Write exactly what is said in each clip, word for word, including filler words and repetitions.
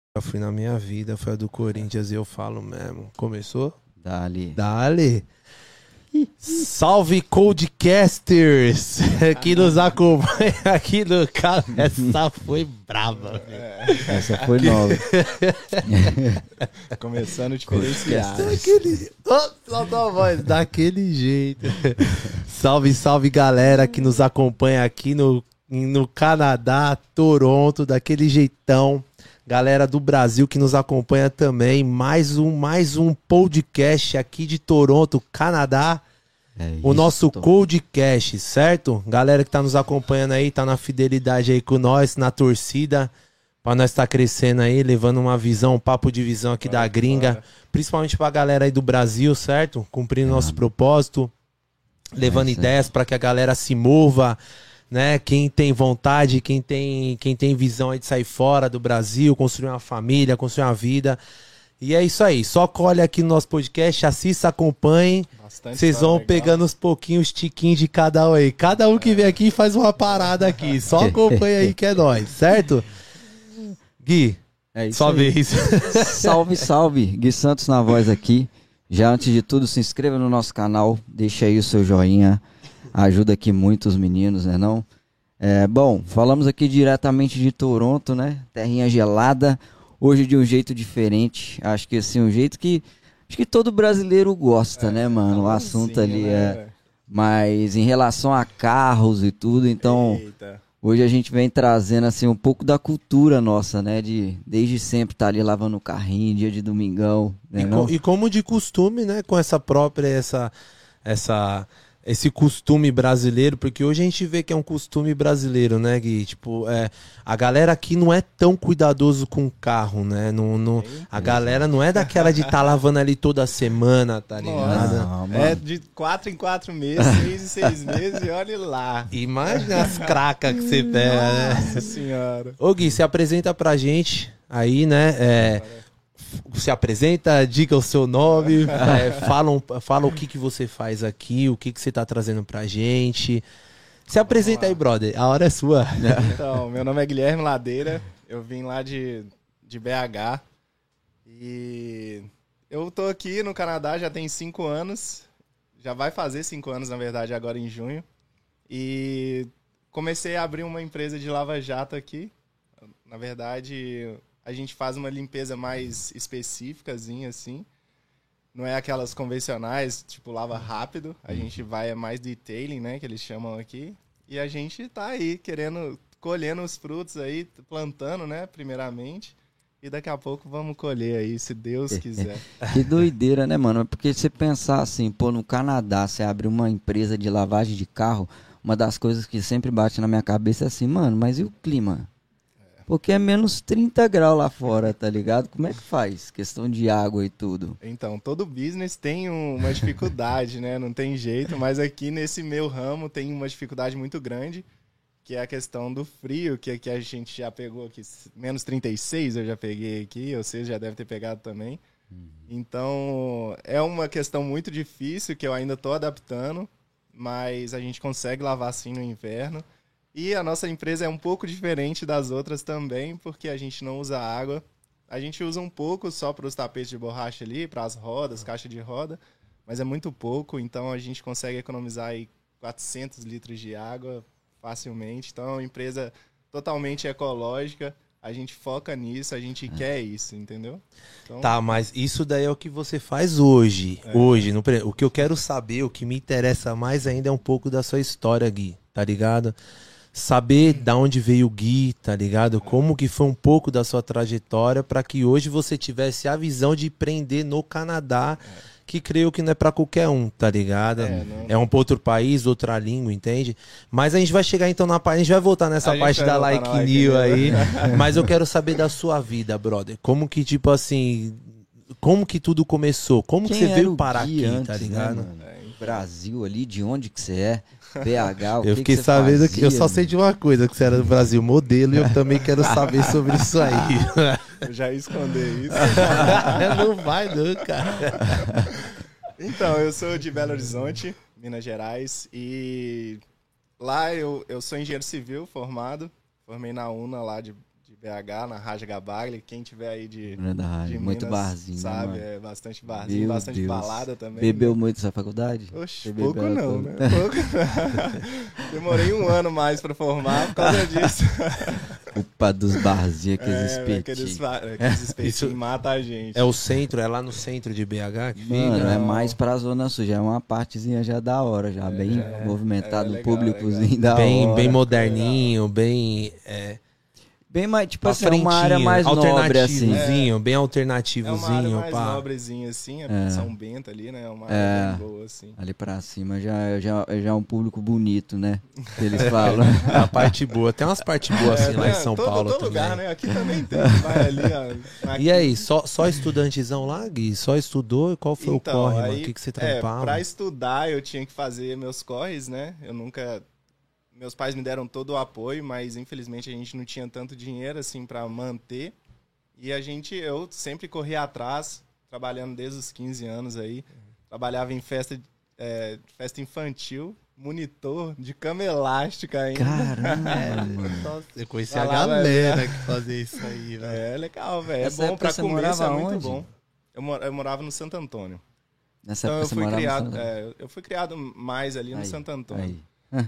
Eu fui na minha vida, foi a do Corinthians e eu falo mesmo. Começou? Dali. Dali. Salve Codecasters que nos acompanha aqui no canal. Essa foi brava. É. Essa foi nova. Começando diferenciado. Daquele... Oh, solta a voz. Daquele jeito. Salve, salve galera que nos acompanha aqui no, no Canadá, Toronto, daquele jeitão. Galera do Brasil que nos acompanha também, mais um, mais um podcast aqui de Toronto, Canadá. É o nosso Codecast, certo? Galera que tá nos acompanhando aí, tá na fidelidade aí com nós, na torcida, pra nós tá crescendo aí, levando uma visão, um papo de visão aqui bora, da gringa, bora. Principalmente pra galera aí do Brasil, certo? Cumprindo é. nosso propósito, levando é ideias pra que a galera se mova, né? Quem tem vontade, quem tem, quem tem visão aí de sair fora do Brasil, construir uma família, construir uma vida. E é isso aí. Só colhe aqui no nosso podcast, assista, acompanhe. Vocês vão legal. Pegando uns pouquinhos, tiquinhos de cada um aí. Cada um que vem aqui faz uma parada aqui. Só acompanha aí que é nóis, certo? Gui, é isso só aí. vez. Salve, salve. Gui Santos na voz aqui. Já antes de tudo, se inscreva no nosso canal. Deixa aí o seu joinha. Ajuda aqui muito os meninos, né não? É, bom, falamos aqui diretamente de Toronto, né? Terrinha gelada. Hoje de um jeito diferente. Acho que assim, um jeito que... Acho que todo brasileiro gosta, é, né, mano? O assunto ali né, é... Véio? Mas em relação a carros e tudo, então... Eita. Hoje a gente vem trazendo, assim, um pouco da cultura nossa, né? De desde sempre estar tá ali lavando o carrinho, dia de domingão, né? E, não? Com, e como de costume, né? Com essa própria, essa... essa... esse costume brasileiro, porque hoje a gente vê que é um costume brasileiro, né, Gui? Tipo, é, a galera aqui não é tão cuidadoso com o carro, né? Não, não, a galera não é daquela de estar tá lavando ali toda semana, tá ligado? Não, é de quatro em quatro meses, seis em seis meses e olha lá. Imagina as cracas que você pega, né? Nossa senhora. Ô Gui, se apresenta pra gente aí, né? É, se apresenta, diga o seu nome, é, fala, um, fala o que, que você faz aqui, o que, que você tá trazendo pra gente. Se apresenta aí, brother, a hora é sua. Então, meu nome é Guilherme Ladeira, eu vim lá de, de B H e eu tô aqui no Canadá já tem cinco anos, já vai fazer cinco anos, na verdade, agora em junho. E comecei a abrir uma empresa de lava-jato aqui, na verdade... A gente faz uma limpeza mais específicazinha, assim. Não é aquelas convencionais, tipo, lava rápido. A gente vai é mais detailing, né, que eles chamam aqui. E a gente tá aí, querendo, colhendo os frutos aí, plantando, né, primeiramente. E daqui a pouco vamos colher aí, se Deus quiser. Que doideira, né, mano? Porque você pensar assim, pô, no Canadá, você abre uma empresa de lavagem de carro, uma das coisas que sempre bate na minha cabeça é assim, mano, mas e o clima? Porque é menos trinta graus lá fora, tá ligado? Como é que faz? Questão de água e tudo. Então, todo business tem um, uma dificuldade, né? Não tem jeito, mas aqui nesse meu ramo tem uma dificuldade muito grande, que é a questão do frio, que aqui a gente já pegou aqui, menos trinta e seis eu já peguei aqui, vocês já devem ter pegado também. Uhum. Então, é uma questão muito difícil que eu ainda tô adaptando, mas a gente consegue lavar assim no inverno. E a nossa empresa é um pouco diferente das outras também, porque a gente não usa água. A gente usa um pouco só para os tapetes de borracha ali, para as rodas, caixa de roda, mas é muito pouco, então a gente consegue economizar aí quatrocentos litros de água facilmente. Então é uma empresa totalmente ecológica, a gente foca nisso, a gente é. quer isso, entendeu? Então... Tá, mas isso daí é o que você faz hoje. É. Hoje, no... o que eu quero saber, o que me interessa mais ainda é um pouco da sua história, Gui, tá ligado? Saber da onde veio o Gui, tá ligado? Como que foi um pouco da sua trajetória para que hoje você tivesse a visão de empreender no Canadá, que creio que não é para qualquer um, tá ligado? É, não... é um outro país, outra língua, entende? Mas a gente vai chegar então na parte, a gente vai voltar nessa a parte da Like New aí, mas eu quero saber da sua vida, brother. Como que, tipo assim, como que tudo começou? Como Quem que você veio parar aqui, antes, tá ligado? Né, Brasil ali, de onde que você é? B H, o eu que fiquei que sabendo fazia, que eu só sei de uma coisa, que você era do Brasil modelo, e eu também quero saber sobre isso aí. Eu já ia esconder isso. Não vai não, cara. Então, eu sou de Belo Horizonte, Minas Gerais, e lá eu, eu sou engenheiro civil formado, formei na UNA lá de, de B H, na Raja Gabagli. Quem tiver aí de, Da rádio. de Muito Minas barzinho, sabe, né, é bastante barzinho, Meu bastante Deus. balada também. Bebeu né? muito essa faculdade? Oxe, Você pouco bebeu não, tudo? né? Pouco. Demorei um ano mais pra formar por causa disso. Culpa dos barzinhos, aqueles É, espetinhos. aqueles, fa- aqueles espetinhos Isso- matam a gente. É o centro, é lá no centro de B H que Mano, fica. é Não. mais pra Zona Sul, já é uma partezinha já da hora, já bem é, movimentado, é um legal, públicozinho da Bem, hora. bem moderninho, bem. É, Bem mais, tipo pra assim, é uma área frentinho, mais nobre, assim. alternativozinho, bem É uma área alternativozinho, mais pá. nobrezinha, assim, é, É. São Bento ali, né? É uma É. área bem boa, assim. Ali pra cima já, já, já é um público bonito, né? Que eles falam. É a parte boa. Tem umas partes boas assim É, lá em né? São todo, Paulo todo também. lugar, né? Aqui também tem. Vai ali, ó. Aqui. E aí, só, só estudantezão lá, Gui? Só estudou? Qual foi Então, o corre, mano? aí, O que, que você É, trampava? pra estudar eu tinha que fazer meus corres, né? Eu nunca... Meus pais me deram todo o apoio, mas infelizmente a gente não tinha tanto dinheiro, assim, pra manter. E a gente, eu sempre corria atrás, trabalhando desde os quinze anos aí. Trabalhava em festa, é, festa infantil, monitor de cama elástica ainda. Caramba, mano. Nossa, eu conheci Vai a lá, galera que fazia isso aí, velho. É legal, velho. É Nessa bom época pra você comer, isso é morava muito onde? bom. Eu, mor- eu morava no Santo Antônio. Nessa Então época eu você fui morava no criado, São- é, eu fui criado mais ali no Aí, Santo Antônio. Aí.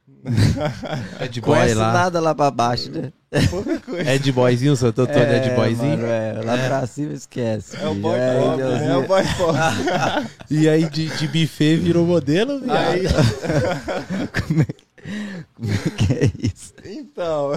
É de boy Conhece lá. nada lá pra baixo, né? Pouca coisa. É de boyzinho, Santo Antônio é, de boyzinho? mano, é, lá pra cima esquece. É o filho. boy É, pobre, né? É o boy pobre. E aí de, de buffet virou modelo, viado? Aí, Como é que é isso? então,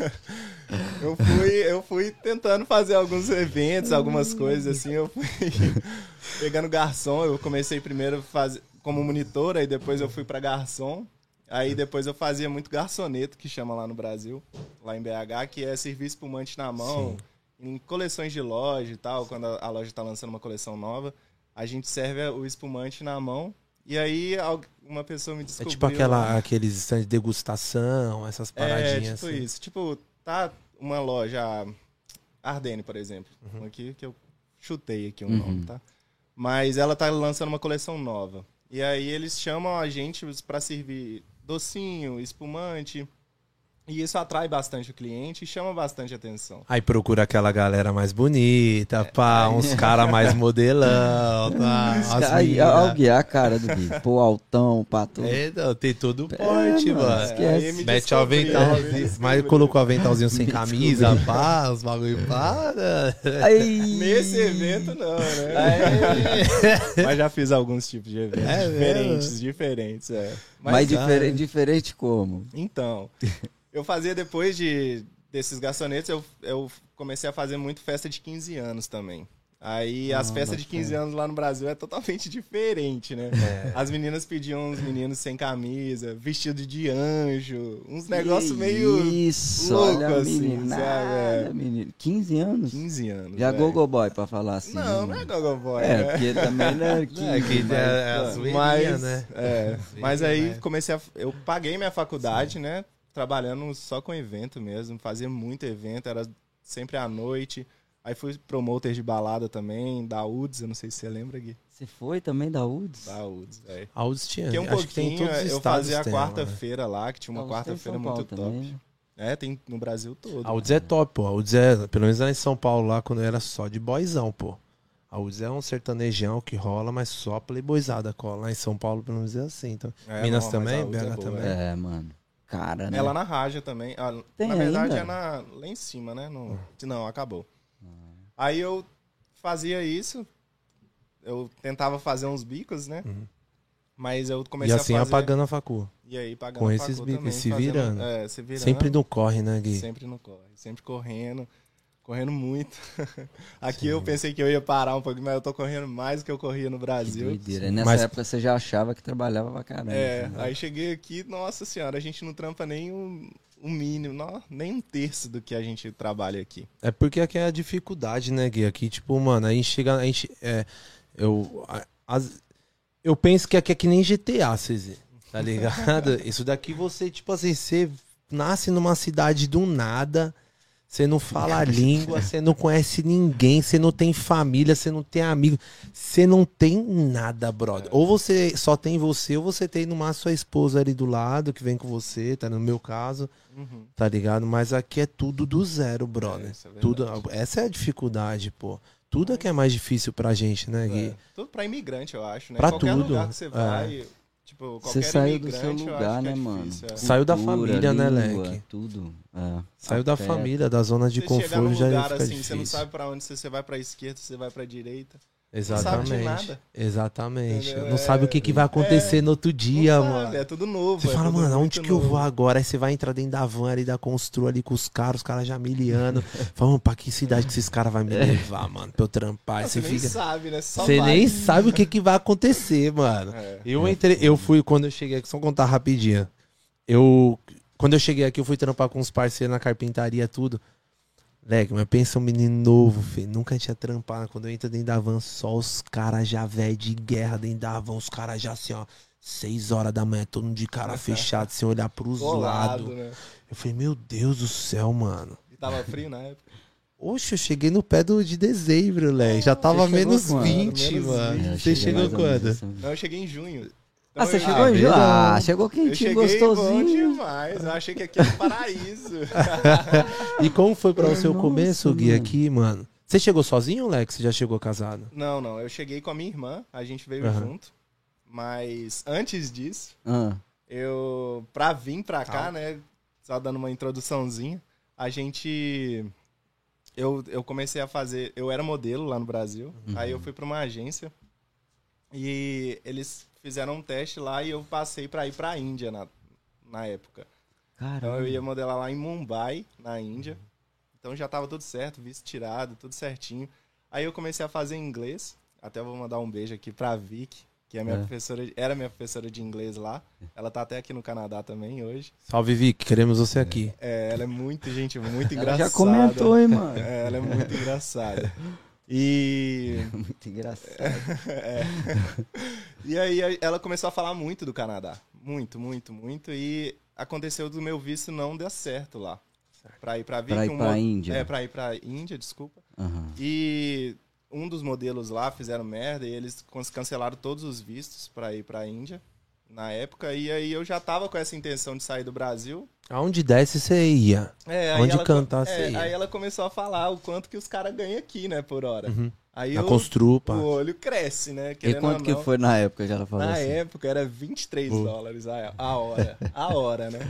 eu fui, eu fui tentando fazer alguns eventos, algumas coisas assim, eu fui pegando garçom, eu comecei primeiro faz... como monitor, aí depois eu fui pra garçom, aí depois eu fazia muito garçoneto, que chama lá no Brasil, lá em B H, que é servir espumante na mão, em coleções de loja e tal, quando a a loja tá lançando uma coleção nova, a gente serve o espumante na mão, e aí al- uma pessoa me É descobriu... tipo aquela, aqueles stands de degustação, essas É, paradinhas tipo assim. isso. Tipo, tá uma loja Ardenne, por exemplo. Uhum. Aqui que eu chutei aqui o Uhum. nome, tá? Mas ela tá lançando uma coleção nova. E aí eles chamam a gente pra servir docinho, espumante. E isso atrai bastante o cliente e chama bastante atenção. Aí procura aquela galera mais bonita, pá, uns caras mais modelão, tá? As Aí, mina. olha o Gui, a cara do Gui. Pô, altão, pato. É, não, tem todo o porte, mano, mano. esquece. Aí me Mete o descobriu, me aventalzinho. descobriu. Mas colocou o aventalzinho sem Me camisa, pá, os bagulho pá. Aí. Nesse evento não, né? É. Mas já fiz alguns tipos de eventos É diferentes, mesmo? diferentes, é. Mas, Mas, diferente, diferente como? então, eu fazia depois de, desses garçonetes, eu, eu comecei a fazer muito festa de quinze anos também. Aí as Ah, festas de bota quinze fé. anos lá no Brasil é totalmente diferente, né? É. As meninas pediam uns meninos sem camisa, vestido de anjo, uns negócios Que meio Isso, louco olha a assim, meninada, sabe? É. menino. quinze anos? quinze anos. Já velho. Gogo Boy, pra falar assim. Não, né, não é mano? Gogo Boy, É, né? porque também não é É, quinze, que mas- é a zoeirinha, Mas, né? é, mas Zoeirinha, aí né? comecei a. Eu paguei minha faculdade, né? Trabalhando só com evento mesmo. Fazia muito evento, era sempre à noite. Aí fui promoter de balada também, da U D S, eu não sei se você lembra, Gui. Você foi também da U D S? Da U D S, velho. A U D S tinha. Porque um Acho que tem em pouquinho, todos os eu estados fazia a tem ela, né? quarta-feira lá, que tinha uma A U D S tem em quarta-feira São Paulo muito também, top. né? É, tem no Brasil todo. A U D S é top, pô. A U D S é, pelo menos lá em São Paulo, lá, quando eu era só de boyzão, pô. A U D S é um sertanejão que rola, mas só playboyzada cola. Lá em São Paulo, pelo menos é assim. Então, É, Minas não, mas também, a U D S B H é boa, também. É, mano. Cara, né? É lá na Raja também. Ah, Tem na verdade ainda? é na, lá em cima, né? No, não, acabou. Aí eu fazia isso. Eu tentava fazer uns bicos, né? Uhum. Mas eu E comecei assim, a fazer... apagando a facu. E aí pagando com a esses facu bicos, também, se fazendo- virando. É, se virando. Sempre não corre, né, Gui? Sempre no corre. Sempre correndo. Correndo muito. Aqui eu pensei que eu ia parar um pouquinho, mas eu tô correndo mais do que eu corria no Que Brasil. doideira. E nessa Mas- época você já achava que trabalhava pra caramba. É, assim, né? aí cheguei aqui, nossa senhora, a gente não trampa nem um, um mínimo, não, nem um terço do que a gente trabalha aqui. É porque aqui é a dificuldade, né, Gui? Aqui, tipo, mano, a gente chega. A gente, é, eu, a- as- eu penso que aqui é que nem G T A, vocês tá ligado? Isso daqui você, tipo assim, você nasce numa cidade do nada, Você não fala a língua, você não conhece ninguém, você não tem família, você não tem amigo, você não tem nada, brother. É. Ou você só tem você, ou você tem no máximo sua esposa ali do lado, que vem com você, tá no meu caso, uhum. tá ligado? Mas aqui é tudo do zero, brother. É, é tudo, essa é a dificuldade, pô. Tudo aqui é mais difícil pra gente, né, Gui? É. Tudo pra imigrante, eu acho, né? Pra qualquer tudo. lugar que você vai... É. Tipo, você saiu do seu lugar, né, é mano? É. Saiu da família, língua, né, Leque? Tudo. É. Saiu da família, da zona de você conforto, chega num já lugar, fica assim, difícil. Você não sabe pra onde, se você vai pra esquerda, se você vai pra direita. Exatamente. Não sabe de nada. Exatamente. Entendeu? Não sabe o que, que vai acontecer é, no outro dia, sabe, mano. É tudo novo. Você é fala, mano, onde que novo. eu vou agora? Aí você vai entrar dentro da van ali da Constru ali com os caras, os caras já miliano. Fala, mano, pra que cidade que esses caras vão me levar, mano? Pra eu trampar. Não, Você você fica... nem sabe, né? Só Você vai. nem sabe o que, que vai acontecer, mano. É. Eu entrei, eu fui, quando eu cheguei aqui, só contar rapidinho. Eu, quando eu cheguei aqui, eu fui trampar com uns parceiros na carpintaria, tudo. Leque, mas pensa um menino novo, filho. Nunca tinha trampado. Quando eu entro dentro da van, só os caras já velho de guerra dentro da van. Os caras já assim, ó, seis horas da manhã, todo mundo de cara fechado, sem olhar pros lados. Né? Eu falei, meu Deus do céu, mano. E tava frio na época? Oxe, eu cheguei no pé do, de dezembro, Leque. Já tava menos vinte, menos mano. vinte. Você chegou quando? Não, eu cheguei em junho. Ah, você eu, chegou ah, em junho? Ah, chegou quentinho, gostosinho. Bom demais. Eu achei que aqui era um paraíso. E como foi pra você o Nossa, começo, Gui, mano. aqui, mano? Você chegou sozinho, Lex? Você já chegou casado? Não, não. Eu cheguei com a minha irmã. A gente veio Uhum. junto. Mas antes disso, Ah, eu... Pra vir pra cá, Calma. né? Só dando uma introduçãozinha. A gente... Eu, eu comecei a fazer... Eu era modelo lá no Brasil. Uhum. Aí eu fui pra uma agência. E eles fizeram um teste lá e eu passei pra ir pra Índia na, na época. Então caramba. eu ia modelar lá em Mumbai, na Índia. Então já tava tudo certo, visto tirado, tudo certinho. Aí eu comecei a fazer inglês. Até vou mandar um beijo aqui pra Vicky, que é minha É. professora, era minha professora de inglês lá. Ela tá até aqui no Canadá também hoje. Salve, Vic. Queremos você aqui. É, ela é muito gente, muito Ela engraçada. já comentou, hein, mano? É, ela é muito engraçada. E... Muito engraçado. é. E aí ela começou a falar muito do Canadá. Muito, muito, muito. E aconteceu do meu visto não dar certo lá. Pra ir pra Vic. Pra ir um pra mo- Índia. É, pra ir pra Índia, desculpa. Aham. E um dos modelos lá fizeram merda e eles cons- cancelaram todos os vistos pra ir pra Índia na época. E aí eu já tava com essa intenção de sair do Brasil. Aonde desce, você ia. É, aí Onde ela, cantar, é, você ia. aí ela começou a falar o quanto que os caras ganham aqui, né, por hora. Uhum. Aí Na eu- Construpa. o olho cresce, né? E querendo quanto ou que não. foi na época, já ela falou Na assim? época era vinte e três Pô. dólares a, a hora. A hora, né?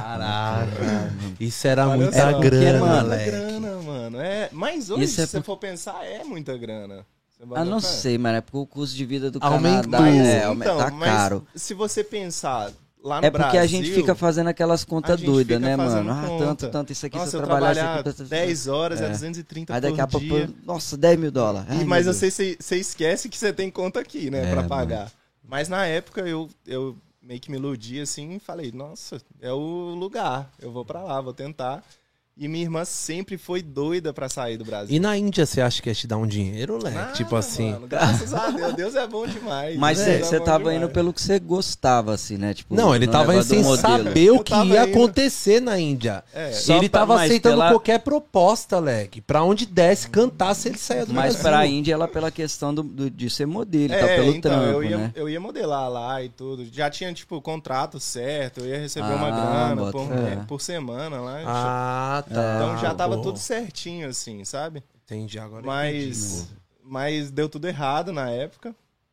Caraca. Isso era Olha muita só, grana, é, mano. Muita moleque. grana, mano. É, mas hoje, Isso é se você por- for pensar, é muita grana. Você bota Ah, não fé? sei, mas é porque o custo de vida do Aumentou. Canadá é, Então, aumenta- tá mas caro. se você pensar lá no É porque Brasil, a gente fica fazendo aquelas a contas gente doidas, fica né, fazendo mano? Ah, conta. tanto, tanto, isso aqui, Nossa, se eu eu trabalhar... trabalhar isso aqui, dez horas é, É. duzentos e trinta Aí daqui por a pouco, dia. nossa, dez mil dólares. Ai, E, mas meu você, você você esquece que você tem conta aqui, né, É, pra mano. pagar. Mas na época eu, eu meio que me iludi assim e falei, nossa, é o lugar, eu vou pra lá, vou tentar. E minha irmã sempre foi doida pra sair do Brasil. E na Índia, você acha que ia te dar um dinheiro, Leque? Nada, Tipo assim. mano, graças a Deus, Deus é bom demais. Mas Deus é você bom tava demais. indo pelo que você gostava, assim, né? Tipo, Não, ele no tava indo negócio do sem modelo. saber o Eu que tava ia indo- acontecer na Índia. É, Só Ele pra- tava mas aceitando pela- qualquer proposta, Leque. Pra onde desce, cantasse, ele saia do Mas Brasil. pra Índia, ela pela questão do, do- de ser modelo, É, tá? Pelo então, trampo, eu ia, né? eu ia modelar lá e tudo. Já tinha, tipo, contrato certo, eu ia receber Ah, uma grana bota por, fé. por semana lá. Ah, tá. Então já tava Pô. tudo certinho, assim, sabe? Entendi, agora eu Mas, entendi. mas deu tudo errado na época.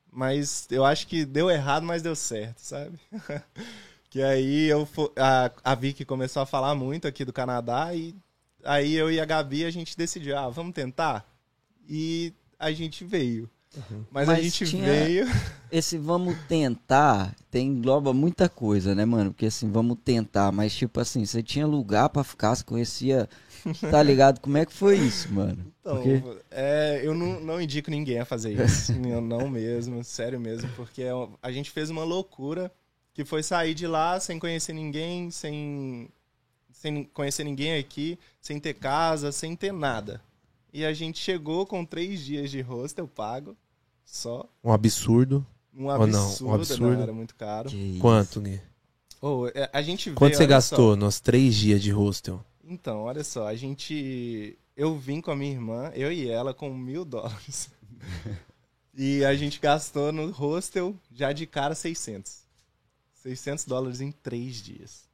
Mas eu acho que deu errado, mas deu certo, sabe? Que aí eu fo- a, a Vicky começou a falar muito aqui do Canadá e aí eu e a Gabi a gente decidiu, ah, vamos tentar? E a gente veio. Mas, a Mas gente tinha- veio. Esse vamos tentar tem engloba muita coisa, né, mano? Porque assim, vamos tentar, mas tipo assim, você tinha lugar pra ficar, você conhecia, tá ligado? Como é que foi isso, mano? Então, Porque- é, eu não, não indico ninguém a fazer isso. não, não mesmo, sério mesmo, porque é um- a gente fez uma loucura que foi sair de lá sem conhecer ninguém, sem, sem conhecer ninguém aqui, sem ter casa, sem ter nada. E a gente chegou com três dias de hostel pago, só. Um absurdo. Um Ou não, um absurdo, absurdo. não, era muito caro. Que isso. Quanto, Gui? Oh, é, a gente Quanto veio, você olha gastou só. nos três dias de hostel? Então, olha só, a gente... Eu vim com a minha irmã, eu e ela, com mil dólares. E a gente gastou no hostel, já de cara, seiscentos. seiscentos dólares em três dias.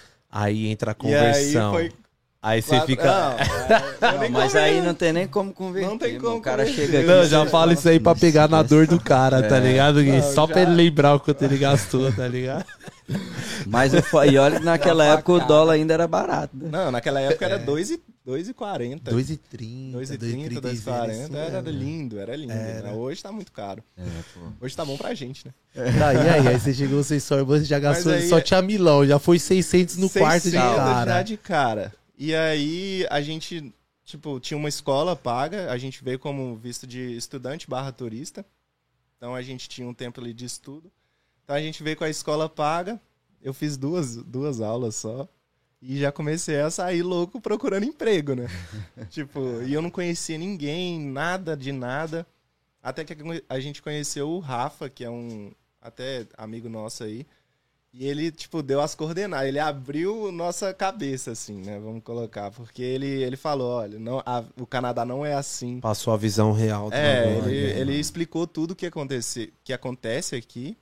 Aí entra a conversão. E aí foi... Aí você Quatro... fica... Não, é... Não, mas aí não tem nem como converter. Não tem como O cara converter. chega aqui... Não, e já você fala isso aí pra pegar na dor do cara, tá É. ligado? Gui? Não, Só já- pra ele lembrar o quanto ele gastou, tá ligado? Mas eu fa- e olha que naquela época o dólar ainda era barato. Né? Não, naquela época era dois e quarenta. dois e trinta, dois e trinta, dois e quarenta. Era lindo, era lindo. Era. Né? Hoje tá muito caro. É, pô. Hoje tá bom pra gente, né? Tá, e aí? Aí você chegou, você só, você já gastou, Mas aí- só tinha milão, já foi seiscentos no quarto de seiscentos cara. já de cara. E aí a gente, tipo, tinha uma escola paga, a gente veio como visto de estudante barra turista. Então a gente tinha um tempo ali de estudo. Então a gente veio com a escola paga, eu fiz duas, duas aulas só. E já comecei a sair louco procurando emprego, né? Tipo, e eu não conhecia ninguém, nada de nada. Até que a gente conheceu o Rafa, que é um até amigo nosso aí. E ele, tipo, deu as coordenadas. Ele abriu nossa cabeça, assim, né? Vamos colocar. Porque ele, ele falou, olha, não, a- o Canadá não é assim. Passou a visão real do É, bagulho, ele, né? ele explicou tudo o que, acontece, que acontece aqui.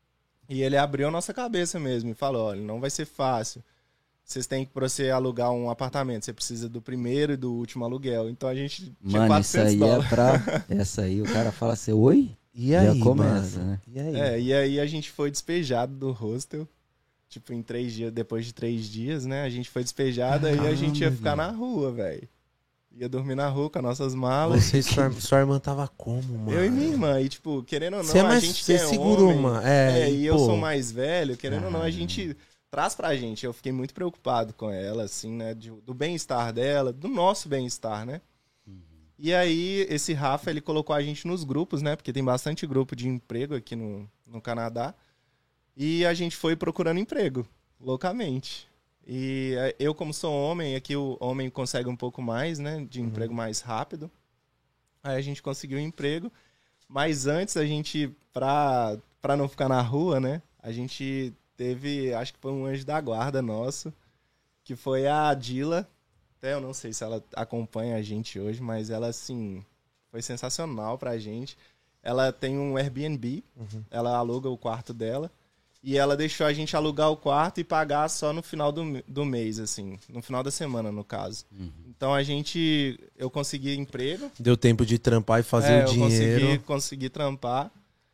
E ele abriu a nossa cabeça mesmo. E falou, olha, não vai ser fácil. Vocês têm que, pra você alugar um apartamento, você precisa do primeiro e do último aluguel. Então a gente tinha Mano, isso quatrocentos aí dólares. é pra... Essa aí o cara fala assim, oi? E aí, Já começa, mano? né? E aí? É, e aí a gente foi despejado do hostel. Tipo, em três dias, depois de três dias, né? A gente foi despejado e a gente ia ficar na rua, velho. Ia dormir na rua com as nossas malas. Você e sua, sua irmã tava como, mano? Eu e minha irmã. E, tipo, querendo ou não, Você é mais- a gente você que é segurou, homem, mano. É, É, e, e eu pô. sou mais velho, querendo ou não, a gente traz pra gente. Eu fiquei muito preocupado com ela, assim, né? de- do bem-estar dela, do nosso bem-estar, né? E aí, esse Rafa, ele colocou a gente nos grupos, né? Porque tem bastante grupo de emprego aqui no, no Canadá. E a gente foi procurando emprego, loucamente. E eh, eu, como sou homem, aqui o homem consegue um pouco mais, né? De emprego mais rápido. Aí a gente conseguiu um emprego. Mas antes, a gente, pra, pra não ficar na rua, né? A gente teve, acho que foi um anjo da guarda nosso, que foi a Dila. Até eu não sei se ela acompanha a gente hoje, mas ela, assim, foi sensacional pra gente. Ela tem um Airbnb, ela aluga o quarto dela. E ela deixou a gente alugar o quarto e pagar só no final do, do mês, assim. No final da semana, no caso. Então a gente... Eu consegui emprego. Deu tempo de trampar e fazer é, o eu dinheiro. consegui, consegui trampar.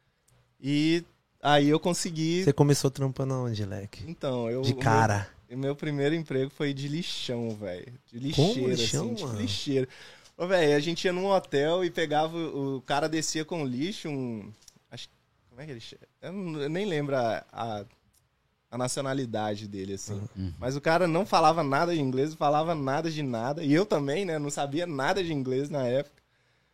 E aí eu consegui... Você começou trampando aonde, Leque? Então, eu... De o cara. Meu, o meu primeiro emprego foi de lixão, velho. De Como lixeira, lixão, assim. Tipo, mano? lixeira. Ô, velho, a gente ia num hotel e pegava... O, o cara descia com lixo, um... Acho, como é que ele chama? Eu, não- eu nem lembro a, a, a nacionalidade dele, assim. Uhum. Mas o cara não falava nada de inglês, não falava nada de nada. E eu também, né? Não sabia nada de inglês na época.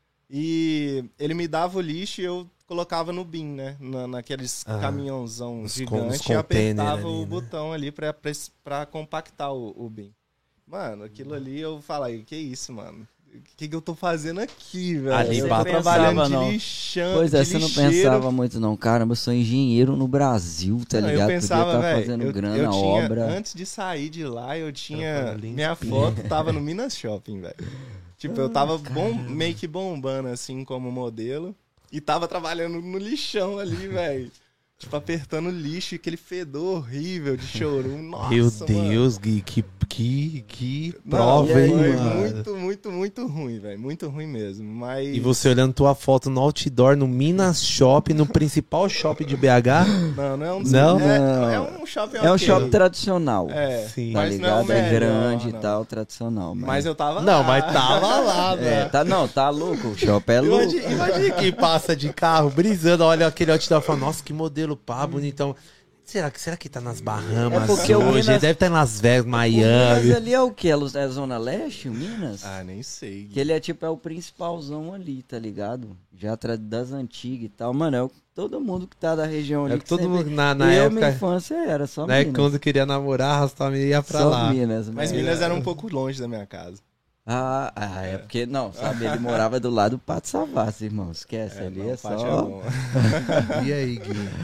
E ele me dava o lixo e eu colocava no bin, né? Na, naqueles Ah, caminhãozão os gigante con- os e container apertava ali, o né? botão ali pra, pra, pra compactar o, o bin. Mano, aquilo ali eu falei, que isso, mano? O que, que eu tô fazendo aqui, velho? Ali eu tô bateu. trabalhando Pensava, de não. lixão, Pois é, de você não lixeiro. pensava muito não. Caramba, eu sou engenheiro no Brasil, tá Não, ligado? eu pensava, Podia estar velho, fazendo eu, grana, eu tinha, obra. antes de sair de lá, eu tinha, Trabalhando limpinho. minha foto tava no Minas Shopping, velho. Tipo, eu tava bom, meio que bombando, assim, como modelo, e tava trabalhando no lixão ali, velho. Tipo, apertando lixo, aquele fedor horrível de chorum. Nossa, Meu mano. Deus, Gui, que, que, que Não, prova, e aí, hein, foi mano? muito, muito, muito ruim, velho. Muito ruim mesmo. Mas. E você olhando tua foto no outdoor, no Minas Shopping, no principal shopping de B H? Não, não é um. Não? É, Não. é um shopping É um ok. shopping tradicional, É, Sim. tá mas não é o ligado? É, melhor, grande não. e tal, tradicional. Mas, Mas eu tava Não, lá. mas tava lá, É, velho. tá, não, tá louco, o shopping é louco. Imagina, imagina quem passa de carro, brisando, olha aquele outdoor e fala, nossa, que modelo pá, bonitão. Será que, será que tá nas Bahamas É porque o hoje? Minas- Deve estar em Las Vegas, O Minas Miami. ali é o quê? É Zona Leste, o Minas? Ah, nem sei. Que ele é tipo, é o principalzão ali, tá ligado? Já tra- das antigas e tal. Mano, é o, todo mundo que tá da região ali. É que todo sempre- mundo, na, na eu, minha época, infância era só né, Minas. quando queria namorar, arrastar ia pra Só lá. Minas. Mas né? Minas era um pouco longe da minha casa. Ah, ah, é porque, não, sabe, ele morava do lado do Pato Savassi, irmão. Esquece, ali não, é o pátio só... bom. E aí, Gui?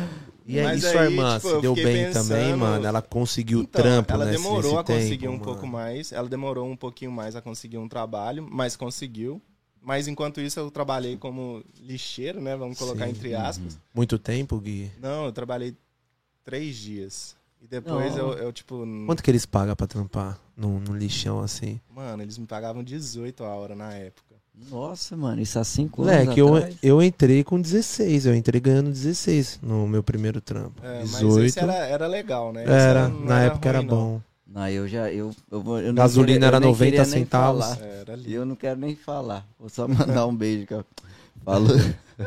E aí, Mas sua aí, irmã tipo, se eu deu fiquei bem pensando- também, mano? Ela conseguiu Então, trampo, ela né? demorou nesse a conseguir tempo, um pouco mano. mais. Ela demorou um pouquinho mais a conseguir um trabalho, mas conseguiu. Mas enquanto isso eu trabalhei como lixeiro, né? Vamos colocar Sim, entre aspas. Muito tempo, Gui? Não, eu trabalhei três dias. E depois eu, eu, tipo... n- Quanto que eles pagam pra trampar num, num lixão assim? Mano, eles me pagavam dezoito a hora na época. Nossa, mano, isso há cinco anos Moleque, eu, atrás. eu entrei com dezesseis, eu entrei ganhando dezesseis no meu primeiro trampo. É, mas dezoito. esse era, era legal, né? Esse Era, não na época ruim, era não. bom. Não, eu já, eu, eu, vou- eu não Gasolina queria- eu era nem noventa queria nem centavos. falar. Era ali. E eu não quero nem falar. Vou só mandar um beijo. Que eu... Falou.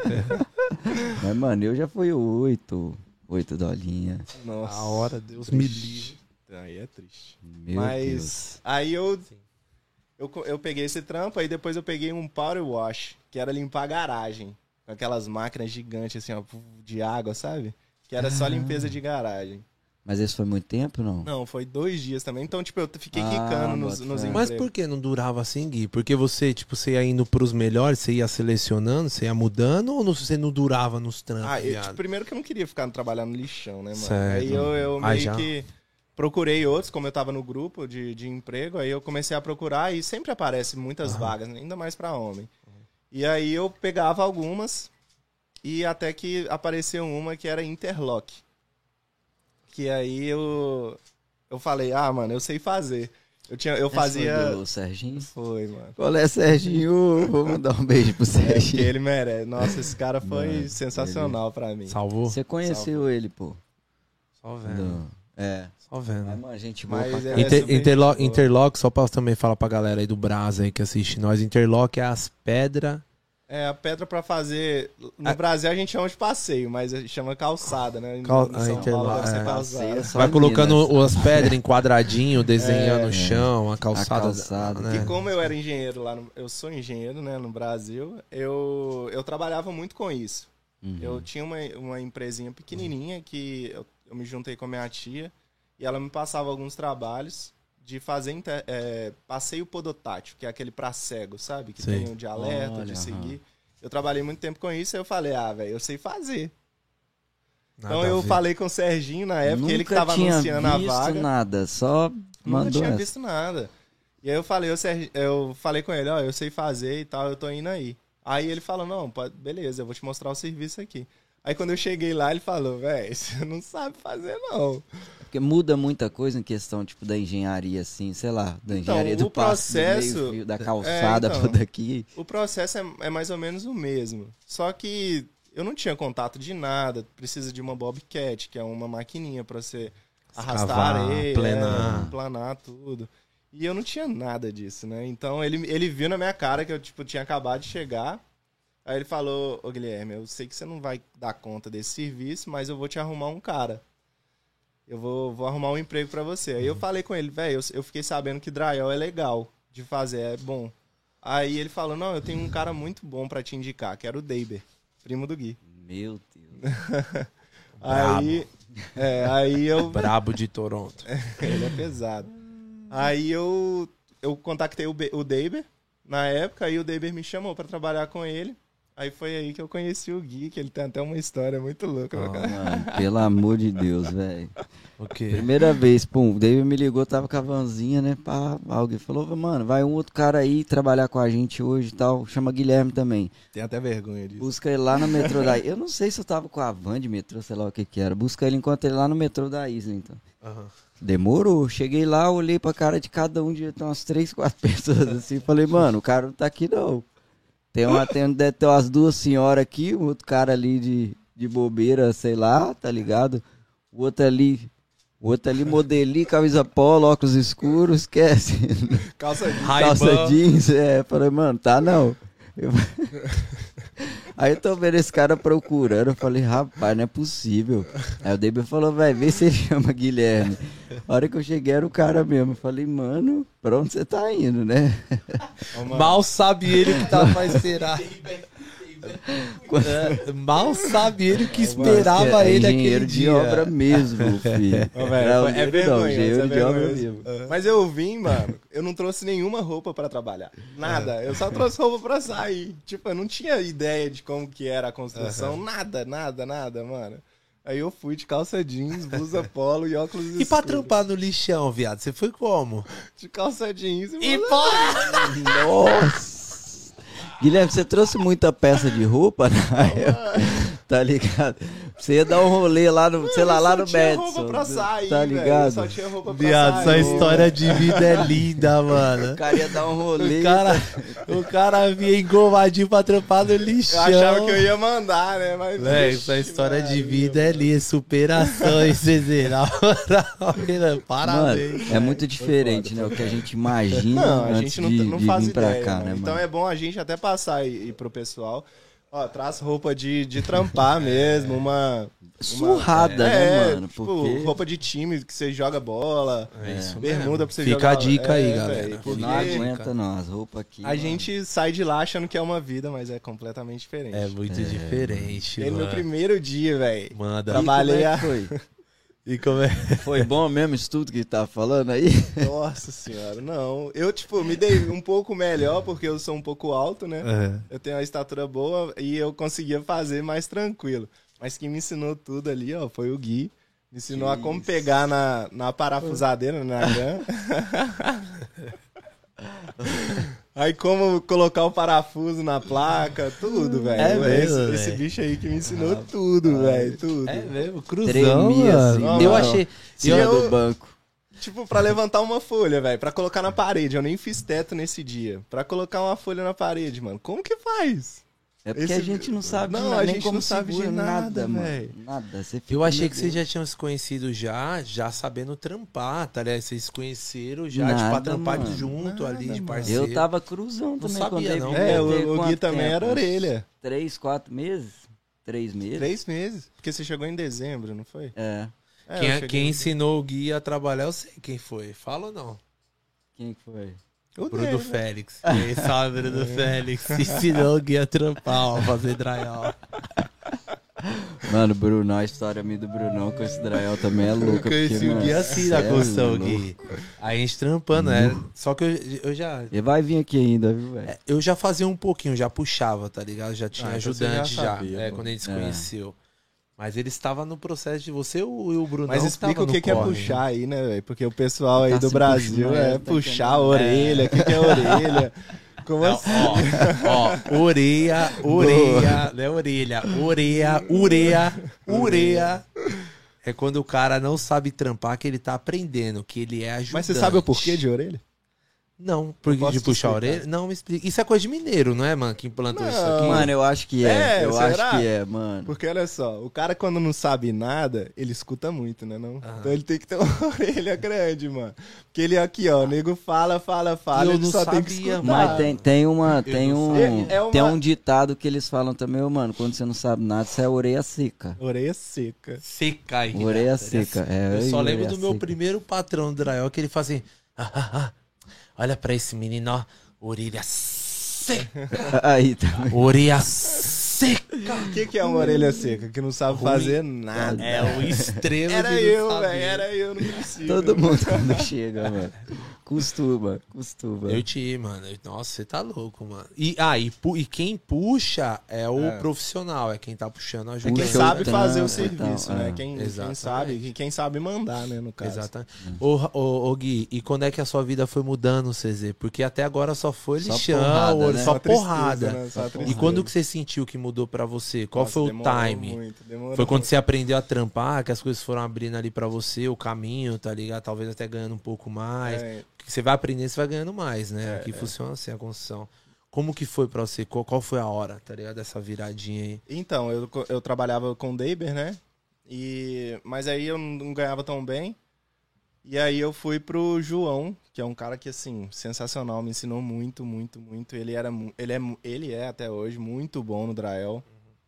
Mas, mano, eu já fui o oito. Oito dolinha. Nossa. A hora, Deus me livre. Aí é triste. Meu Mas Deus. aí eu, eu co- eu peguei esse trampo, aí depois eu peguei um power wash, que era limpar a garagem. Com aquelas máquinas gigantes assim, ó, de água, sabe? Que era só limpeza de garagem. Mas esse foi muito tempo, não? Não, foi dois dias também. Então, tipo, eu fiquei Ah, quicando nos, bota nos fé. Mas empregos. por que não durava assim, Gui? Porque você, tipo, você ia indo pros melhores, você ia selecionando, você ia mudando, ou não- você não durava nos trampos, Ah, eu, viado? tipo, primeiro que eu não queria ficar trabalhando no lixão, né, mano? Certo. Aí eu, eu Aí meio já- que procurei outros, como eu tava no grupo de, de emprego, aí eu comecei a procurar e sempre aparece muitas vagas, né, ainda mais pra homem. E aí eu pegava algumas e até que apareceu uma que era interlock. Que aí eu eu falei, ah, mano, eu sei fazer. Eu tinha eu Esse foi fazia do Serginho? foi, mano. Qual é, Serginho? Vou mandar um beijo pro É, porque Serginho. ele merece. Nossa, esse cara foi Mano, sensacional pra mim. Salvou? Você conheceu ele, pô? Só vendo. Do- É. Só vendo. Mas, mano, gente boa Mas pra é- caralho. Inter, super Interlock, gente boa. Interlock, só pra também falar pra galera aí do Brasa aí que assiste nós, Interlock é as pedras. É, a pedra pra fazer. No Ah. Brasil a gente chama de passeio, mas a gente chama calçada, né? Cal- No a São interla- Paulo deve ser é. calçada. Só Vai em colocando Minas. as pedras em quadradinho, desenhando É. o chão, a calçada. calçada. né? E como eu era engenheiro lá, no, eu sou engenheiro, né, no Brasil, eu, eu trabalhava muito com isso. Uhum. Eu tinha uma, uma empresinha pequenininha que eu, eu me juntei com a minha tia e ela me passava alguns trabalhos de fazer inter- é, passeio podotátil, que é aquele pra cego, sabe? Que Sei. tem o de alerta, Olha, de aham. seguir. Eu trabalhei muito tempo com isso e eu falei, ah, velho, eu sei fazer. Nada Então a eu ver. falei com o Serginho na época, Nunca ele que tava tinha anunciando a visto vaga. nada, só Nunca mandou tinha essa. visto nada. E aí eu falei, eu, Sergi- eu falei com ele, ó, eu sei fazer e tal, eu tô indo aí. Aí ele falou, não, pode- beleza, eu vou te mostrar o serviço aqui. Aí quando eu cheguei lá, ele falou, velho, você não sabe fazer, não. Porque muda muita coisa em questão, tipo, da engenharia, assim, sei lá, da Então, engenharia o do passe, do processo- meio-fio, da calçada É, então. pra daqui. O processo é, é mais ou menos o mesmo. Só que eu não tinha contato de nada. Precisa de uma bobcat, que é uma maquininha pra você arrastar Escavar, areia, planar. é, planar tudo. E eu não tinha nada disso, né? Então ele, ele viu na minha cara que eu tipo, tinha acabado de chegar. Aí ele falou, ô Guilherme, eu sei que você não vai dar conta desse serviço, mas eu vou te arrumar um cara. Eu vou, vou arrumar um emprego pra você. Aí eu falei com ele, velho, eu, eu fiquei sabendo que drywall é legal de fazer, é bom. Aí ele falou, não, eu tenho um cara muito bom pra te indicar, que era o Deiber, primo do Gui. Meu Deus. Aí, é, aí eu... Brabo de Toronto. Ele é pesado. Aí eu, eu contatei o, Be- o Deiber na época, aí o Deiber me chamou pra trabalhar com ele. Aí foi aí que eu conheci o Gui, que ele tem até uma história muito louca. Ah. meu cara. Mano, pelo amor de Deus, velho. O quê? Primeira vez, pum, o David me ligou, tava com a vanzinha, né? Pá, alguém falou, mano, vai um outro cara aí trabalhar com a gente hoje e tal, chama Guilherme também. Tem até vergonha disso. Busca ele lá no metrô da Eu não sei se eu tava com a van de metrô, sei lá o que que era. Busca ele enquanto ele lá no metrô da Islington. Aham. Demorou. Cheguei lá, olhei pra cara de cada um, de umas três, quatro pessoas assim. Falei, mano, o cara não tá aqui não. Tem uma, tem, deve ter umas duas senhoras aqui, um outro cara ali de, de bobeira, sei lá, tá ligado? O outro ali, o outro ali modelinho, camisa polo, óculos escuros, esquece. Calça jeans. Calça jeans, é. Falei, mano, tá não. Eu... Aí eu tô vendo esse cara procurando, eu falei, rapaz, não é possível. Aí o Deber falou, vai, vê se ele chama Guilherme. A hora que eu cheguei era o cara mesmo. Eu falei, mano, pra onde você tá indo, né? Ô, mano, Mal sabe ele o que tava pra esperar. É, mal sabe ele o que esperava É ele engenheiro aquele de dia. obra mesmo, filho. Ô, velho, Não, é engenheiro vergonha, não, engenheiro é de obra vergonhoso. mesmo. Mas eu vim, mano, eu não trouxe nenhuma roupa pra trabalhar. Nada. Eu só trouxe roupa pra sair. Tipo, eu não tinha ideia de como que era a construção. Nada, nada, nada, mano. Aí eu fui de calça jeans, blusa polo e óculos E pra escuros. trampar no lixão, viado, você foi como? De calça jeans e, E blusa- pô... Nossa! Guilherme, você trouxe muita peça de roupa, né? Tá ligado? Você ia dar um rolê lá no, sei lá, lá no Eu só tinha Madison. roupa pra sair, tá velho. ligado? Eu só tinha roupa pra Viado, sua sair. história de vida é linda, mano. O cara ia dar um rolê. O cara, o cara vinha engomadinho pra trampar no Eu lixão. achava que eu ia mandar, né? Mas. Véi, Vixe, sua história de Maria, vida é linda, superação, hein, Cezê? Na moral, parabéns. Mano, é muito diferente, né? O que a gente imagina Não, a antes gente não, de, não de faz vir pra ideia, cá, mano. né, Então mano? é bom a gente até passar e, e pro pessoal. Ó, traz roupa de, de trampar mesmo, uma... Surrada, uma, né, é, mano? Tipo, Porque roupa de time que você joga bola, É isso bermuda pra você Fica jogar. a dica aí, é, galera. velho, porque porque não aguenta não, as roupas aqui. a mano. gente sai de lá achando que é uma vida, mas é completamente diferente. É muito diferente, E no mano. meu primeiro dia, velho. Manda. Trabalhei E a... como é que foi? E como é? Foi bom mesmo isso tudo que tá falando aí? Nossa senhora, não. Eu, tipo, me dei um pouco melhor porque eu sou um pouco alto, né? É. Eu tenho uma estatura boa e eu conseguia fazer mais tranquilo. Mas quem me ensinou tudo ali, ó, foi o Gui. Me ensinou Que a como isso. pegar na, na parafusadeira, na gun. Aí como colocar o parafuso na placa, tudo, velho. É mesmo, esse, esse velho? bicho aí que me ensinou tudo, velho, tudo. É mesmo, cruzão, Tremia assim, mano. Eu mano. achei... Cima eu- do banco. Tipo, pra levantar uma folha, velho, pra colocar na parede. Eu nem fiz teto nesse dia. Pra colocar uma folha na parede, mano. Como que faz? É porque Esse- a gente não sabe Não, de nada, a nem gente como não sabe de segura nada, mano. véi. Nada. Você fica, Eu achei meu que vocês Deus. já tinham se conhecido já, já sabendo trampar, tá ligado? Vocês se conheceram já, Nada, tipo, pra trampar mano. junto Nada, ali, de mano. parceiro. Eu tava cruzão também sabia, quando ele não. veio. É, Teve o, o quanto Gui também tempo? era Uns orelha. Três, quatro meses? Três meses? Três meses. Porque você chegou em dezembro, não foi? É. É, Quem, eu cheguei quem em- ensinou o Gui a trabalhar, eu sei quem foi. Fala ou não? Quem que foi? O Bruno dele. Félix. Quem sabe, Bruno Félix. Ensinou o Gui a trampar, a fazer drywall. Mano, Bruno, a história minha do Brunão com esse Drael também é louca. Eu conheci porque, o mano, Gui assim na cê é construção, louco. Gui. Aí a gente trampando, né? Só que eu, eu já... Ele vai vir aqui ainda, viu, velho? É, eu já fazia um pouquinho, já puxava, tá ligado? Já tinha Ah, então você ajudante já já, sabia, é, pô. quando a gente se É. conheceu. Mas ele estava no processo de você e o, e o Brunão. Mas que explica tava o que, no que é corre, puxar né? aí, né, velho? Porque o pessoal aí Tá do se Brasil puxando, é é, tá puxar a entendendo? orelha. O que, que é orelha? Como Não, assim? ó, ó, orelha, orelha, não é orelha, orelha, ureia, ureia. É quando o cara não sabe trampar, que ele tá aprendendo, que ele é ajudante. Mas você sabe o porquê de orelha? Não, porque posso de te puxar a explicar. orelha? Não, me explica. Isso é coisa de mineiro, não é, mano? Que implantou isso Não. aqui? Mano, eu acho que é. É, eu será? acho que é, mano. Porque olha só, o cara quando não sabe nada, ele escuta muito, né não? Aham. Então ele tem que ter uma orelha grande, mano. Porque ele aqui, ó, o nego fala, fala, fala, E eu ele não só tem que sabia, escutar. Mas tem, tem uma. Tem não um, sei. É uma- tem um ditado que eles falam também, ô, mano, quando você não sabe nada, você é orelha seca. Orelha seca. Seca aí. Orelha né? seca, é, Eu só orelha lembro do meu seca. primeiro patrão do Drael, que ele fazia assim, ah, ah, ah, olha pra esse menino, ó, orelha seca, Aí também. orelha seca. O que, que é uma orelha seca? Que não sabe Ruim. fazer nada. É o extremo Era de não eu, saber. velho, era eu no princípio. Todo mundo quando chega, mano. Costuma, costuma. Eu te, mano. Eu- Nossa, você tá louco, mano. E, ah, e, pu- e quem puxa é o É. profissional, é quem tá puxando a É ajuda. quem Puxa o sabe fazer o trampo e serviço, tal, né? é. Quem, quem Exatamente. sabe, quem sabe mandar, né, no caso. Exatamente. Ô, ô, ô, Gui, e quando é que a sua vida foi mudando, C Z? Porque até agora só foi Só lixão, porrada, olho, né? só Só tristeza, porrada. né? Só E tristeza. quando que você sentiu que mudou pra você? Qual Nossa, foi o demorou time? muito, demorou Foi quando muito. você aprendeu a trampar, que as coisas foram abrindo ali pra você, o caminho, tá ligado? Talvez até ganhando um pouco mais. É, Porque você vai aprendendo, você vai ganhando mais, né? É, Aqui é. funciona assim a construção. Como que foi pra você? Qual, qual foi a hora, tá ligado? Dessa viradinha aí. Então, eu, eu trabalhava com o Deiber, né? E, mas aí eu não ganhava tão bem. E aí eu fui pro João, que é um cara que, assim, sensacional, me ensinou muito, muito, muito. Ele, era, mu- ele, é, mu- ele é, até hoje, muito bom no Drael.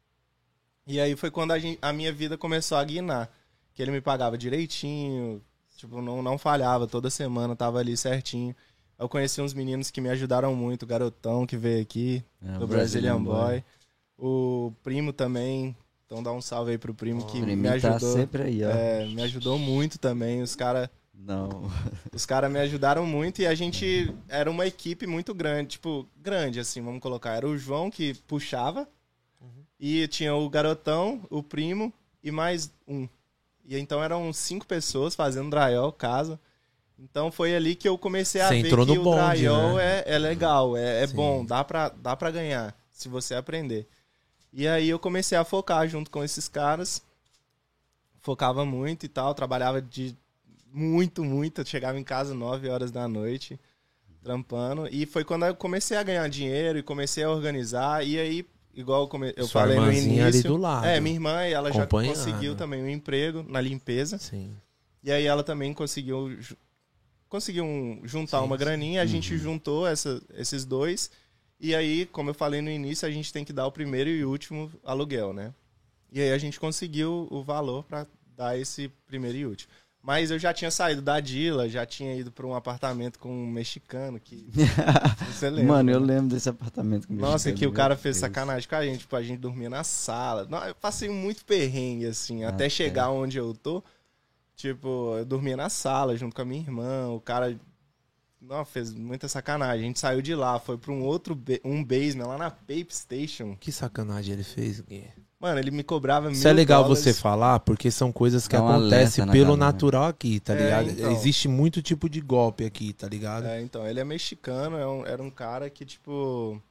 E aí foi quando a, gen- a minha vida começou a guinar. Que ele me pagava direitinho, tipo, não, não falhava, toda semana tava ali certinho. Eu conheci uns meninos que me ajudaram muito, o Garotão que veio aqui, É, do o Brazilian Brazilian Boy. O primo também. Então dá um salve aí pro primo que O me priminho tá ajudou. sempre aí, ó. É, me ajudou muito também. Os caras Não. os cara me ajudaram muito e a gente era uma equipe muito grande. Tipo, grande, assim, vamos colocar. Era o João que puxava. E tinha o Garotão, o primo e mais um. E então eram cinco pessoas fazendo drywall, casa. Então foi ali que eu comecei a Você ver entrou que no o bonde, drywall né? é, é legal, é, é Sim. bom, dá pra, dá pra ganhar, se você aprender. E aí eu comecei a focar junto com esses caras, focava muito e tal, trabalhava de muito, muito, eu chegava em casa nove horas da noite, trampando. E foi quando eu comecei a ganhar dinheiro e comecei a organizar, e aí, igual eu, come... eu Sua falei no irmãzinha início... ali do lado. É, minha irmã, ela já acompanhando. conseguiu também um emprego na limpeza. Sim. E aí ela também conseguiu, ju- conseguiu um- juntar Sim, uma sim. graninha, a gente juntou essa, esses dois, e aí, como eu falei no início, a gente tem que dar o primeiro e o último aluguel, né? E aí a gente conseguiu o valor para dar esse primeiro e último. Mas eu já tinha saído da Dila, já tinha ido para um apartamento com um mexicano, que você lembra. Mano, eu né? lembro desse apartamento. Com Nossa, mexicano, que o meu cara fez Deus. sacanagem com a gente, tipo, a gente dormia na sala. Não, eu passei muito perrengue, assim, até Até. chegar onde eu tô. Tipo, eu dormia na sala junto com a minha irmã, o cara não, fez muita sacanagem. A gente saiu de lá, foi pra um outro, ba- um basement lá na Pape Station. Que sacanagem ele fez, Gui. Mano, ele me cobrava mil Isso é legal dólares. você falar, porque são coisas que Dá um acontecem alerta na pelo galera. natural aqui, tá É, ligado? então. Existe muito tipo de golpe aqui, tá ligado? É, então, ele é mexicano, é um- era um cara que, tipo...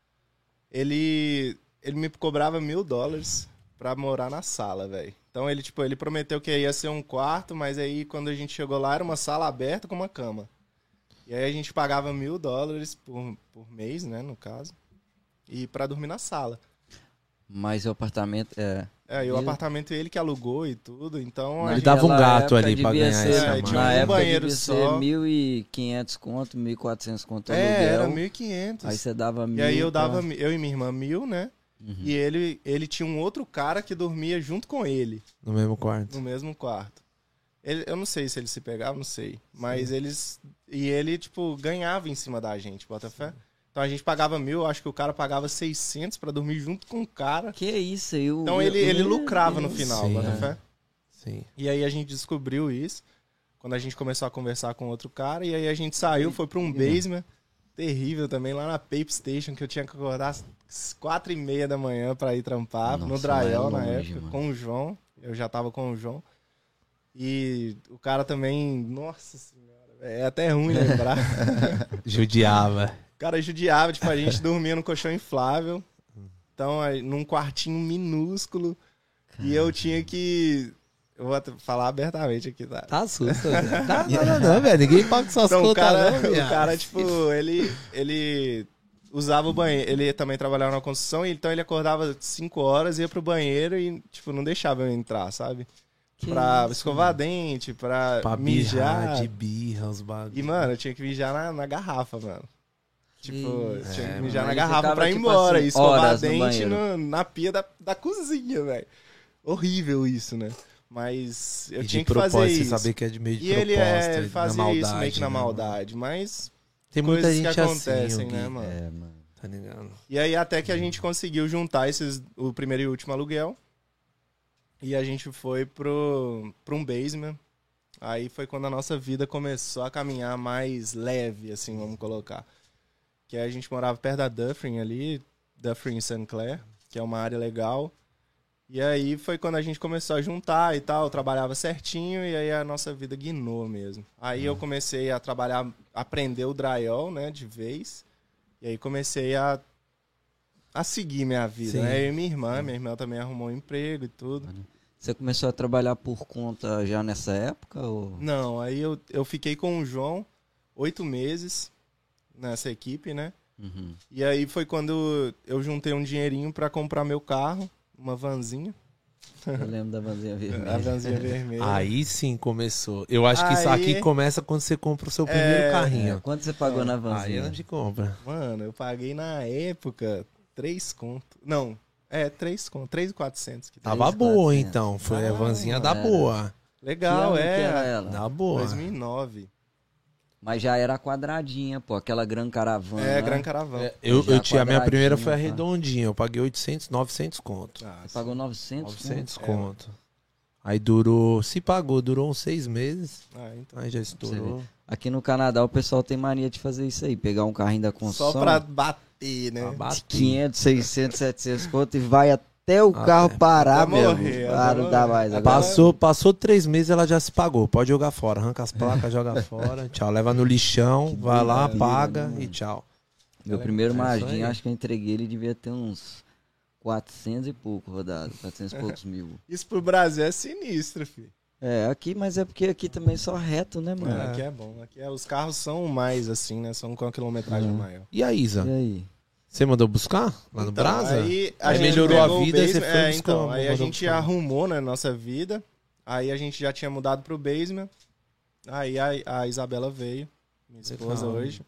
Ele, ele me cobrava mil dólares pra morar na sala, velho. Então, ele, tipo, ele prometeu que ia ser um quarto, mas aí, quando a gente chegou lá, era uma sala aberta com uma cama. E aí, a gente pagava mil dólares por, por mês, né, no caso. E pra dormir na sala. Mas o apartamento é. É, e o E- apartamento ele que alugou e tudo, então... a Ele gente- dava um naquela gato época ali pra devia ganhar ser- essa É, mão. tinha Na um época banheiro devia só. ser mil e quinhentos conto, mil e quatrocentos conto É, aluguel. era mil e quinhentos. Aí você dava mil. E aí eu pra- dava, eu e minha irmã mil, né? Uhum. E ele, ele tinha um outro cara que dormia junto com ele, No mesmo quarto. no mesmo quarto. Ele, eu não sei se eles se pegavam, não sei. Mas eles... E ele, tipo, ganhava em cima da gente, bota fé. Então a gente pagava mil, acho que o cara pagava seiscentos pra dormir junto com o cara. Que isso aí? o- Então ele, eu- ele meu lucrava no Deus. final, Sim, bota é. fé. Sim. E aí a gente descobriu isso, quando a gente começou a conversar com outro cara, e aí a gente saiu, foi pra um basement terrível também, lá na Pape Station, que eu tinha que acordar às quatro e meia da manhã pra ir trampar, Nossa, no drywall lá na é longe, época, mano. com o João, eu já tava com o João. E o cara também, nossa senhora, é até ruim lembrar. Judiava. O cara judiava, tipo, a gente dormia no colchão inflável, então aí, num quartinho minúsculo, e eu tinha que... Eu vou até falar abertamente aqui, tá? Tá susto, velho. Tá nada não, velho. Ninguém paga suas Então, o contas cara, não, o viado. cara, tipo, ele, ele usava o banheiro. Ele também trabalhava na construção, então ele acordava cinco horas, ia pro banheiro e, tipo, não deixava eu entrar, sabe? Que pra isso, escovar dente, pra, Pra mijar. birrar, de birra, os bagulhos. E, mano, eu tinha que mijar na, na garrafa, mano. Tipo, eu isso, tinha é, que mijar mano. na Aí garrafa ficava, pra ir tipo embora. assim, e escovar horas no dente banheiro. no- na pia da, da cozinha, velho. Horrível isso, né? Mas eu E de tinha que propósito, fazer você isso. saber que é de meio de E ele proposta, é, na fazia maldade, isso meio que na né, maldade, mas Tem muita coisas gente que acontecem, assim, né, Gui, mano? É, mano. Tá ligado? E aí até que a gente conseguiu juntar esses, o primeiro e último aluguel. E a gente foi pro, pro um basement. Aí foi quando a nossa vida começou a caminhar mais leve, assim, vamos colocar. Que aí a gente morava perto da Dufferin ali, Dufferin e Saint Clair, que é uma área legal. E aí foi quando a gente começou a juntar e tal, eu trabalhava certinho e aí a nossa vida guinou mesmo. Aí eu comecei a trabalhar, aprender o drywall, né, de vez. E aí comecei a, a seguir minha vida, Sim. né? Eu e minha irmã, minha irmã também arrumou um emprego e tudo. Você começou a trabalhar por conta já nessa época? Ou... Não, aí eu, eu fiquei com o João oito meses nessa equipe, né? Uhum. E aí foi quando eu juntei um dinheirinho pra comprar meu carro, uma vanzinha, Eu lembro da vanzinha a vermelha. vanzinha vermelha. Aí sim começou. Eu acho que isso Aí- aqui começa quando você compra o seu primeiro É, carrinho. Quanto você pagou na Aí é vanzinha? onde compra. Mano, eu paguei na época três conto. Não, é, três conto, três mil e quatrocentos. Que Tava Três, boa, quatrocentos. então. Foi a Ah, vanzinha da era. boa. Legal, Que ano que era é. ela? Da boa. dois mil e nove. Mas já era quadradinha, pô. Aquela Gran Caravana. É, né? Gran Caravana. É, eu, Já eu tinha, a minha primeira foi a quadradinho, tá? redondinha. Eu paguei oitocentos, novecentos conto. Ah, Você pagou novecentos? novecentos É. conto. Aí durou, se pagou, durou uns seis meses. ah, então. Aí já estourou. Aqui no Canadá o pessoal tem mania de fazer isso aí. Pegar um carrinho da construção. Só pra bater, né? Pra bater. quinhentos, seiscentos, setecentos conto e vai até o Ah, carro é. parar, Até meu. morrer, Ah, até não dá morrer. mais. Agora... Passou, passou três meses, ela já se pagou. Pode jogar fora. Arranca as placas, joga fora. Tchau. Leva no lixão, vai lá, doideira, paga né, e tchau. Meu primeiro É isso Mazdinho, aí. acho que eu entreguei, ele devia ter uns quatrocentos e pouco rodado. quatrocentos e poucos mil. Isso pro Brasil é sinistro, filho. É, aqui, mas é porque aqui também só reto, né, mano? É, aqui é bom. Aqui é, os carros são mais assim, né? São com a quilometragem Uhum. maior. E a Isa? E aí? Você mandou buscar lá no Então, Brasa? Aí, a Aí gente melhorou a pegou o vida e você basement- foi é, buscar, então, aí a mandou gente buscar. arrumou, né, nossa vida. Aí a gente já tinha mudado pro basement. Aí a, a Isabela veio, minha esposa Legal. hoje.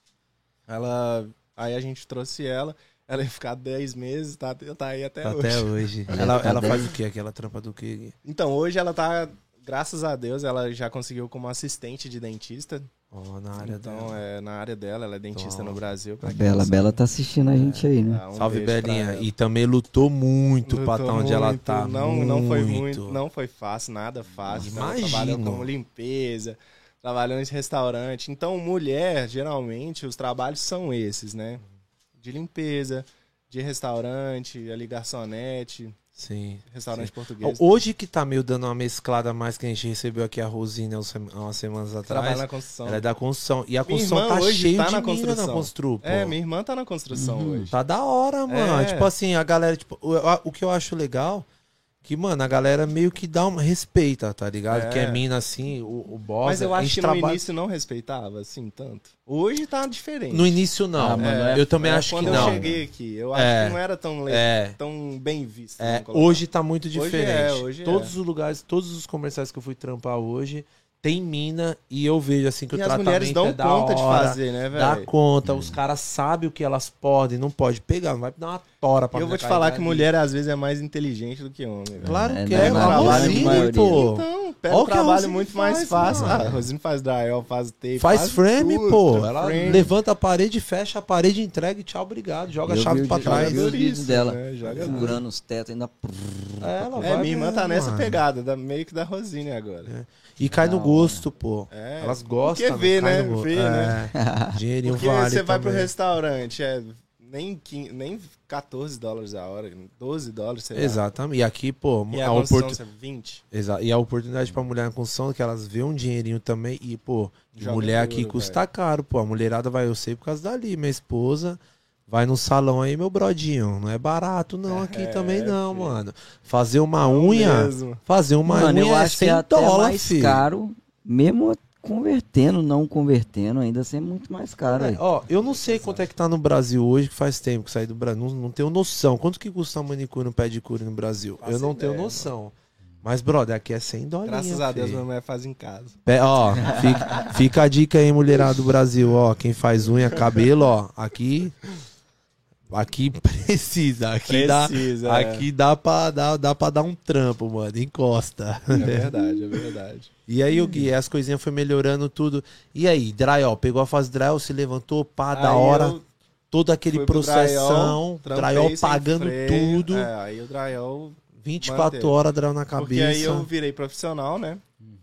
Ela, aí a gente trouxe ela. Ela ia ficar dez meses, tá, tá aí até Tá hoje. até hoje. Ela Ela, tá ela bem. faz o quê? Aquela trampa do quê? Então, hoje ela tá, graças a Deus, ela já conseguiu como assistente de dentista. Ó, na área Então, dela. é na área dela, ela é dentista Top. no Brasil. pra A quem Bela, não a sabe. Bela tá assistindo a gente aí, né? Ah, um Salve, beijo pra Belinha. ela. E também lutou muito pra Lutou estar onde ela muito, tá. Não, não foi muito, não foi fácil, nada fácil. Então, ela trabalhou Imagino. como limpeza, trabalhou em restaurante. Então, mulher, geralmente, os trabalhos são esses, né? De limpeza, de restaurante, ali garçonete, Sim. restaurante sim. português. Hoje que tá meio dando uma mesclada mais que a gente recebeu aqui a Rosina umas sem- umas semanas Trabalha atrás. na construção. Ela é da construção. E a Minha construção irmã tá hoje cheia tá de na mina na construção. constru, pô. É, minha irmã tá na construção Uhum. hoje. Tá da hora, mano. É. Tipo assim, a galera, tipo, o, a- o que eu acho legal, que, mano, a galera meio que dá uma respeita, tá ligado? É. Que é mina assim, o, o boss. Mas eu a acho gente que no trabalha- início não respeitava, assim, tanto. Hoje tá diferente. No início não. Ah, mano, é- eu também É, acho que quando não. eu cheguei aqui, eu acho É. que não era tão, le- É. tão bem visto. É, vamos colocar. hoje tá muito Hoje diferente. é, hoje todos é. os lugares, todos os comerciais que eu fui trampar hoje, tem mina e eu vejo assim que E o as tratamento mulheres dão é da conta de hora, fazer, né, dá velho? conta, os caras sabem o que elas podem, não pode pegar, não vai dar uma tora pra E eu vou mulher te cair falar dali. que mulher às vezes é mais inteligente do que homem, velho. Claro É, que não, é, mas mas a trabalha Rosine, com maioria. pô. Então, pega Olha o o que a trabalho Rosine muito mais faz, fácil. mano. Ah, a Rosine faz drywall, faz tape, Faz frame, tudo, pô. faz Ela frame. levanta a parede, fecha a parede, entrega e tchau, obrigado. Joga a Eu chave vi o pra de- trás. eu vi os vídeos Isso, dela, né? Joga furando os tetos, ainda... É, ela É, vai minha irmã mesmo, tá nessa mano. pegada, da, meio que da Rosine agora. E cai no Da gosto, pô. É, Elas gostam. porque vê, cai né? no gosto. Vê, é. né? Dinheirinho Porque vale você vai pro também. restaurante, é nem, quinze, nem quatorze dólares a hora, doze dólares, sei lá. Exatamente. E aqui, pô, E a a construção oportunidade. é vinte. Exato. E a oportunidade pra mulher na construção, que elas vê um dinheirinho também. E, pô, de Joga mulher duro, aqui custa caro, pô. A mulherada vai, eu sei por causa dali. Minha esposa vai no salão aí, meu brodinho. Não é barato, não, aqui É, também não, filho. mano. Fazer uma unha. Mesmo. Fazer uma Mano, eu unha é acho que é cem até dólares, mais filho. caro, mesmo convertendo, não convertendo, ainda assim é muito mais caro. É, aí. ó, eu não sei quanto é que tá no Brasil hoje, que faz tempo que saí do Brasil. Não, não tenho noção. Quanto que custa uma manicure e um pedicure no Brasil? Faço eu não ideia, tenho noção. Mas, brother, aqui é cem dólares. Graças a Deus, minha mulher faz em casa. Pe- Ó, fica, fica a dica aí, mulherada do Brasil, ó. Quem faz unha, cabelo, ó. Aqui. Aqui precisa. Aqui Precisa, dá. é. Aqui dá pra, dá, dá pra dar um trampo, mano. Encosta. É verdade, é verdade. E aí, o Gui, as coisinhas foi melhorando tudo. E aí, drywall, pegou a fase drywall, se levantou, pá, da Aí hora. eu Todo aquele fui pro processão. trampei Drywall sem pagando freio. tudo. É, aí o drywall... vinte e quatro manteve. horas, drywall na Porque cabeça. aí eu virei profissional, né?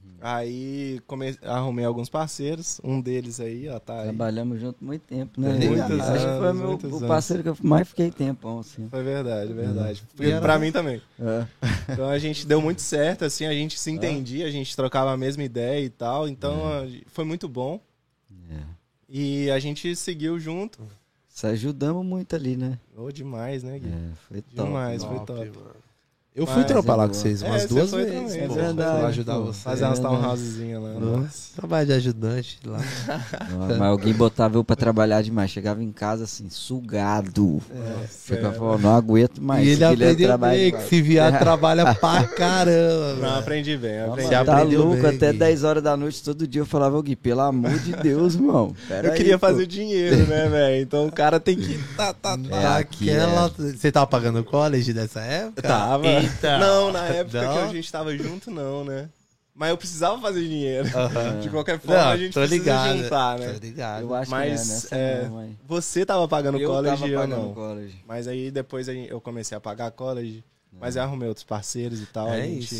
Aí come... arrumei alguns parceiros. Um deles aí, ó, tá aí. Trabalhamos junto muito tempo, né? Muitos Acho que foi anos, meu, muitos o anos. parceiro que eu mais fiquei tempão, assim. Foi verdade, verdade. E Porque era- pra mim também. É. Então a gente deu muito certo, assim, a gente se entendia, a gente trocava a mesma ideia e tal. Então a- foi muito bom. É. E a gente seguiu junto. Se ajudamos muito ali, né? Oh, demais, né, Gui? É, foi top. Demais, foi Top, top. mano. Eu Mas- fui trampar lá com É, vocês umas você duas foi vezes. também, pô, é verdade, pra ajudar pô. vocês. Fazer umas É verdade. townhousezinhas lá. Nossa, trabalho de ajudante lá. Mas alguém botava eu pra trabalhar demais. Chegava em casa assim, sugado. Chegava e falava, não aguento mais. e ele esse Guilherme aprendeu trabalha bem, que demais. se vier trabalha pra caramba. Não, velho. aprendi bem, Ah, aprendi. Você mano, tá aprendeu louco, bem, até Gui. dez horas da noite todo dia eu falava, Gui, pelo amor de Deus, irmão. Pera Eu aí, queria pô. fazer dinheiro, né, velho? Então o cara tem que... Tá, tá, tá. É aqui, Aquela... Você tava pagando college dessa época? Tava. Eita. Não, na época Não? que a gente tava junto, não, né? Mas eu precisava fazer dinheiro. Aham. De qualquer forma, Não, a gente tô precisa ligado. juntar, né? Tô ligado. Eu acho Mas, que é, nessa é, não, mãe. Você tava pagando Eu college tava e eu pagando não. college. Mas aí depois a gente- eu comecei a pagar college, mas eu arrumei outros parceiros e tal. É a gente... isso.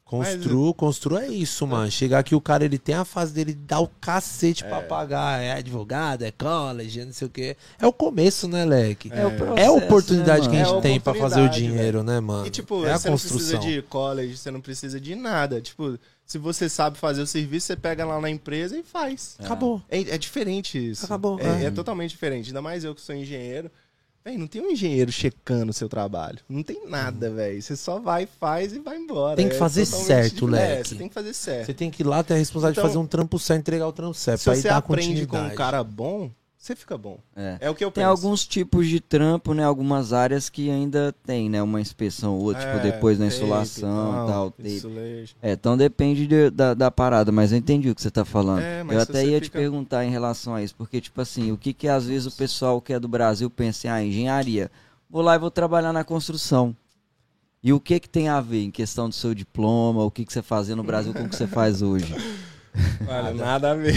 Construo, Mas- construo é isso, mano. Chegar aqui, o cara, ele tem a fase dele dar o cacete pra pagar. É advogado, é college, é não sei o quê. É o começo, né, Leque? É o processo, É a oportunidade né, que a mano? gente É a tem pra fazer o oportunidade, dinheiro, né, mano? E, tipo, é a você construção. não precisa de college, você não precisa de nada. Tipo, se você sabe fazer o serviço, você pega lá na empresa e faz. Acabou. É, é diferente isso. Acabou, É, é. é totalmente diferente. Ainda mais eu que sou engenheiro. Véi, não tem um engenheiro checando o seu trabalho. Não tem nada, velho. Você só vai, faz e vai embora. Tem que É fazer totalmente certo, diferente. Leque. É, você tem que fazer certo. Você tem que ir lá ter a responsabilidade Então, de fazer um trampo certo, entregar o trampo certo. Se Pra ir você dar aprende com um continuidade. cara bom, você fica bom. É. É o que eu Tem penso. alguns tipos de trampo, né? Algumas áreas que ainda tem, né? Uma inspeção ou outra, tipo, É, depois da tape, insolação e tal, tape. insulation. É, então depende de- da, da parada, mas eu entendi o que você tá falando. É, mas eu se até você ia te fica- perguntar em relação a isso, porque, tipo assim, o que que às vezes o pessoal que é do Brasil pensa em, ah, engenharia, vou lá e vou trabalhar na construção. E o que que tem a ver em questão do seu diploma, o que que você fazia no Brasil com o que você faz hoje? Olha, nada a ver.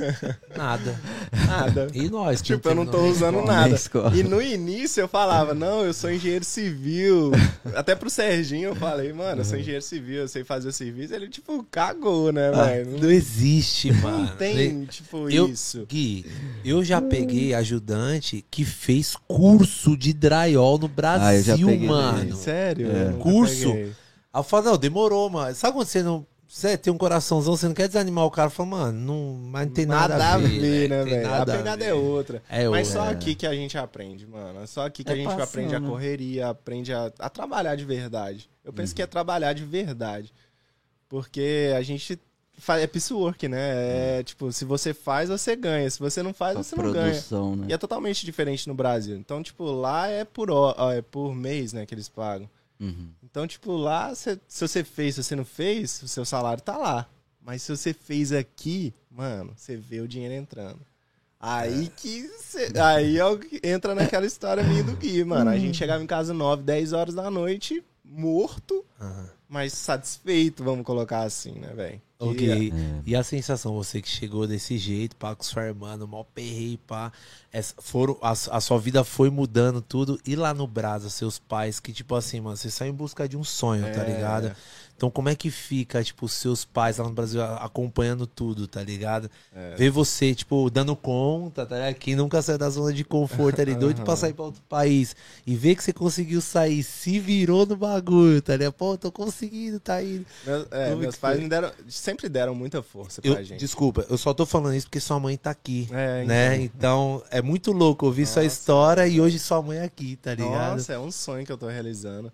Nada. Nada. E nós? que Tipo, eu não tô temos- usando Nem nada. escola. E no início eu falava, não, eu sou engenheiro civil. Até pro Serginho eu falei, mano, eu sou engenheiro civil, eu sei fazer o serviço. Ele, tipo, cagou, né, Ah, velho? não existe, mano. Não tem, tipo, Eu- isso. Gui, eu já peguei ajudante que fez curso de drywall no Brasil, Ah, eu já peguei mano. Sério? É. Eu nunca Curso? peguei. Aí eu falo, não, demorou, mano. Sabe quando você não. Você tem um coraçãozão, você não quer desanimar o cara? Fala, mano, não, mas não tem nada, a ver, né, tem velho? A nada pegada ver. é outra. É Mas outra. só aqui que a gente aprende, mano. É só aqui que É a gente passão, aprende a né? correria, aprende a, a trabalhar de verdade. Eu penso Uhum. que é trabalhar de verdade. Porque a gente faz, é piecework, né? É tipo, se você faz, você ganha. Se você não faz, A você não ganha. produção, né? E é totalmente diferente no Brasil. Então, tipo, lá é por, ó, ó, é por mês, né, que eles pagam. Uhum. Então, tipo, lá, cê- se você fez, se você não fez, o seu salário tá lá. Mas se você fez aqui, mano, você vê o dinheiro entrando. Aí que cê, aí é o que entra naquela história minha do Gui, mano. A gente chegava em casa nove, dez horas da noite, morto, Aham. mas satisfeito, vamos colocar assim, né, velho? Ok. É. E a sensação, você que chegou desse jeito, pá, com sua irmã, no maior perreio, pá. Essa, foram, a, a sua vida foi mudando tudo. E lá no Brasa, seus pais, que tipo assim, mano, você saiu em busca de um sonho, tá É. ligado? Então como é que fica, tipo, os seus pais lá no Brasil a- acompanhando tudo, tá ligado? É. Ver você, tipo, dando conta, tá ligado? Que nunca saiu da zona de conforto ali, doido pra sair pra outro país. E ver que você conseguiu sair, se virou no bagulho, tá ligado? Pô, tô conseguindo, tá indo. Meu- é, Como meus que pais foi? me deram, sempre deram muita força Eu, pra gente. desculpa, eu só tô falando isso porque sua mãe tá aqui, É, né? Então é muito louco ouvir sua Nossa, história e hoje sua mãe é aqui, tá ligado? Nossa, é um sonho que eu tô realizando.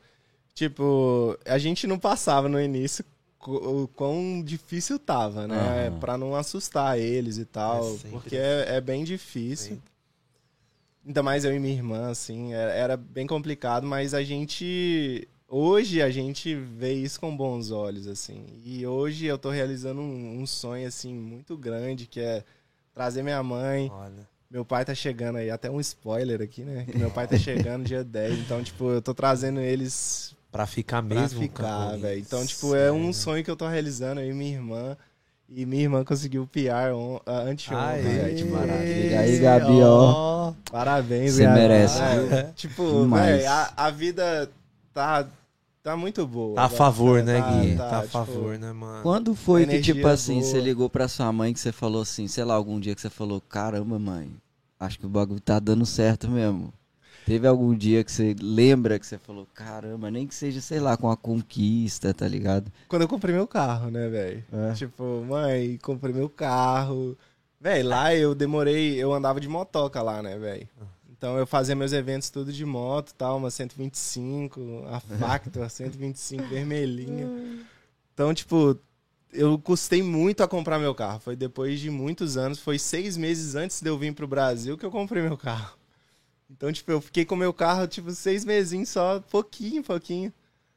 Tipo, a gente não passava no início co- o quão difícil tava, né? Aham. Pra não assustar eles e tal. É sempre porque é, é bem difícil. Sempre. Ainda mais eu e minha irmã, assim, era, era bem complicado, mas a gente. Hoje a gente vê isso com bons olhos, assim. E hoje eu tô realizando um, um sonho, assim, muito grande, que é trazer minha mãe. Olha. Meu pai tá chegando aí, até um spoiler aqui, né? Que meu pai tá chegando dia dez, então, tipo, eu tô trazendo eles Pra ficar pra mesmo. ficar, cara, velho. Então, isso, tipo, é um né? sonho que eu tô realizando aí, minha irmã. E minha irmã conseguiu o P R on, uh, anteontem, velho. Tipo, maravilha. Aí, Gabi, ó. parabéns, Você Gabi. merece, É, viu? tipo, Demais. velho, a, a vida tá, tá muito boa. Tá a favor, né, Tá- Gui? tá, Tá a tipo, favor, né, mano? Quando foi A que, energia tipo assim, boa. você ligou pra sua mãe que você falou assim, sei lá, algum dia que você falou, caramba, mãe, acho que o bagulho tá dando certo mesmo. Teve algum dia que você lembra que você falou, caramba, nem que seja, sei lá, com a conquista, tá ligado? Quando eu comprei meu carro, né, velho? É. Tipo, mãe, comprei meu carro. Velho, lá eu demorei, eu andava de motoca lá, né, velho? Então eu fazia meus eventos tudo de moto, tal, uma cento e vinte e cinco, a Factor cento e vinte e cinco vermelhinha. Então, tipo, eu custei muito a comprar meu carro. Foi depois de muitos anos, foi seis meses antes de eu vir pro Brasil que eu comprei meu carro. Então, tipo, eu fiquei com meu carro, tipo, seis mesinhos só, pouquinho, pouquinho.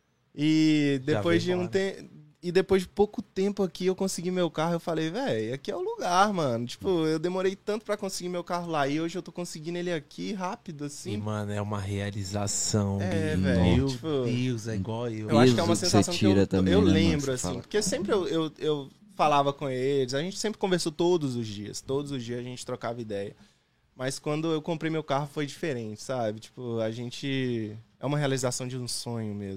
E Já depois veio de um embora. tempo. E depois de pouco tempo aqui eu consegui meu carro, eu falei, velho, aqui é o lugar, mano. Tipo, eu demorei tanto pra conseguir meu carro lá e hoje eu tô conseguindo ele aqui rápido, E, assim. mano, é uma realização. É, Gui. velho, Meu tipo, Deus, é igual eu. Eu acho que é uma Peso que você sensação que, tira eu, também, eu né, mano? lembro, Você assim. fala. Porque sempre eu, eu, eu falava com eles, a gente sempre conversou todos os dias. Todos os dias a gente trocava ideia. Mas quando eu comprei meu carro foi diferente, sabe? Tipo, a gente... É uma realização de um sonho mesmo.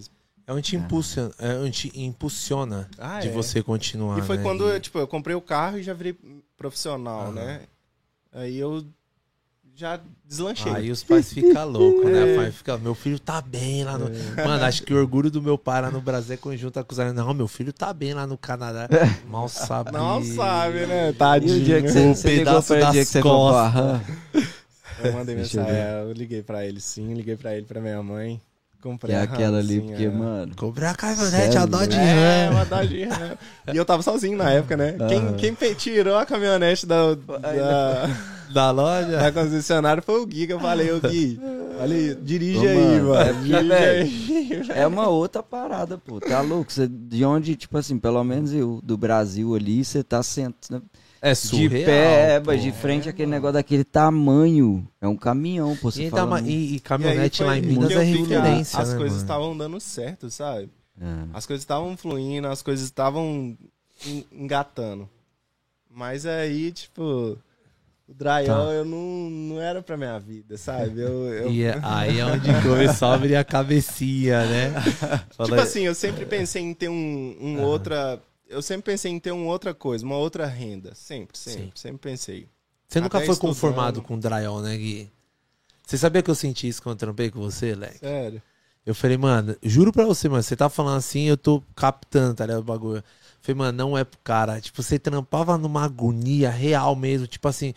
É onde te impulsiona, é onde te impulsiona Ah, de é. você continuar, E foi né? quando, E- eu, tipo, eu comprei o carro e já virei profissional, Aham. né? Aí eu já deslanchei. Aí os pais ficam loucos, né? É. O pai fica, meu filho tá bem lá no... Mano, acho que o orgulho do meu pai lá no Brasil é conjunto acusando. Não, meu filho tá bem lá no Canadá. Mal sabe. Não sabe, né? E Tadinho. o dia que você, Um você ligou pedaço pra ele o dia das que você comprou a costas. RAM? Eu mandei Deixa eu mensagem, ver. é, eu liguei pra ele sim, liguei pra ele, pra minha mãe. Que Comprei é a aquela ali, Ramzinha. porque, mano... Comprei a caminhonete, Sério? a Dodge É, Ram. uma Dodge Ram. E eu tava sozinho na época, né? Aham. Quem, quem pe- tirou a caminhonete da, da, Da loja. da concessionária foi o Gui, que eu falei, ô Gui, olha, dirige Ô, aí, mano, mano. é porque, dirige velho, aí. É uma outra parada, pô. Tá louco? Você, de onde, tipo assim, pelo menos eu, do Brasil ali, você tá sentado É de surreal, pé, pô. de frente àquele negócio daquele tamanho. É um caminhão, pô. Você E, fala... ainda ma- num- e, e E aí caminhonete foi lá em que Minas eu é vi que a- referência, As né, coisas mano? estavam dando certo, sabe? É. As coisas estavam fluindo, as coisas estavam en- engatando. Mas aí, tipo, o drywall Tá. eu não, não era pra minha vida, sabe? Eu, eu- E é- aí é onde começou a abrir a cabecinha, né? Tipo Fala- assim, eu sempre pensei em ter um, um Aham. outra. Eu sempre pensei em ter uma outra coisa, uma outra renda. Sempre, sempre, Sim. sempre pensei. Você nunca até foi estudando. conformado com drywall, né, Gui? Você sabia que eu senti isso quando eu trampei com você, Leque? Sério. Eu falei, mano, juro pra você, mano, você tá falando assim, eu tô captando, tá ligado, o bagulho. Eu falei, mano, não é pro cara. Tipo, você trampava numa agonia real mesmo, tipo assim,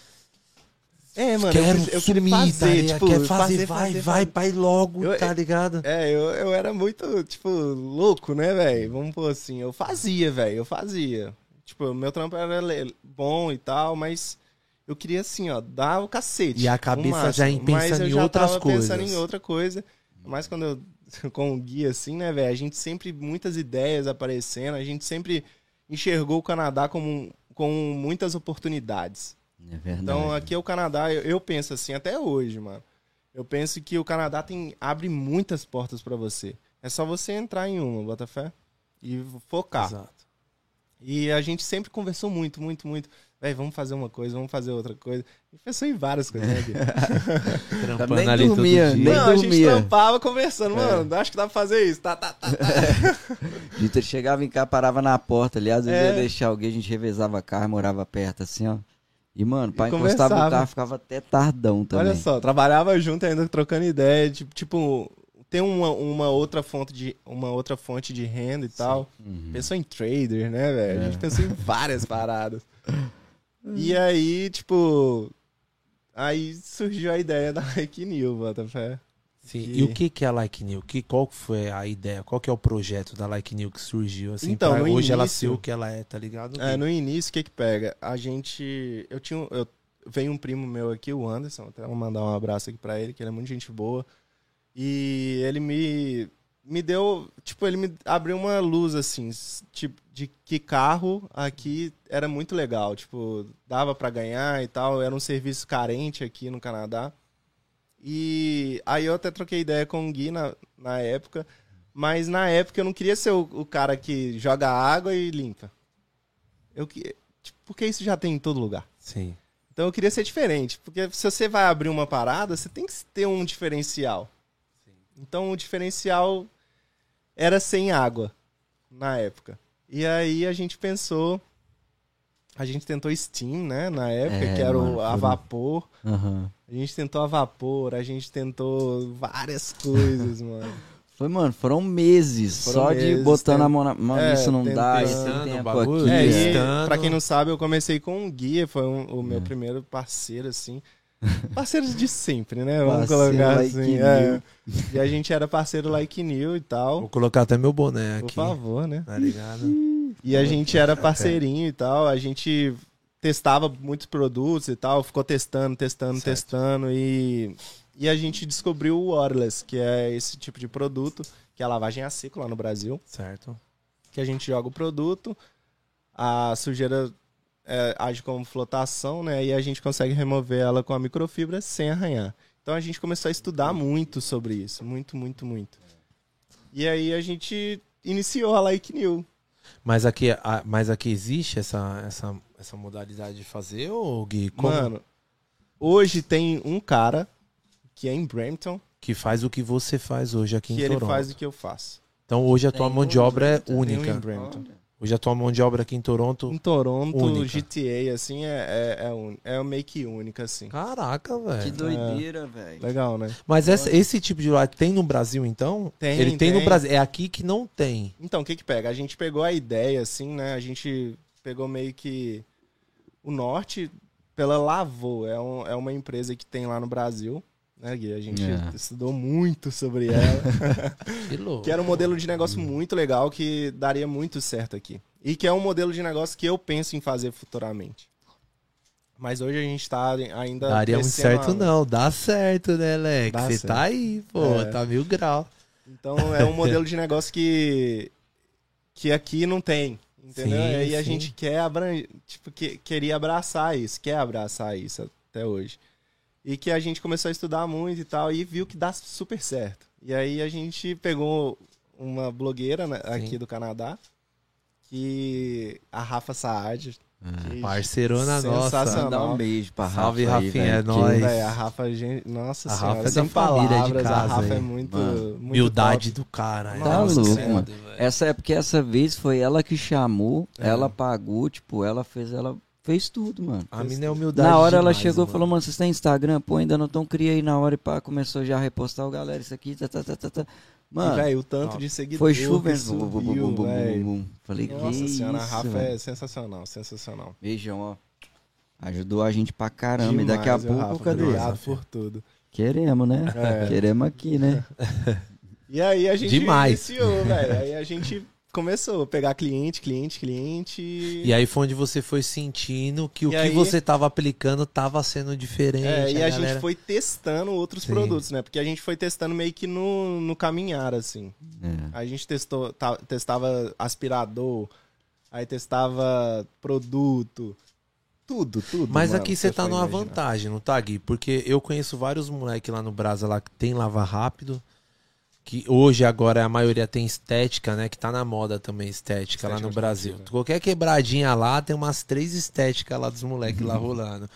É, mano, quero eu, eu sumir, queria fazer, tá ligado? tipo, Quer fazer, fazer, vai, fazer, vai, fazer. vai logo, Eu- tá ligado? É, eu, eu era muito, tipo, louco, né, velho? Vamos pôr assim, eu fazia, velho, eu fazia. Tipo, meu trampo era le- bom e tal, mas eu queria, assim, ó, dar o cacete. E a o cabeça máximo. já em- Mas pensando eu em já outras tava pensando coisas. em outra coisa. Mas quando eu, com o Gui, assim, né, velho, a gente sempre, muitas ideias aparecendo, a gente sempre enxergou o Canadá como, com muitas oportunidades. É verdade. Então, aqui é o Canadá, eu, eu penso assim, até hoje, mano. Eu penso que o Canadá tem, abre muitas portas pra você. É só você entrar em uma, Botafé, e focar. Exato. E a gente sempre conversou muito, muito, muito. Véi, vamos fazer uma coisa, vamos fazer outra coisa. A gente pensou em várias coisas, né, Gui? Trampando Nem ali dormia, todo dia. nem Não, a gente dormia. trampava conversando, mano, acho que dá pra fazer isso. Tá, tá, tá, tá. A gente chegava em cá, parava na porta ali, às vezes É. ia deixar alguém, a gente revezava carro, morava perto, assim, ó. E, mano, pai E encostava o conversava. carro, ficava até tardão também. Olha só, trabalhava junto ainda, trocando ideia. Tipo, tipo tem uma, uma, outra fonte de, uma outra fonte de renda e tal. Uhum. Pensou em trader, né, velho? A É. gente pensou em várias paradas. E aí, tipo... Aí surgiu a ideia da Like New, Botafé. Sim. Que- E o que que é a Like New? Que, qual foi a ideia? Qual que é o projeto da Like New que surgiu? Assim, Então, pra no hoje ela início- ser o que ela é, tá ligado? É, no início, o que que pega? A gente... Eu tinha... um- Eu, veio um primo meu aqui, o Anderson. Até vou mandar um abraço aqui pra ele, que ele é muito gente boa. E ele me... Me deu... Tipo, ele me abriu uma luz, assim, s- tipo, de que carro aqui era muito legal. Tipo, dava pra ganhar e tal. Era um serviço carente aqui no Canadá. E aí eu até troquei ideia com o Gui na, na época. Mas na época eu não queria ser o, o cara que joga água e limpa. Eu que... Tipo, porque isso já tem em todo lugar. Sim. Então eu queria ser diferente. Porque se você vai abrir uma parada, você tem que ter um diferencial. Então o diferencial era sem água na época. E aí a gente pensou... A gente tentou Steam, né? Na época, É, que era mano, o a foram- vapor. Aham. A gente tentou a vapor, a gente tentou várias coisas, mano. Foi, mano, foram meses Foram só meses, de botando tem- a mão na mão, É, isso não dá, esse tentando o tempo bagulho, aqui. É, e Testando. pra quem não sabe, eu comecei com o Guia, foi um- o meu É. primeiro parceiro, assim. Parceiros de sempre, né? Vamos Parceiro colocar like assim. new. É. E a gente era parceiro like new e Vou tal. colocar até meu boné Por aqui. favor, né? Tá ligado? E a gente era parceirinho e tal. A gente testava muitos produtos e tal. Ficou testando, testando, Certo. testando. E, e a gente descobriu o Waterless, que é esse tipo de produto, que é a lavagem a seco lá no Brasil. Certo. Que a gente joga o produto, a sujeira é, age como flotação, né? E a gente consegue remover ela com a microfibra sem arranhar. Então a gente começou a estudar muito sobre isso. Muito, muito, muito. E aí a gente iniciou a Like New. Mas aqui, a- mas aqui existe essa, essa, essa modalidade de fazer, ô Gui? Como Mano, hoje tem um cara que é em Brampton, que faz o que você faz hoje aqui que em ele Toronto? faz o que eu faço. Então hoje a tua Tem mão de um obra é Brampton, Tem um em única. Brampton. Hoje a tua mão de obra aqui em Toronto. Em Toronto, Única. G T A, assim, é, é, é, un... é meio que única, assim. Caraca, Que velho. doideira, velho. Legal, né? Mas essa- esse tipo de lá tem no Brasil, então? Tem, Ele tem, no tem. Brasil. É aqui que não tem. Então, o que que pega? A gente pegou a ideia, assim, né? A gente pegou meio que o norte pela Lavô. É, um, é uma empresa que tem lá no Brasil, né, Gui? A gente É. estudou muito sobre ela. Que louco. Que era um modelo de negócio muito legal que daria muito certo aqui. E que é um modelo de negócio que eu penso em fazer futuramente. Mas hoje a gente tá ainda... Daria muito crescendo certo, a- não. Dá certo, né, Leque? Dá Você certo. tá aí, pô. É. Tá mil grau. Então é um modelo de negócio que, que aqui não tem, entendeu? Sim, e aí a sim. gente quer abranger, tipo, que, queria abraçar isso, quer abraçar isso até hoje. E que a gente começou a estudar muito e tal, e viu que dá super certo. E aí a gente pegou uma blogueira, né, aqui do Canadá, que a Rafa Saad. que Parceirona nossa. sensacional. Mandar um beijo pra Rafa. Salve, aí, Rafinha, velho, é que- nóis. Véi, a Rafa, gente, nossa A senhora, Rafa é da sem família de palavras, casa a Rafa aí. é muito, Mano, muito Humildade top. do cara. Tá Nossa louco, Senhora, mano. Essa é porque essa vez foi ela que chamou, É. ela pagou, tipo, ela fez, ela fez tudo, mano. A mina é humildade Na hora ela demais, chegou e mano. falou, mano, vocês têm Instagram? Pô, ainda não estão, criei na hora e pá, começou já a repostar o galera, isso aqui, tá, tá, tá, tá, tá. E, Mano, velho, o tanto top. de seguidor foi que chuva, subiu, bum, bum, bum, bum, véi. bum, bum. Falei, Nossa que senhora, a isso, Rafa velho. é sensacional, sensacional. Beijão, ó. Ajudou a gente pra caramba. E daqui a Demais, viu, pouco, Rafa? cadê? Obrigado por tudo. Queremos, né? É. Queremos aqui, né? E aí a gente Demais. iniciou, velho. Aí a gente começou a pegar cliente, cliente, cliente. E aí foi onde você foi sentindo que o E que aí- você tava aplicando tava sendo diferente. É, e a, galera- gente foi testando outros Sim. produtos, né? Porque a gente foi testando meio que no, no caminhar, assim. É. A gente testou, ta- testava aspirador, aí testava produto, tudo, tudo. Mas mano, aqui que você tá for numa imaginar. vantagem, não tá, Gui? Porque eu conheço vários moleques lá no Brasa lá que tem lava rápido, que hoje agora a maioria tem estética, né? Que tá na moda também, estética, lá no Estética Brasil. automotiva. Qualquer quebradinha lá, tem umas três estéticas lá dos moleques lá rolando.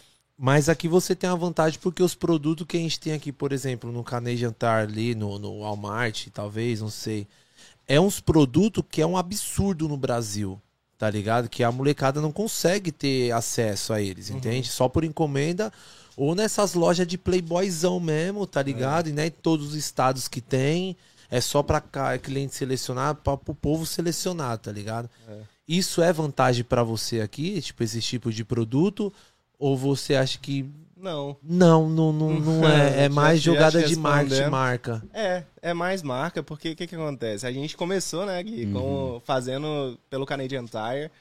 Mas aqui você tem uma vantagem porque os produtos que a gente tem aqui, por exemplo, no Canadian Tire ali, no, no Walmart, talvez, não sei. É uns produtos que é um absurdo no Brasil, tá ligado? Que a molecada não consegue ter acesso a eles, entende? Só por encomenda ou nessas lojas de playboyzão mesmo, tá ligado? E nem todos os estados que tem, é só pra cá, cliente selecionar, pra, pro povo selecionar, tá ligado? É. Isso é vantagem pra você aqui, tipo, esse tipo de produto? Ou você acha que Não. não, não, não, não é? É Já- mais já jogada te de marketing, respondendo. marca. É, é mais marca, porque o que que acontece? A gente começou, né, Gui, com, fazendo pelo Canadian Tire,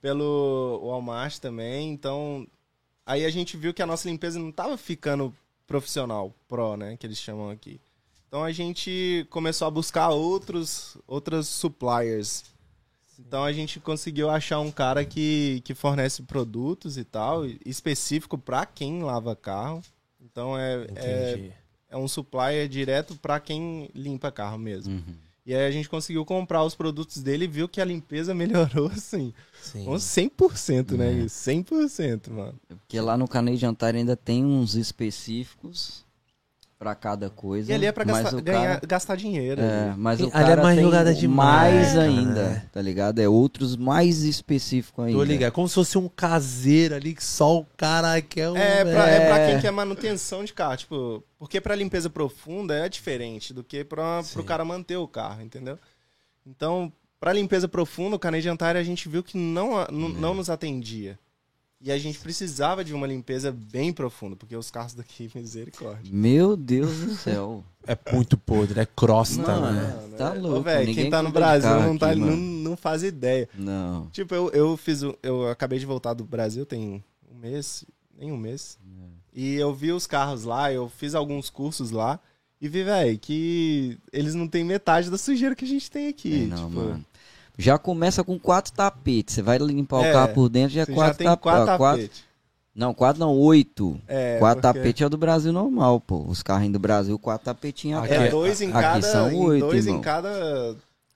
pelo Walmart também, então aí a gente viu que a nossa limpeza não tava ficando profissional, pro, né, que eles chamam aqui. Então a gente começou a buscar outros, outros suppliers. Então a gente conseguiu achar um cara que, que fornece produtos e tal, específico para quem lava carro. Então é, é, Entendi. é um supplier direto para quem limpa carro mesmo. Uhum. E aí a gente conseguiu comprar os produtos dele e viu que a limpeza melhorou, assim, Sim. uns cem por cento, né? É. Gui? cem por cento, mano. Porque lá no Canadian Tire ainda tem uns específicos pra cada coisa. E ali é pra mas gastar, o ganhar, cara- gastar dinheiro. É, ali. mas E o ali cara é mais tem jogada de mais marca, ainda, né? tá ligado? É outros mais específicos ainda. Tô ligado. É como se fosse um caseiro ali que só o cara quer um. É pra, é pra É. quem quer manutenção de carro, tipo, porque pra limpeza profunda é diferente do que pra, pro Sim. cara manter o carro, entendeu? Então, pra limpeza profunda, o Canadian Tire a gente viu que não, não, não nos atendia. E a gente precisava de uma limpeza bem profunda, porque os carros daqui, misericórdia. Meu Deus do céu. É muito podre, é crosta, Mano, né? tá Ô, louco, velho, ninguém quem tá no cuida de Brasil carro não, tá, aqui, não, mano. não faz ideia. Não. Tipo, eu, eu fiz. o- Eu acabei de voltar do Brasil tem um mês, nem um mês. E eu vi os carros lá, eu fiz alguns cursos lá. E vi, velho, que eles não têm metade da sujeira que a gente tem aqui. Tem não, tipo, mano. Já começa com quatro tapetes. Você vai limpar É, o carro por dentro, já é você quatro já tem tapetes. quatro Quatro... tapetes. Não, quatro não, oito. É, quatro porque tapetes é o do Brasil normal, pô. Os carrinhos do Brasil, quatro tapetinhos Aqui atrás. É dois em Aqui cada. são em oito, dois irmão. em cada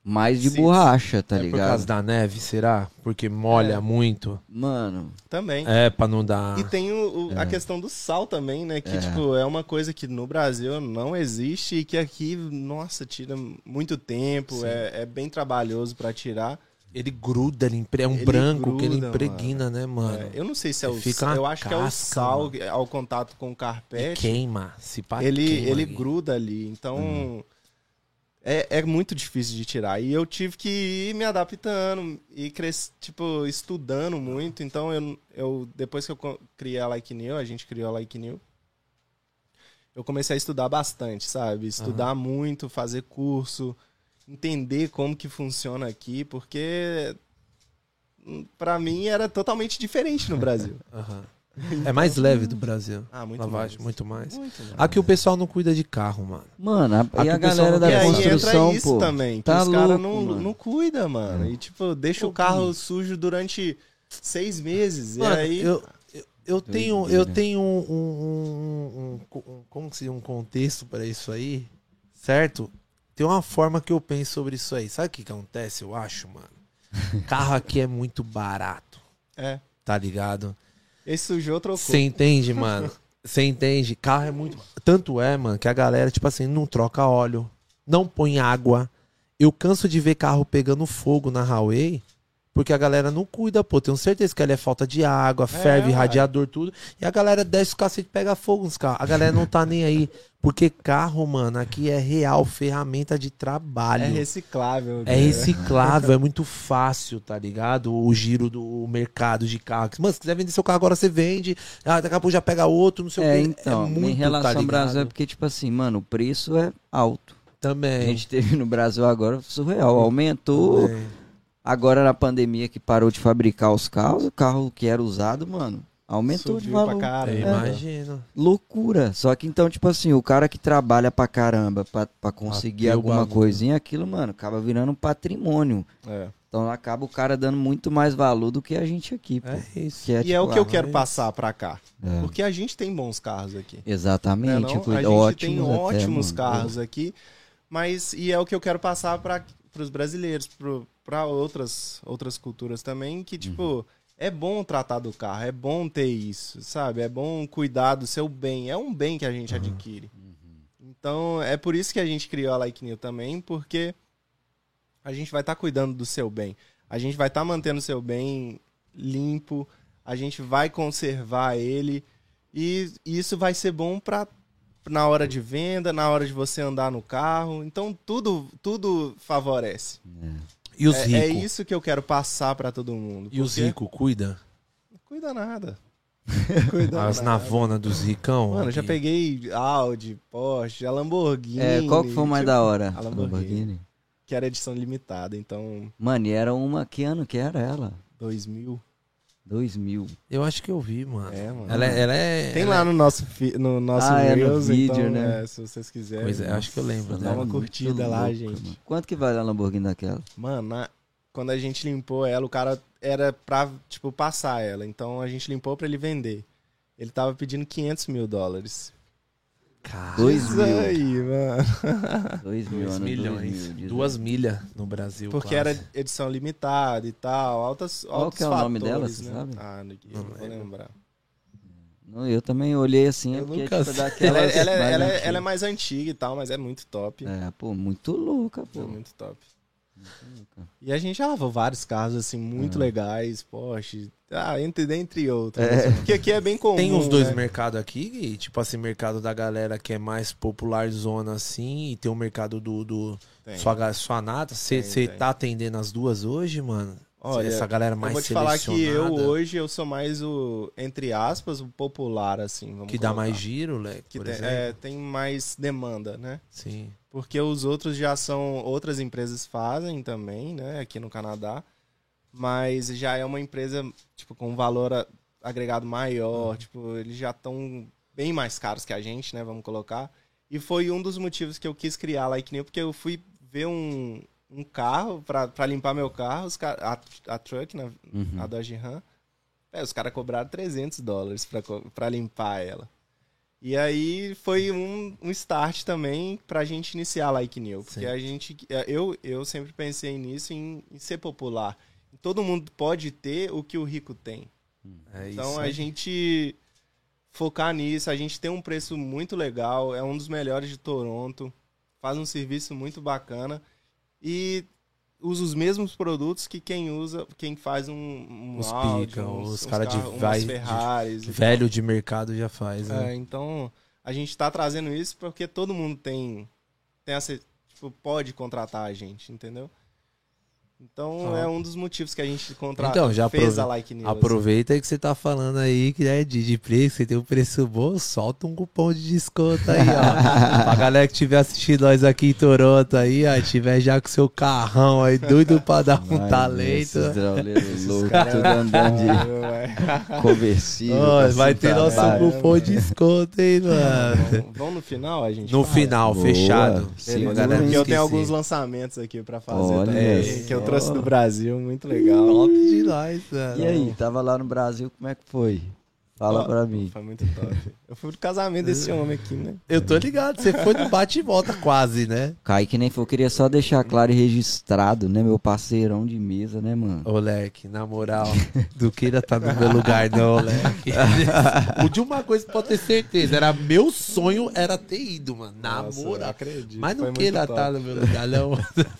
mais de Sim, borracha, tá é ligado? por causa da neve, será? Porque molha É. muito. Mano, Também. É, pra não dar... E tem o, o- É. a questão do sal também, né? Que, É. tipo, é uma coisa que no Brasil não existe e que aqui, nossa, tira muito tempo, Sim. é, é bem trabalhoso pra tirar. Ele gruda, ele impre... é um Ele branco que ele gruda, impregna, né, mano? É, eu não sei se é Ele o fica sal, uma eu acho que é o casca, sal mano. ao contato com o E carpete. queima, se pá, ele queima ele ali. gruda ali, então Uhum. é, é muito difícil de tirar. E eu tive que ir me adaptando e cres... tipo, estudando muito. Então eu, eu depois que eu co- criei a Like New, a gente criou a Like New, eu comecei a estudar bastante, sabe? Estudar muito, fazer curso, entender como que funciona aqui, porque hum, pra mim era totalmente diferente no Brasil. Aham. É mais leve do Brasil. Ah, muito Lavagem, mais. muito mais. Muito mais. Aqui o pessoal não cuida de carro, mano. mano, a- Aqui e a o pessoal galera não da E aí construção, entra isso pô. também, que tá os caras louco, não, mano. não cuidam, mano. E tipo, deixa o Pô, carro Gui. sujo durante seis meses. Mano, e aí. eu, eu, eu tenho, eu Doideira. tenho um, um, um, um- um- como que se diz, um contexto pra isso aí, certo? Tem uma forma que eu penso sobre isso aí. Sabe o que que acontece, eu acho, mano? Carro aqui é muito barato, É. tá ligado? Esse sujou, trocou. Você entende, mano? Você entende? Carro é muito... Tanto é, mano, que a galera, tipo assim, não troca óleo, não põe água. Eu canso de ver carro pegando fogo na highway, porque a galera não cuida, pô. Tenho certeza que ali é falta de água, ferve, ué. radiador, tudo. E a galera desce o cacete e pega fogo nos carros. A galera não tá nem aí. Porque carro, mano, aqui é real ferramenta de trabalho. É reciclável. É né? reciclável, é muito fácil, tá ligado? O giro do mercado de carro. Mano, se quiser vender seu carro agora, você vende. Ah, daqui a pouco já pega outro, não sei É, o quê. então, é muito, em relação tá ao Brasil é ligado? porque, tipo assim, mano, o preço é alto. A Também. gente teve no Brasil agora, surreal, aumentou. também. Agora na pandemia que parou de fabricar os carros, o carro que era usado, mano, aumentou de Subiu valor. pra caramba. Eu É. imagino. Loucura. Só que então, tipo assim, o cara que trabalha pra caramba pra, pra conseguir Bateu o alguma bagulho. coisinha, aquilo, mano, acaba virando um patrimônio. É. Então acaba o cara dando muito mais valor do que a gente aqui, pô. É isso. Que é, E é tipo, o que eu ah, quero mas- passar pra cá. é. Porque a gente tem bons carros aqui. Né, Exatamente, não? tipo, A gente ótimos tem até, ótimos mano. carros aqui. Mas, e é o que eu quero passar para os brasileiros, para outras, outras culturas também, que, tipo, Uhum. é bom tratar do carro, é bom ter isso, sabe? É bom cuidar do seu bem, é um bem que a gente adquire. Uhum. Então, é por isso que a gente criou a Like New também, porque a gente vai estar cuidando do seu bem. A gente vai estar mantendo o seu bem limpo, a gente vai conservar ele, e isso vai ser bom para na hora de venda, na hora de você andar no carro. Então, tudo, tudo favorece. E os É, ricos? é isso que eu quero passar para todo mundo. E os porque ricos, cuida? Não cuida nada. Cuida As nada. navona dos ricão? Mano, eu já aqui. peguei Audi, Porsche, a Lamborghini. É, qual que foi o mais tipo, da hora? a Lamborghini. Que era edição limitada, então Mano, e era uma, que ano que era ela? dois mil. dois mil. Eu acho que eu vi, mano. É, mano. Ela, é- ela é... Tem ela lá é- no nosso, fi- no nosso Ah, é no Reels, vídeo, então, né? é, se vocês quiserem. Pois é, acho que eu lembro Dá dela. uma Muito curtida lá, louca, gente. mano. Quanto que vale a Lamborghini daquela? Mano, na- quando a gente limpou ela, o cara era pra, tipo, passar ela. Então a gente limpou pra ele vender. Ele tava pedindo quinhentos mil dólares. Cara, Dois Isso mil. aí, mano. dois mil, dois ano milhões. dois mil, Duas milhas no Brasil. Porque quase. era edição limitada e tal. Altas, Qual altos que é o nome fatores, dela, você né? sabe? Ah, não, eu Não não vou lembro. lembrar. Não, eu também olhei assim, é Eu porque nunca tipo, sei. daquelas Ela, é- ela, é- mais ela, é- antigas. ela é mais antiga e tal, mas é muito top. É, pô, muito louca, É pô. muito top. E a gente já lavou vários carros, assim, muito legais, Porsche, ah, entre, dentre outros. É. assim, porque aqui é bem comum, Tem uns dois né? mercados aqui, Gui, tipo assim, mercado da galera que é mais popular zona assim, e tem o mercado do, do Tem. sua, ga- sua nata. Você Tem, tem. tá atendendo as duas hoje, mano? Olha, Essa galera mais eu vou te falar que eu selecionada, hoje eu sou mais o, entre aspas, o popular, assim, vamos que dá colocar. mais giro, leque, que por tem, exemplo. é, tem mais demanda, né? Sim. Porque os outros já são, outras empresas fazem também, né, aqui no Canadá, mas já é uma empresa, tipo, com um valor a- agregado maior, tipo, eles já estão bem mais caros que a gente, né, vamos colocar, e foi um dos motivos que eu quis criar a Like New, porque eu fui ver um, um carro pra, pra limpar meu carro, os car- a, a truck, né, Uhum. a Dodge Ram, é, os caras cobraram trezentos dólares pra, co- pra limpar ela. E aí foi um, um start também pra gente iniciar a Like New. Porque Sim. a gente. Eu, eu sempre pensei nisso em, em ser popular. Todo mundo pode ter o que o rico tem. É então a gente focar nisso, a gente tem um preço muito legal, é um dos melhores de Toronto, faz um serviço muito bacana e usa os mesmos produtos que quem usa, quem faz um, um os Audi, pica, uns, os uns caras de, vai, Ferraris, de velho de mercado já faz, né? É, então a gente tá trazendo isso porque todo mundo tem, tem essa, tipo, pode contratar a gente, entendeu? Então ah. é um dos motivos que a gente contra... então, já fez a Like New. Aproveita assim. que você tá falando aí que é de, de preço, você tem um preço bom, solta um cupom de desconto aí, ó. Pra galera que tiver assistindo nós aqui em Toronto aí, ó, tiver já com seu carrão aí, doido pra dar um Ai, talento. Esses loucos, tudo andando de conversível. Oh, vai ter nosso trabalho, cupom de desconto, hein, mano. Vamos, vamos no final, a gente No fala. final, Boa. fechado. Sim, galera, porque eu tenho alguns lançamentos aqui pra fazer Olha também, esse. que eu trouxe do Brasil, muito legal. Top demais, mano. E aí, tava lá no Brasil, como é que foi? Fala oh, pra mim. Foi muito top. Eu fui pro casamento desse homem aqui, né? Eu tô ligado, você foi no bate e volta quase, né? Kaique nem foi, eu queria só deixar claro e registrado, né? Meu parceirão de mesa, né, mano? Ô, Leque, na moral, do que ainda tá no meu lugar, não, Leque. O de uma coisa pode ter certeza, era meu sonho era ter ido, mano. Na Nossa, moral. Acredito. Mas não queira tá no meu lugar, não.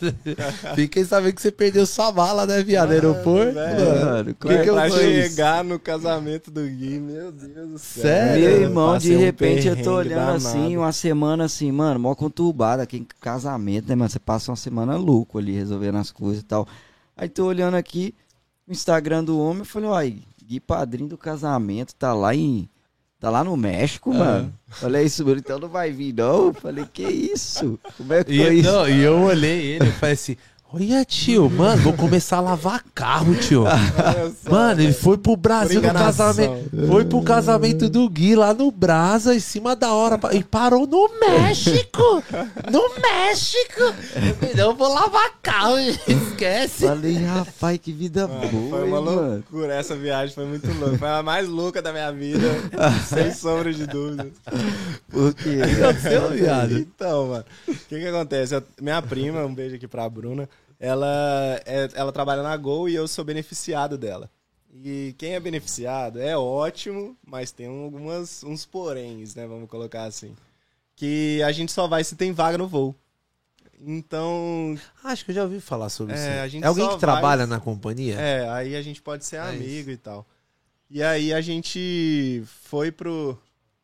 Fiquei sabendo que você perdeu sua mala, né, viado? No aeroporto. Mano, que que eu pra chegar no casamento do Gui, meu Deus do céu. Sério? Meu irmão, de repente um eu tô olhando danado. assim, uma semana assim, mano, mó conturbada aqui em casamento, né, mano? Você passa uma semana louco ali, resolvendo as coisas e tal. Aí tô olhando aqui o Instagram do homem, eu falei, ó, Gui Padrinho do casamento, tá lá em... Tá lá no México, ah. mano. Falei, isso, então não vai vir, não? Eu falei, que isso? Como é que foi e, isso? Não, e eu olhei ele, eu falei assim... Olha, tio, mano, vou começar a lavar carro, tio. Mano, ele foi pro Brasil no casamento. Foi pro casamento do Gui lá no Brasa, em cima da hora. E parou no México! No México! Eu vou lavar carro, esquece. Falei, rapaz, que vida mano, boa. Foi uma mano. loucura. Essa viagem foi muito louca. Foi a mais louca da minha vida, sem sombra de dúvidas. Por quê? Aconteceu, viado? Então, mano, o que que acontece? Eu, minha prima, um beijo aqui pra Bruna. Ela, é, ela trabalha na Gol e eu sou beneficiado dela. E quem é beneficiado é ótimo, mas tem algumas, uns poréns, né? Vamos colocar assim. Que a gente só vai se tem vaga no voo. Então... Acho que eu já ouvi falar sobre é, isso. A gente é alguém só que trabalha vai... na companhia? É, aí a gente pode ser é amigo isso. e tal. E aí a gente foi pro...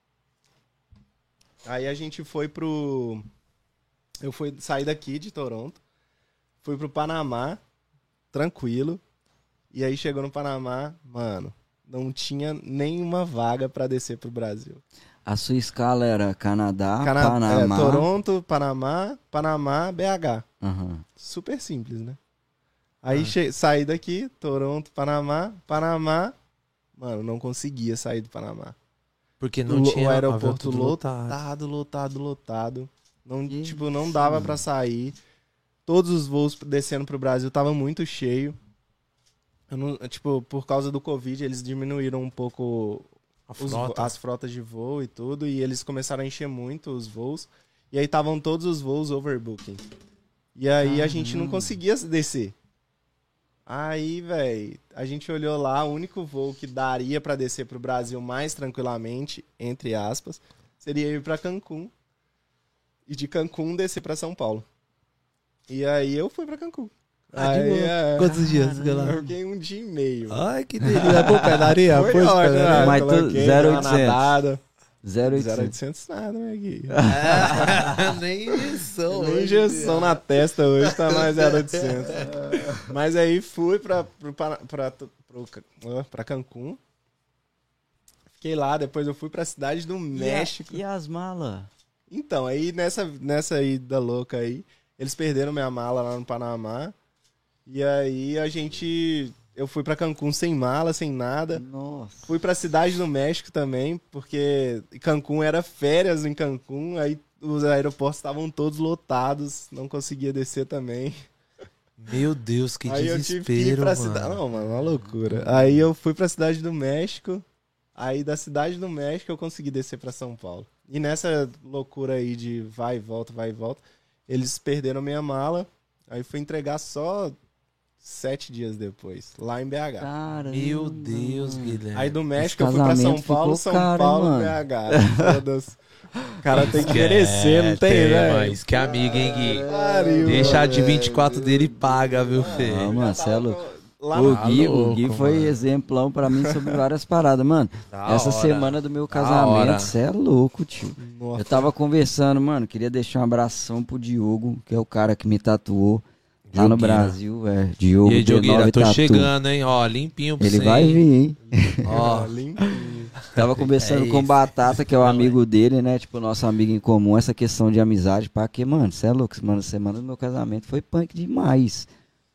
Aí a gente foi pro... Eu fui sair daqui de Toronto. Fui pro Panamá, tranquilo. E aí chegou no Panamá, mano, não tinha nenhuma vaga pra descer pro Brasil. A sua escala era Canadá, Cana Panamá... É, Toronto, Panamá, Panamá, B H. Uhum. Super simples, né? Aí ah. saí daqui, Toronto, Panamá, Panamá... Mano, não conseguia sair do Panamá. Porque não o, tinha o aeroporto lotado, lotado, lotado, lotado. Não, tipo, não dava pra sair. Todos os voos descendo pro Brasil estavam muito cheio. Eu não, tipo, por causa do Covid, eles diminuíram um pouco os, as frotas de voo e tudo. E eles começaram a encher muito os voos. E aí estavam todos os voos overbooking. E aí ah, a gente não conseguia descer. Aí, velho, a gente olhou lá, o único voo que daria pra descer pro Brasil mais tranquilamente, entre aspas, seria ir pra Cancún. E de Cancún descer pra São Paulo. E aí eu fui pra Cancún. Ah, aí, é... Quantos dias? Eu fiquei um dia e meio. Ai, que delícia. Pô, pedaria. Foi ótimo. Mas tu, zero oitocentos. zero oitocentos nada, né, Gui? É, nem injeção. Nem injeção na testa hoje, tá mais zero oitocentos. Mas aí fui pra, pra, pra, pra, pra Cancún. Fiquei lá, depois eu fui pra cidade do México. E, a, e as malas? Então, aí nessa, nessa ida louca aí, eles perderam minha mala lá no Panamá. E aí a gente... Eu fui pra Cancún sem mala, sem nada. Nossa. Fui pra cidade do México também, porque Cancún era férias em Cancún. Aí os aeroportos estavam todos lotados. Não conseguia descer também. Meu Deus, que aí desespero, eu tive que ir pra mano. Cidade... Não, mano, uma loucura. Aí eu fui pra cidade do México. Aí da Cidade do México eu consegui descer pra São Paulo. E nessa loucura aí de vai e volta, vai e volta, eles perderam minha mala. Aí fui entregar só sete dias depois, lá em B H. Caramba. Meu Deus, Guilherme. Aí do México Esse eu fui pra São casamento Paulo, ficou São caro, Paulo, hein, B mano? H. Foda-se. O cara tem que merecer, não tem, né? Isso que é amigo, hein, Gui? Pariu, Deixa a de mano. vinte e quatro dele e paga, viu, Ah, filho? mano, cê é louco. Lá O no... Gui, louco, o Gui foi mano. exemplão pra mim sobre várias paradas. Mano, Da essa hora. semana do meu hora. casamento, cê é louco, tio. Nossa. Eu tava conversando, mano, queria deixar um abração pro Diogo, que é o cara que me tatuou lá no Diogueira. Brasil, é. Diogo E aí, Diogueira, D nove tô Tatu. chegando, hein? Ó, limpinho pra Ele você, vai hein? vir, hein? Ó, limpinho. Tava conversando É com o isso. Batata, que é o amigo dele, né? Tipo, nosso amigo em comum, essa questão de amizade. Pra quê, mano? Cê é louco, mano, semana do meu casamento foi punk demais.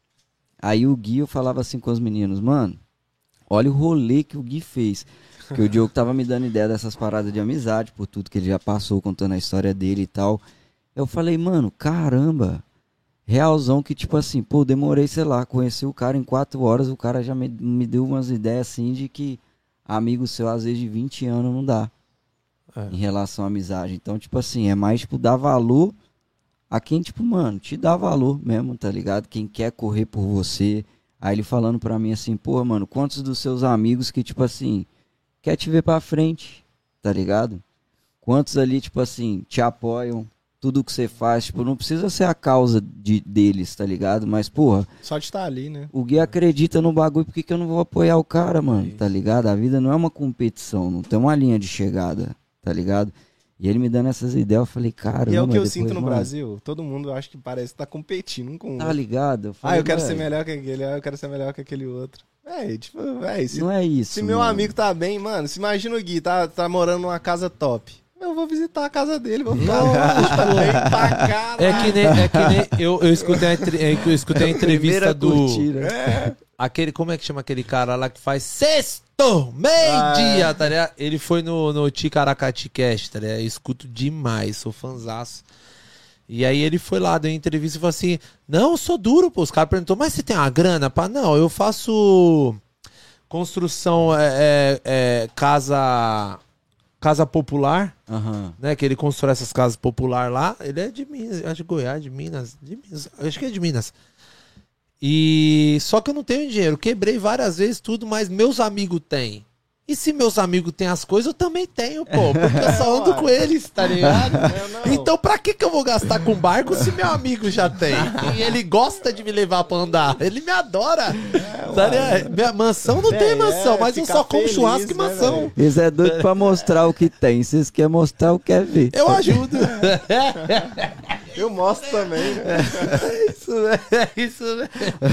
Aí o Gui, eu falava assim com os meninos, mano, olha o rolê que o Gui fez. Que o Diogo tava me dando ideia dessas paradas de amizade, por tudo que ele já passou, contando a história dele e tal. Eu falei, mano, caramba, realzão que tipo assim, pô, demorei, sei lá, conheci o cara em quatro horas, o cara já me, me deu umas ideias assim de que amigo seu, às vezes de vinte anos não dá. É. Em relação à amizade. Então, tipo assim, é mais, tipo, dar valor a quem, tipo, mano, te dá valor mesmo, tá ligado? Quem quer correr por você. Aí ele falando pra mim assim, pô, mano, quantos dos seus amigos que, tipo assim, quer te ver pra frente, tá ligado? Quantos ali, tipo assim, te apoiam, tudo que você faz, tipo, não precisa ser a causa de, deles, tá ligado? Mas, porra, Só de estar ali, né? o Gui acredita no bagulho, por que que eu não vou apoiar o cara, mano, tá ligado? A vida não é uma competição, não tem uma linha de chegada, tá ligado? E ele me dando essas ideias, eu falei, caramba, E é o que eu depois, sinto no mano, Brasil. Todo mundo eu acho que parece que tá competindo um com o tá outro. ligado? Eu Ah, falei, eu quero "Véi, ser melhor que aquele, ah, eu quero ser melhor que aquele outro. É, tipo, véi, se, Não é isso, se meu mano. amigo tá bem, mano, se imagina o Gui, tá, tá morando numa casa top. Eu vou visitar a casa dele, vou ficar lá, tá bem pra caralho. É que nem, é que nem eu, eu escutei a, entre- é que eu escutei a entrevista Primeira do... curtida. É, Aquele, como é que chama aquele cara lá que faz sexto, meio-dia, Ah, tá ligado? Ele foi no, no Ticaracati Cast, tá ligado? Eu escuto demais, sou fanzaço. E aí ele foi lá, deu uma entrevista e falou assim, não, eu sou duro, pô. Os caras perguntou, mas você tem uma grana? Pá, não, eu faço construção, é, é, é, casa, casa popular, Aham. né? Que ele constrói essas casas popular lá. Ele é de Minas, acho de Goiás, de Minas, de Minas, acho que é de Minas. E só que eu não tenho dinheiro, quebrei várias vezes tudo, mas meus amigos têm. E se meus amigos têm as coisas, eu também tenho, pô, porque eu só ando com eles, tá ligado? Eu não. Então pra que que eu vou gastar com barco se meu amigo já tem? E ele gosta de me levar pra andar, ele me adora. Tá ligado? Minha mansão não É, tem mansão, é, mas eu ficar só como feliz, churrasco e né, mansão. velho? Eles é doido pra mostrar o que tem. Vocês querem mostrar o que quer ver. Eu ajudo. Eu mostro também, né? É isso, né? É isso, né?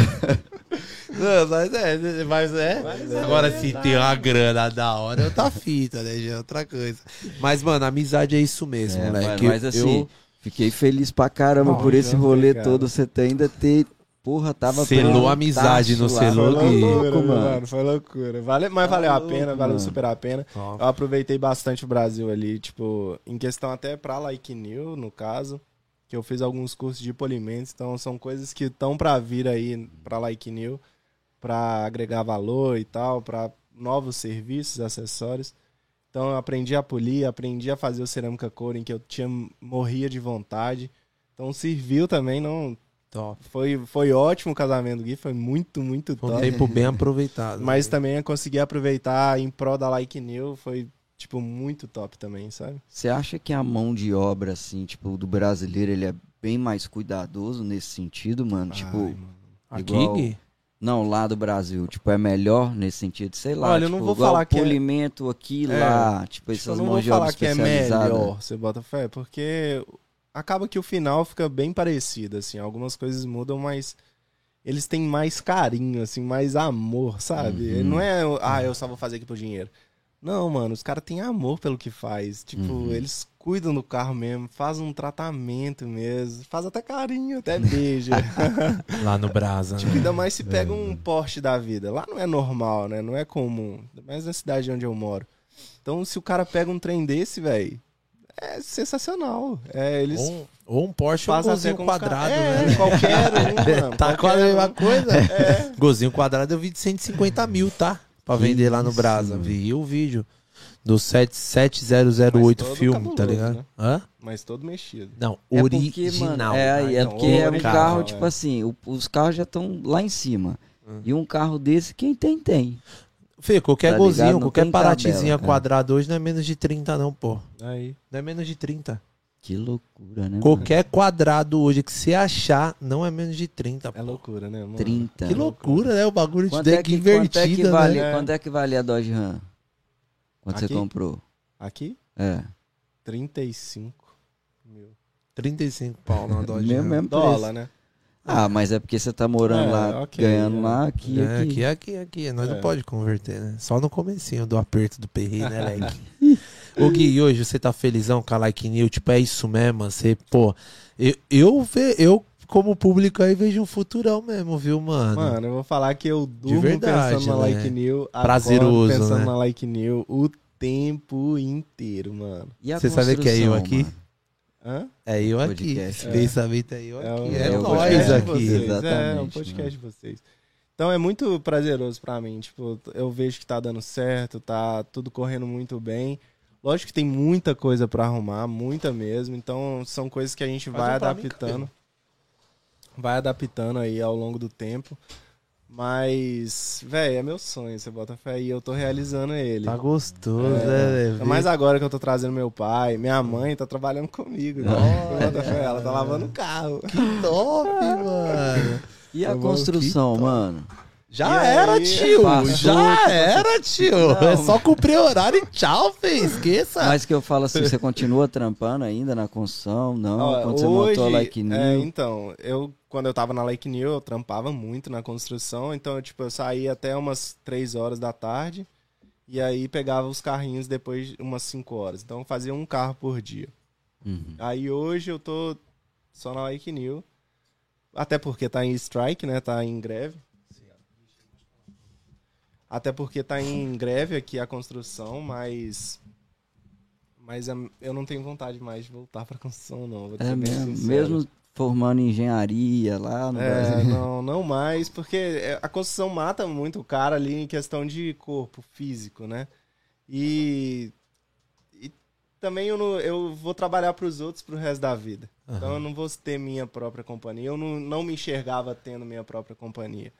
Não, mas é, mas é. Agora, se tem uma grana da hora, eu tá fita, né? Já é outra coisa. Mas, mano, amizade é isso mesmo, É, moleque. mano, mas Eu- assim, eu- fiquei feliz pra caramba por esse não, rolê obrigado. todo. Você ter- ainda ter. Porra, tava Selou prontaço amizade no lá. selou. Foi Gui. loucura, Louco, mano. mano. Foi loucura. Vale, mas Tá valeu a louco, pena, valeu mano. super a pena. Ó. Eu aproveitei bastante o Brasil ali, tipo, em questão até pra Like New, no caso, que eu fiz alguns cursos de polimentos, então são coisas que estão pra vir aí pra Like New, pra agregar valor e tal, pra novos serviços, acessórios. Então eu aprendi a polir, aprendi a fazer o cerâmica coring, que eu tinha morria de vontade. Então serviu também, não Top. foi, foi ótimo o casamento do Gui, foi muito, muito Foi um top. tempo bem aproveitado. Mas né? também eu consegui aproveitar em prol da Like New, foi, tipo, muito top também, sabe? Você acha que a mão de obra, assim, tipo, do brasileiro, ele é bem mais cuidadoso nesse sentido, mano? Tipo, Ai, mano. Aqui, igual- Gui? não, lá do Brasil, tipo, é melhor nesse sentido, sei lá. Olha, eu tipo, não vou igual falar que é- polimento aqui e É, lá, tipo, Tipo, eu essas não mãos vou de obra falar que é especializadas. melhor, você bota fé, porque acaba que o final fica bem parecido, assim, algumas coisas mudam, mas eles têm mais carinho, assim, mais amor, sabe? Uhum. Não é, ah, eu só vou fazer aqui por dinheiro. Não, mano, os caras têm amor pelo que faz. Tipo, Uhum. eles cuidam do carro mesmo, fazem um tratamento mesmo, faz até carinho, até beijo. Lá no Brasa, Tipo, né? ainda mais se pega um Porsche da vida. Lá não é normal, né? Não é comum. Mas na cidade onde eu moro. Então, se o cara pega um trem desse, velho, é sensacional. É, eles Ou, ou um Porsche ou um fazem golzinho até com quadrado, é, né? qualquer um, mano. Tá qualquer quase a mesma um. coisa? É. Golzinho quadrado eu vi de cento e cinquenta mil, tá? Pra Que vender lá no isso, Brasa. mano. Vi o vídeo. do sete sete zero zero oito todo filme, cabuloso, tá ligado? né? Hã? Mas todo mexido. Não, É porque, original. mano, é, Ah, é então, porque é um original, carro, é. tipo assim, o- os carros já estão lá em cima. Hum. E um carro desse, quem tem, tem. Fê, qualquer Tá golzinho, ligado? Não qualquer tem paratizinha tabela, é. quadrada hoje não é menos de trinta não, pô. Aí. Não é menos de trinta. Que loucura, né? Qualquer quadrado hoje que você achar não é menos de trinta, É pô. loucura, né, mano? mano? trinta. Que loucura, né? O bagulho de Quanto deck é que, quanto invertida, é que vale, né? né? Quanto é que vale a Dodge Ram? Quando você Aqui? comprou? Aqui, É. trinta e cinco mil. trinta e cinco pau na Dodge Mesmo, Ram. mesmo Dólar, preço. né? Ah, mas é porque você tá morando É, lá, ok, ganhando é. lá, aqui, É, aqui. aqui, aqui, aqui. Nós É. não pode converter, né? Só no comecinho do aperto do perreio, né, Leg? Ô Gui, e hoje você tá felizão com a Like New? Tipo, é isso mesmo? Você, pô... Eu, eu, ve- eu como público aí, vejo um futurão mesmo, viu, mano? Mano, eu vou falar que eu durmo verdade, pensando na né? Like New, acordo Prazeroso, pensando né? na Like New o tempo inteiro, mano. E a Você sabe que é eu construção, aqui? mano? Hã? É eu aqui. Podcast, Se é. pensamento é eu É aqui. o- É, é o nós podcast de de aqui. vocês, É, é o Exatamente, podcast de vocês. Então é muito prazeroso pra mim. Tipo, eu vejo que tá dando certo, tá tudo correndo muito bem. Lógico que tem muita coisa pra arrumar, muita mesmo. Então são coisas que a gente Faz vai um pra mim, adaptando. Vai adaptando aí ao longo do tempo. Mas, velho, é meu sonho. Você bota fé aí, eu tô realizando ele. Tá gostoso, É, né? Ainda mais agora que eu tô trazendo meu pai. Minha mãe tá trabalhando comigo. Né? Você bota fé, ela tá lavando o carro. Que top, mano. E a Tá bom, construção, que mano? Já E era, aí? tio. Passou, Já tipo, era, tio. Não, é só cumprir horário e tchau, fê. Esqueça. Mas que eu falo assim, você continua trampando ainda na construção? Não, Ó, quando você montou a Like New. é, então, eu quando eu tava na Like New, eu trampava muito na construção, então eu, tipo, eu saía até umas três horas da tarde e aí pegava os carrinhos depois de umas cinco horas. Então eu fazia um carro por dia. Uhum. Aí hoje eu tô só na Like New, até porque tá em strike, né? Tá em greve. Até porque tá em greve aqui a construção, mas mas eu não tenho vontade mais de voltar pra construção, não. Vou te É ser bem mesmo, sincero. mesmo formando em engenharia lá no É, Brasil. não, não mais, porque a construção mata muito o cara ali em questão de corpo físico, né? E, e também eu, não, eu vou trabalhar para os outros pro resto da vida. Então eu não vou ter minha própria companhia. Eu não, não me enxergava tendo minha própria companhia.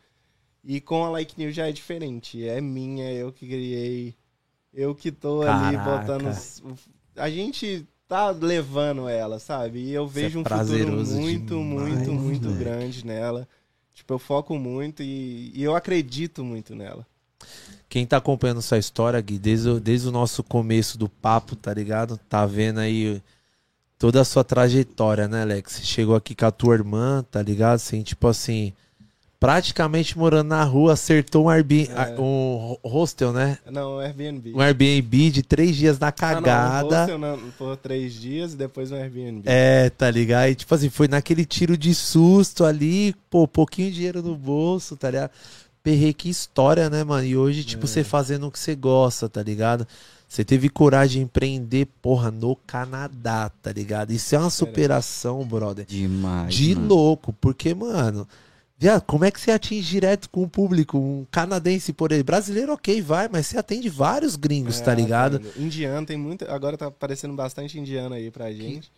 E com a Like New já é diferente. É minha, eu que criei. Eu que tô ali Caraca. botando... os- o- A gente tá levando ela, sabe? E eu Isso é vejo um futuro prazeroso muito, demais, muito, muito moleque. grande nela. Tipo, eu foco muito e, e eu acredito muito nela. Quem tá acompanhando sua história, Gui, desde, o- desde o nosso começo do papo, tá ligado? Tá vendo aí toda a sua trajetória, né, Alex? Você chegou aqui com a tua irmã, tá ligado? Assim, tipo assim, praticamente morando na rua, acertou um, Airbnb, É. um hostel, né? Não, Airbnb. Um Airbnb de três dias na Ah, não, um cagada. hostel na- por três dias e depois um Airbnb. É, tá ligado? E tipo assim, foi naquele tiro de susto ali, pô, pouquinho de dinheiro no bolso, tá ligado? Perrei, que história, né, mano? E hoje, tipo, É. você fazendo o que você gosta, tá ligado? Você teve coragem de empreender, porra, no Canadá, tá ligado? Isso é uma superação, brother. Demais. De mano. louco, porque, mano, viado, como é que você atinge direto com o público? Um canadense, por aí, brasileiro, ok, vai, mas você atende vários gringos, É, tá ligado? atendo. Indiano, tem muito. Agora tá aparecendo bastante indiano aí pra gente.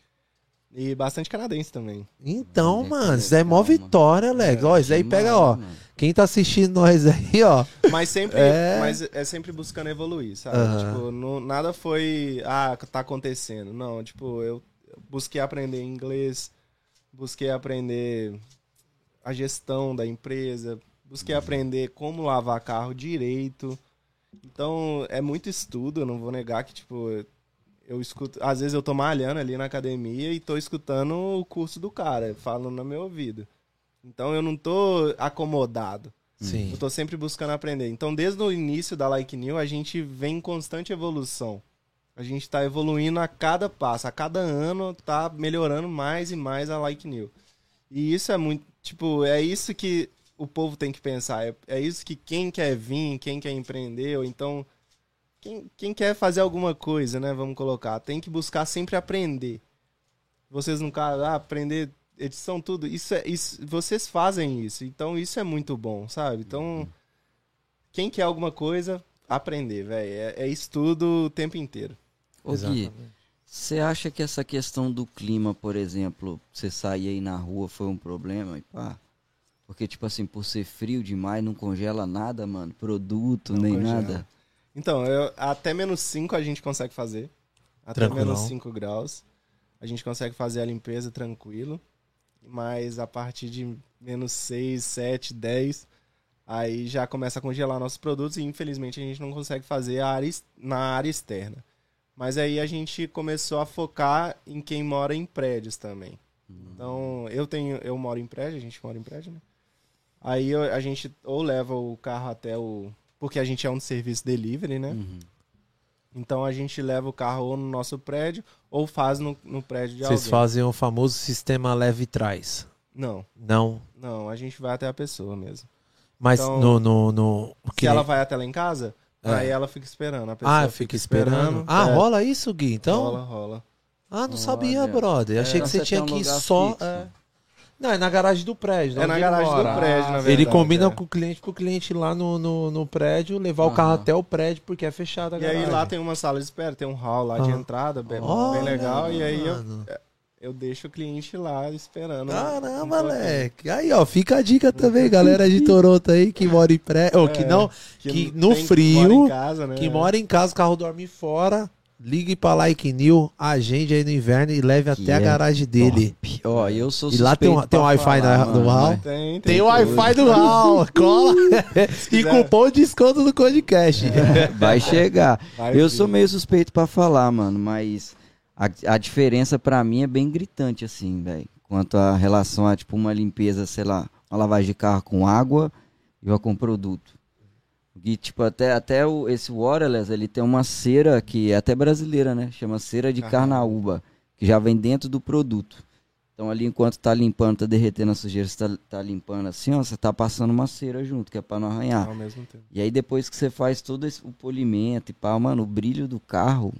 E bastante canadense também. Então, É, mano, isso é mó calma. vitória, Alex. É, Ó, isso aí Demais, pega, ó. mano. Quem tá assistindo nós aí, ó. Mas sempre, É. mas é sempre buscando evoluir, sabe? Aham. Tipo, não, nada foi, ah, tá acontecendo. Não, tipo, eu busquei aprender inglês, busquei aprender a gestão da empresa, busquei aprender como lavar carro direito. Então, é muito estudo, eu não vou negar que, tipo, eu escuto, às vezes eu tô malhando ali na academia e tô escutando o curso do cara, falando no meu ouvido. Então, eu não tô acomodado. Sim. Eu tô sempre buscando aprender. Então, desde o início da Like New, a gente vem em constante evolução. A gente tá evoluindo a cada passo. A cada ano tá melhorando mais e mais a Like New. E isso é muito... Tipo, é isso que o povo tem que pensar. É, é isso que quem quer vir, quem quer empreender, ou então... Quem, quem quer fazer alguma coisa, né? Vamos colocar. Tem que buscar sempre aprender. Vocês não querem ah, aprender... edição, tudo, isso é, isso, vocês fazem isso, então isso é muito bom, sabe? Então, quem quer alguma coisa, aprender, velho. É, é estudo o tempo inteiro. Ô, Gui, você acha que essa questão do clima, por exemplo, você sair aí na rua foi um problema? E pá, porque, tipo assim, por ser frio demais, não congela nada, mano. Produto, Não nem congela. nada. Então, eu, até menos cinco a gente consegue fazer. Até Tranquilão. menos cinco graus. A gente consegue fazer a limpeza tranquilo. Mas a partir de menos seis, sete, dez, aí já começa a congelar nossos produtos e infelizmente a gente não consegue fazer a área, ex- na área externa. Mas aí a gente começou a focar em quem mora em prédios também. Então, eu tenho, eu moro em prédio, a gente mora em prédio, né? Aí eu- a gente ou leva o carro até o... Porque a gente é um serviço delivery, né? Uhum. Então a gente leva o carro ou no nosso prédio ou faz no, no prédio de Vocês alguém. fazem o famoso sistema leve e traz. Não, Não. não, a gente vai até a pessoa mesmo. Mas Então, no, no, no... Se ela vai até lá em casa, É. aí ela fica esperando. A pessoa Ah, fica esperando. Ah, é, rola isso, Gui? Então... Rola, rola. Ah, não Rola sabia, dentro. brother. Achei Então que você você tinha tem um que ir lugar só... fixo. é. Não, é na garagem do prédio. É na onde ele garagem mora. do prédio, na Ele verdade. combina é. com o cliente pro cliente ir lá no, no, no prédio, levar o Aham. carro até o prédio, porque é fechado a E garagem. aí lá tem uma sala de espera, tem um hall lá de Ah. entrada, bem, Olha, bem legal. E aí eu, mano. eu deixo o cliente lá esperando. um Caramba, pouquinho. moleque. Aí, ó, fica a dica também, galera de Toronto aí, que mora em prédio, ou que É, não, que não no tem- frio, mora em casa, né? que mora em casa, o carro dorme fora, ligue pra Like New, agende aí no inverno e leve Que até a é garagem dele. Top. Ó, eu sou E lá tem um- suspeito tem um pra Wi-Fi falar, na- no mano, hall? mas- Tem, tem. Tem o tudo. Wi-Fi do Raul, cola. E quiser. cupom de desconto do Codecast. Vai chegar. Vai eu vir. sou meio suspeito pra falar, mano, mas a, a diferença pra mim é bem gritante, assim, velho. Quanto a relação a, tipo, uma limpeza, sei lá, uma lavagem de carro com água e uma com produto. E, tipo, até, até o, esse Waterless, ele tem uma cera que é até brasileira, né? Chama cera de carnaúba, que já vem dentro do produto. Então, ali, enquanto tá limpando, tá derretendo a sujeira, você tá, tá limpando assim, ó, você tá passando uma cera junto, que é pra não arranhar. Ao mesmo tempo. E aí depois que você faz todo esse, o polimento e pá, mano, o brilho do carro,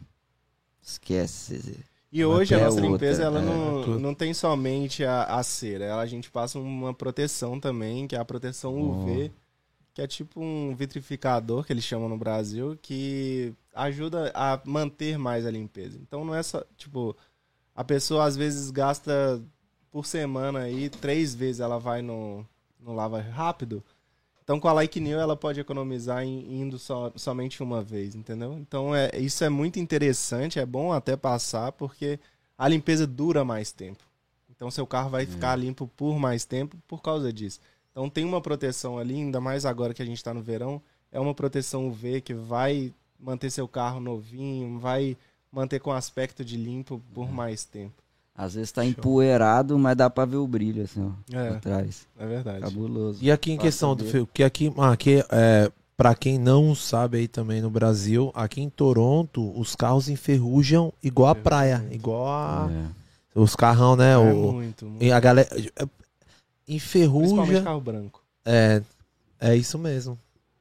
esquece. E hoje É a nossa outra, limpeza, ela é, não, tudo. não tem somente a, a cera. Ela, a gente passa uma proteção também, que é a proteção U V, que é tipo um vitrificador, que eles chamam no Brasil, que ajuda a manter mais a limpeza. Então não é só, tipo, a pessoa às vezes gasta por semana aí, três vezes ela vai no, no lava rápido. Então com a Like New ela pode economizar em, indo só, somente uma vez, entendeu? Então é, isso é muito interessante, é bom até passar, porque a limpeza dura mais tempo. Então seu carro vai ficar limpo por mais tempo por causa disso. Então tem uma proteção ali, ainda mais agora que a gente está no verão, é uma proteção U V que vai manter seu carro novinho, vai manter com aspecto de limpo por mais tempo. Às vezes tá empoeirado, mas dá pra ver o brilho, assim, ó, É. atrás. É verdade. Cabuloso. E aqui em Pode questão do saber. fio, que aqui, ah, aqui é, para quem não sabe aí também no Brasil, aqui em Toronto, os carros enferrujam igual a praia, igual a É. os carrão, né? É o, muito, muito. e a galera é, Principalmente enferruja. carro branco. É, é isso mesmo.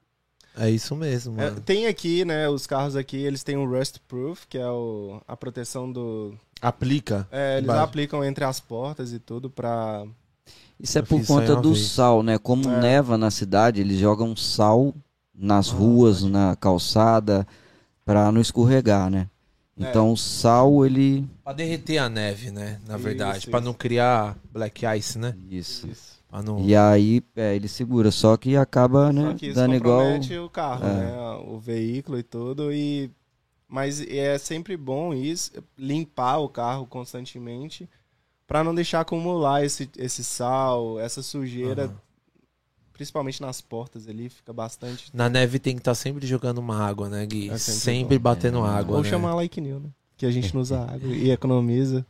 É isso mesmo, É, mano. tem aqui, né, os carros aqui, eles têm o Rust Proof, que é o, a proteção do... Aplica. É, eles Embaixo. aplicam entre as portas e tudo pra... Isso é Eu por fiz isso aí conta uma do vez. sal, né? Como É. neva na cidade, eles jogam sal nas Ah, ruas, pode. na calçada, pra não escorregar, né? É. Então o sal, ele... Pra derreter a neve, né? Na Isso, verdade. Pra isso. não criar black ice, né? Isso. Pra não... E aí, é, ele segura, só que acaba, né, Só que isso dando igual... compromete o carro, É. né, o veículo e tudo, e... Mas é sempre bom isso, limpar o carro constantemente, pra não deixar acumular esse, esse sal, essa sujeira, Aham. principalmente nas portas ali, fica bastante... Na neve tem que estar sempre jogando uma água, né, Gui? É sempre sempre bom. batendo É. água, Ou né? chamar Like New, né? Que a gente não usa água e economiza.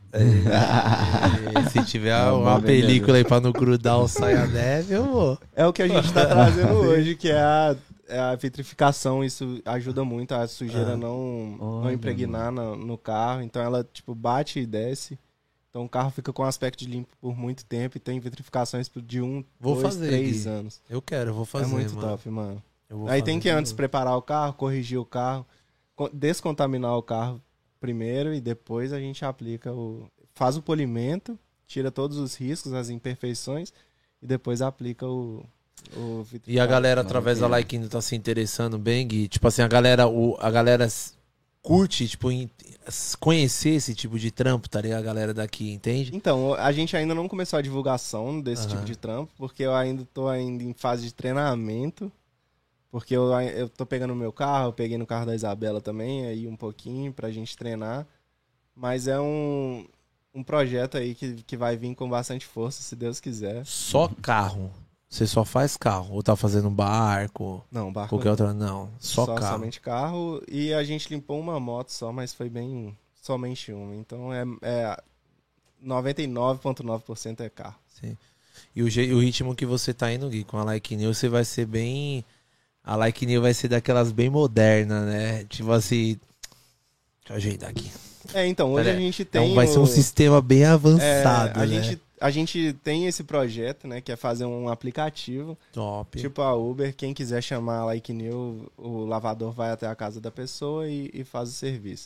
É, se tiver É uma uma película aí pra não grudar o saia neve, eu vou. É o que a gente tá trazendo hoje, que é a, é a vitrificação. Isso ajuda muito a sujeira Ah. não, não Olha, impregnar no, no carro. Então ela, tipo, bate e desce. Então o carro fica com aspecto de limpo por muito tempo e tem vitrificações de um, Vou dois, fazer, três Gui. anos. Eu quero, eu vou fazer, é muito mano. top, mano. Eu vou Aí fazer tem que de antes novo. preparar o carro, corrigir o carro, co- descontaminar o carro primeiro e depois a gente aplica o... Faz o polimento, tira todos os riscos, as imperfeições e depois aplica o, O E a galera, através da Like New, tá se interessando bem, Gui? Tipo assim, a galera, o, a galera curte, tipo, em, conhecer esse tipo de trampo, tá ligado? A galera daqui, entende? Então, a gente ainda não começou a divulgação desse Aham. tipo de trampo, porque eu ainda tô ainda em fase de treinamento. Porque eu, eu tô pegando o meu carro, eu peguei no carro da Isabela também, aí um pouquinho pra gente treinar. Mas é um, um projeto aí que, que vai vir com bastante força, se Deus quiser. Só carro. Você só faz carro? Ou tá fazendo barco? Não, barco Qualquer outra? Não. Só, só carro. somente carro. E a gente limpou uma moto só, mas foi bem somente uma. Então é, é noventa e nove vírgula nove por cento é carro. Sim. E o, je- o ritmo que você tá indo, Gui, com a Like New, você vai ser bem... A Like New vai ser daquelas bem modernas, né? Tipo assim... Deixa eu ajeitar aqui. É, então, hoje Pera a aí. gente É tem. um- vai ser um o- sistema bem é, avançado, a, né? gente, a gente tem esse projeto, né? Que é fazer um aplicativo. Top. Tipo a Uber, quem quiser chamar a Like New, o lavador vai até a casa da pessoa e, e faz o serviço.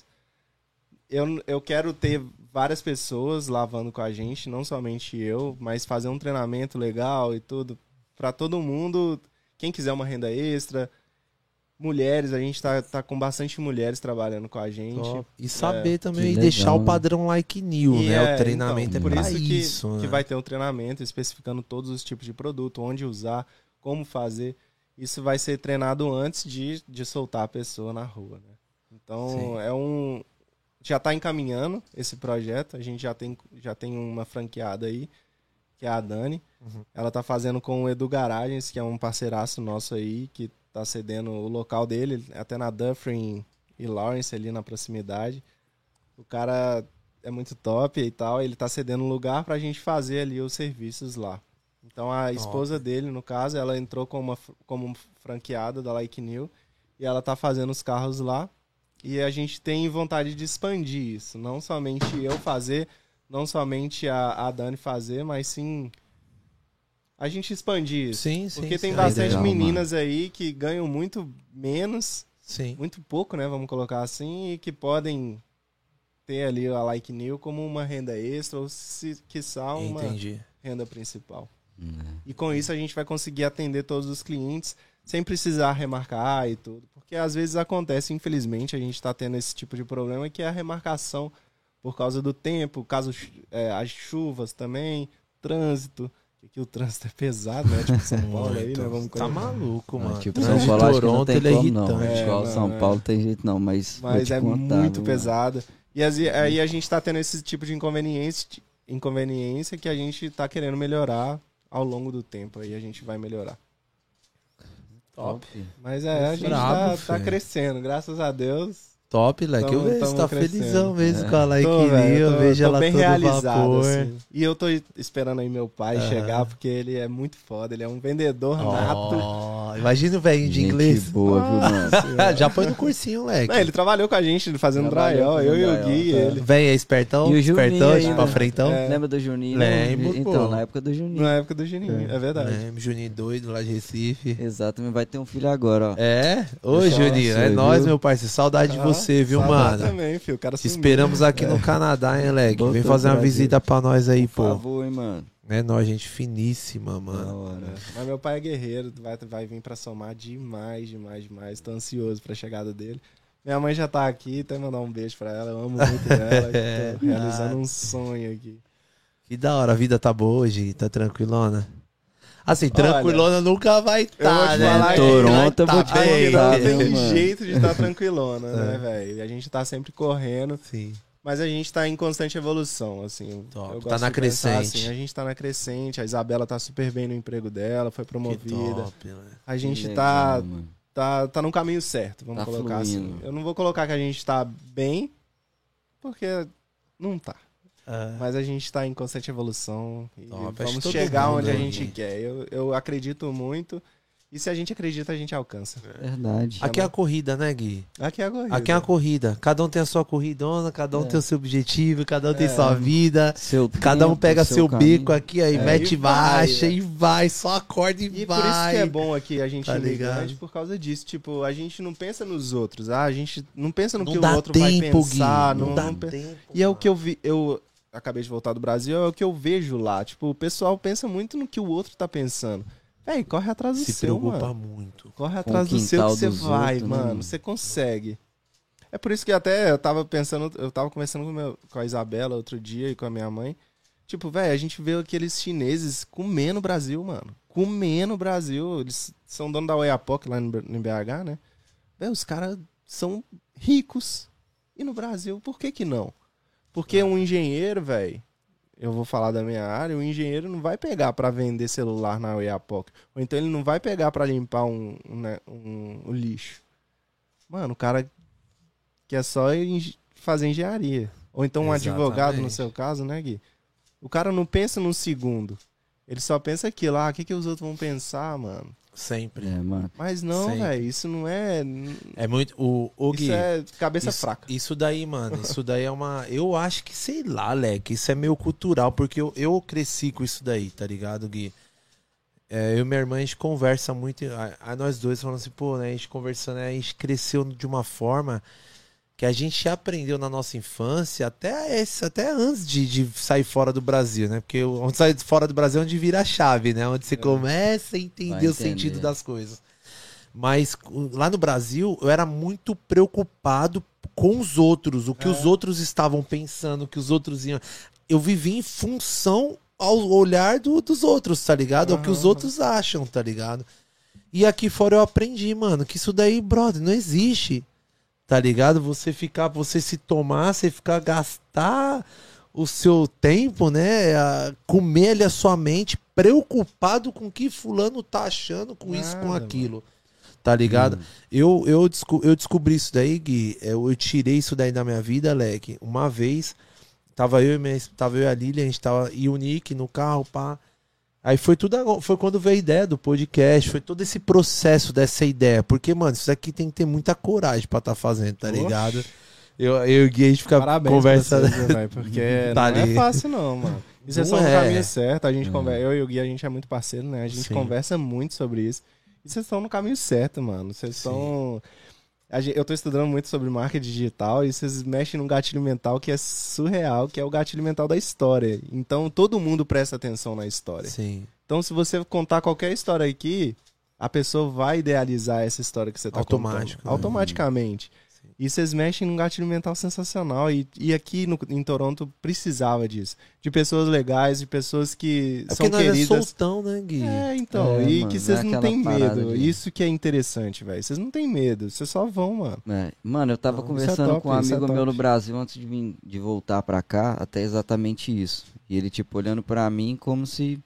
Eu, eu quero ter várias pessoas lavando com a gente, não somente eu, mas fazer um treinamento legal e tudo, para todo mundo, quem quiser uma renda extra, mulheres, a gente tá, tá com bastante mulheres trabalhando com a gente. Top. E saber também, Que e legal, deixar o né? padrão Like New, E né? é, O treinamento então, é por pra isso que, isso, né? que vai ter um treinamento especificando todos os tipos de produto, onde usar, como fazer. Isso vai ser treinado antes de, de soltar a pessoa na rua, né? Então, Sim. é um... Já está encaminhando esse projeto. A gente já tem, já tem uma franqueada aí, que é a Dani. Uhum. Ela tá fazendo com o Edu Garagens, que é um parceiraço nosso aí, que tá cedendo o local dele, até na Dufferin e Lawrence, ali na proximidade. O cara é muito top e tal, ele tá cedendo um lugar pra gente fazer ali os serviços lá. Então a esposa dele, no caso, ela entrou como, uma, como franqueada da Like New e ela tá fazendo os carros lá. E a gente tem vontade de expandir isso. Não somente eu fazer, não somente a, a Dani fazer, mas sim a gente expandir isso. Sim, sim. Porque tem sim. bastante legal, meninas aí que ganham muito menos, Sim. muito pouco, né? Vamos colocar assim, e que podem ter ali a Like New como uma renda extra ou, se quiçá, uma Entendi. renda principal. Hum, E com isso a gente vai conseguir atender todos os clientes sem precisar remarcar e tudo. Porque às vezes acontece, infelizmente, a gente está tendo esse tipo de problema, que é a remarcação por causa do tempo, caso é, as chuvas também, trânsito. Aqui o trânsito é pesado, né? Tipo São Paulo aí, né? Vamos Tá colocar. maluco, Ah, mano. tipo, Trânsito São Paulo acho que não Toronto, tem ele é como, não. irritante. É, Igual não, São é. Paulo tem jeito não, mas, vou Mas te é contar, muito viu, pesado. E as- aí a gente tá tendo esse tipo de inconveniência, inconveniência que a gente tá querendo melhorar ao longo do tempo. Aí a gente vai melhorar. mano? Top. Mas é, a gente Brabo, tá, tá filho. crescendo, graças a Deus. Top, Leque. Eu Tamo- vejo, você tamo tá crescendo. felizão mesmo É. com a Like Tô, New. velho, Eu tô- vejo tô ela bem todo realizado, vapor. assim. E eu tô esperando aí meu pai Aham. chegar, porque ele é muito foda, ele é um vendedor nato. Oh, imagina o velhinho de Gente inglês. boa, viu, mano? Já põe no cursinho, Leque. Não, ele trabalhou com a gente fazendo Trabalhou drywall, eu e o fazendo Gui e drywall, ele. Véi, é espertão? E o Juninho espertão, aí, tipo, pra né? frentão? É. Lembra do Juninho? Lembro, Então, pô. na época do Juninho. Na época do Juninho, é, verdade. É, Juninho doido lá de Recife. Exatamente, vai ter um filho agora, ó. É? Ô, Nossa, Juninho, é viu? nóis, meu parceiro. Saudade de Ah, você, viu, saudade mano? também, filho. O cara Te sumiu. esperamos aqui no Canadá, hein, Leque? Vem Botou fazer uma pra visita pra nós aí, Por pô. favor, hein, mano. É nóis, gente finíssima, Da mano. hora. É. Mas meu pai é guerreiro, vai, vai vir pra somar demais, demais, demais. Tô ansioso pra chegada dele. Minha mãe já tá aqui, até mandar um beijo pra ela. Eu amo muito ela. Tô realizando um sonho aqui. Que da hora, a vida tá boa hoje, tá tranquilona? Assim, Olha, tranquilona nunca vai eu vou estar, te né? falar que Toronto, eu Tá vou te bem. contar, Não viu, tem mano? jeito de estar tranquilona, né, É. velho? A gente tá sempre correndo, Sim. mas a gente tá em constante evolução, assim. Top. Eu Tá gosto na de pensar crescente. assim, a gente tá na crescente, a Isabela tá super bem no emprego dela, foi Que promovida. top, né? A gente Que tá, legal, mano. tá, tá no caminho certo, vamos Tá colocar assim. fluindo. Eu não vou colocar que a gente tá bem, porque não tá. Ah, Mas a gente tá em constante evolução e Top. Acho que vamos todo chegar mundo onde a aí. gente quer. Eu, eu acredito muito e se a gente acredita, a gente alcança. Verdade. Aqui é a corrida, né, Gui? Aqui é a corrida. Aqui é a corrida. Cada um tem a sua corridona, cada um É. tem o seu objetivo, cada um tem É. sua vida. Seu Cada um tempo, pega seu, caminho. bico aqui, aí É, mete e vai, marcha é. e vai, só acorda e, E vai. por isso que é bom aqui a gente Tá imigrante ligado? por causa disso. Tipo, a gente não pensa nos outros. Ah, a gente não pensa no Não que o dá outro vai tempo, pensar. Gui. Não, Não dá não pe- tempo. E é o que eu vi. Eu acabei de voltar do Brasil, é o que eu vejo lá. Tipo, o pessoal pensa muito no que o outro tá pensando. Véi, corre atrás do Se seu, preocupa mano. muito. Corre atrás do seu que quintal você dos vai, outros, né, mano. mano? Você consegue. É por isso que até eu tava pensando, eu tava conversando com, meu, com a Isabela outro dia e com a minha mãe. Tipo, velho, a gente vê aqueles chineses comendo o Brasil, mano. Comendo o Brasil. Eles são donos da Oiapoque lá em B H, né? Velho, os caras são ricos. E no Brasil, por que que não? Porque um engenheiro, velho, eu vou falar da minha área, o engenheiro não vai pegar pra vender celular na Oiapoque. Ou então ele não vai pegar pra limpar um, um, né, um, um lixo. Mano, o cara quer só fazer engenharia. Ou então um Exatamente. advogado, no seu caso, né, Gui? O cara não pensa num segundo. Ele só pensa aquilo, ah, o que, que os outros vão pensar, mano? Sempre. É, mano. Mas não, Sempre. velho, isso não é... É muito. O, o Gui, Isso é cabeça isso, fraca. Isso daí, mano, isso daí é uma. Eu acho que, sei lá, Leque, isso é meio cultural, porque eu, eu cresci com isso daí, tá ligado, Gui? É, eu e minha irmã, a gente conversa muito. Aí nós dois falando assim, pô, né? A gente conversando, né, a gente cresceu de uma forma que a gente aprendeu na nossa infância, até, esse, até antes de, de sair fora do Brasil, né? Porque onde sai fora do Brasil é onde vira a chave, né? Onde você é. começa a entender, Vai o entender. sentido das coisas. Mas lá no Brasil, eu era muito preocupado com os outros, o que É. os outros estavam pensando, o que os outros iam... Eu vivi em função ao olhar do, dos outros, tá ligado? Ao que os Aham. outros acham, tá ligado? E aqui fora eu aprendi, mano, que isso daí, brother, não existe. Tá ligado? Você ficar, você se tomar, você ficar gastar o seu tempo, né? A comer ali a sua mente, preocupado com o que fulano tá achando com isso, com Nada, aquilo. Tá ligado? Hum. Eu, eu, desco- eu descobri isso daí, Gui. Eu, eu tirei isso daí da minha vida, Leque. Uma vez, tava eu e, minha, tava eu e a Lilian, a gente tava, e o Nick no carro, pá. Aí foi tudo agora, foi quando veio a ideia do podcast, foi todo esse processo dessa ideia. Porque, mano, isso aqui tem que ter muita coragem pra tá fazendo, tá Oxe. ligado? Eu, eu e o Gui, a gente fica Parabéns conversando. pra vocês, né, véio? Porque Tá não ali. é fácil não, mano. Isso é Não só no é. caminho certo. A gente conversa, eu e o Gui, a gente é muito parceiro, né? A gente Sim. conversa muito sobre isso. E vocês estão no caminho certo, mano. Vocês estão... a gente- Eu tô estudando muito sobre marketing digital e vocês mexem num gatilho mental que é surreal, que é o gatilho mental da história. Então todo mundo presta atenção na história. Sim. Então se você contar qualquer história aqui, a pessoa vai idealizar essa história que você tá Automático, contando. né? Automaticamente. E vocês mexem num gatilho mental sensacional. E, e aqui no, em Toronto precisava disso. De pessoas legais, de pessoas que É são porque nós é queridas. soltão, né, Gui? É, então. É, e mano, que não vocês é não aquela têm parada medo. de- Isso que é interessante, velho. Vocês não têm medo. Vocês só vão, mano. É. Mano, eu tava Não, conversando isso é top, com um isso é amigo meu top. no Brasil antes de vir de voltar pra cá, até exatamente isso. E ele, tipo, olhando pra mim como se.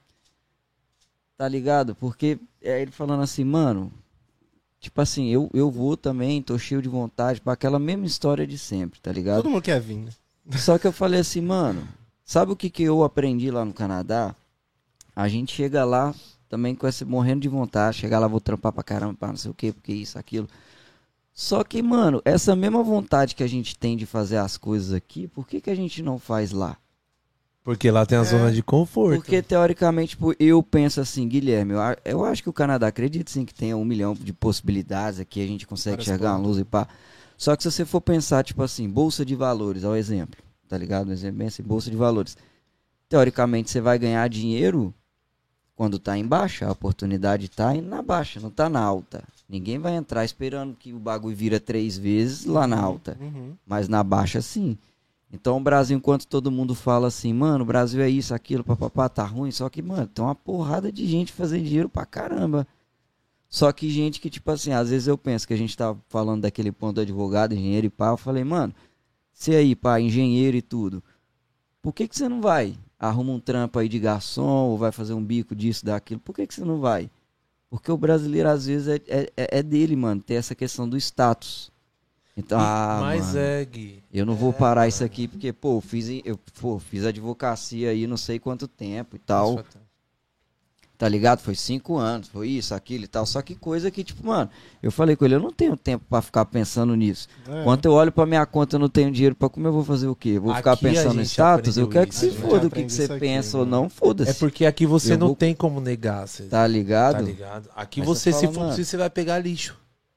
Tá ligado? Porque é ele falando assim, mano. Tipo assim, eu, eu vou também, tô cheio de vontade pra aquela mesma história de sempre, tá ligado? Todo mundo quer vir, né? Só que eu falei assim, mano, sabe o que, que eu aprendi lá no Canadá? A gente chega lá também com esse morrendo de vontade, chegar lá, vou trampar pra caramba, pra não sei o que, porque isso, aquilo. Só que, mano, essa mesma vontade que a gente tem de fazer as coisas aqui, por que, que a gente não faz lá? Porque lá tem a É. zona de conforto. Porque, teoricamente, tipo, eu penso assim, Guilherme, eu, a- eu acho que o Canadá, acredito sim que tenha um milhão de possibilidades aqui, a gente consegue Várias enxergar uma pontas. luz e pá. Só que se você for pensar, tipo assim, bolsa de valores, ao exemplo, tá ligado? Um exemplo bem assim, bolsa de valores. Teoricamente, você vai ganhar dinheiro quando tá em baixa, a oportunidade tá em- na baixa, não tá na alta. Ninguém vai entrar esperando que o bagulho vira três vezes lá na alta. Uhum. Mas na baixa, sim. Então o Brasil, enquanto todo mundo fala assim, mano, o Brasil é isso, aquilo, papapá, tá ruim. Só que, mano, tem uma porrada de gente fazendo dinheiro pra caramba. Só que gente que, tipo assim, às vezes eu penso que a gente tá falando daquele ponto do advogado, engenheiro e pá. Eu falei, mano, você aí, pá, engenheiro e tudo. Por que que você não vai? Arruma um trampo aí de garçom, ou vai fazer um bico disso, daquilo. Por que que você não vai? Porque o brasileiro, às vezes, é, é, é dele, mano, ter essa questão do status. Então, ah, Mas mano, é, Gui. eu não vou É, parar mano. isso aqui porque, pô, eu fiz, eu, pô, fiz advocacia aí não sei quanto tempo e tal, Isso é- tá ligado? Foi cinco anos, foi isso, aquilo e tal. Só que coisa que, tipo, mano, eu falei com ele, eu não tenho tempo pra ficar pensando nisso. É. Quando eu olho pra minha conta, eu não tenho dinheiro pra comer, eu vou fazer o quê? Eu vou ficar Aqui a pensando no gente status? Eu aprendeu quero que isso, se a gente foda o que, aprende que você isso aqui, pensa ou mano. não, foda-se. É porque aqui você Eu não vou- tem como negar, cê, Tá ligado? tá ligado? Aqui Mas você, você se fala, for mano. preciso, você vai pegar lixo.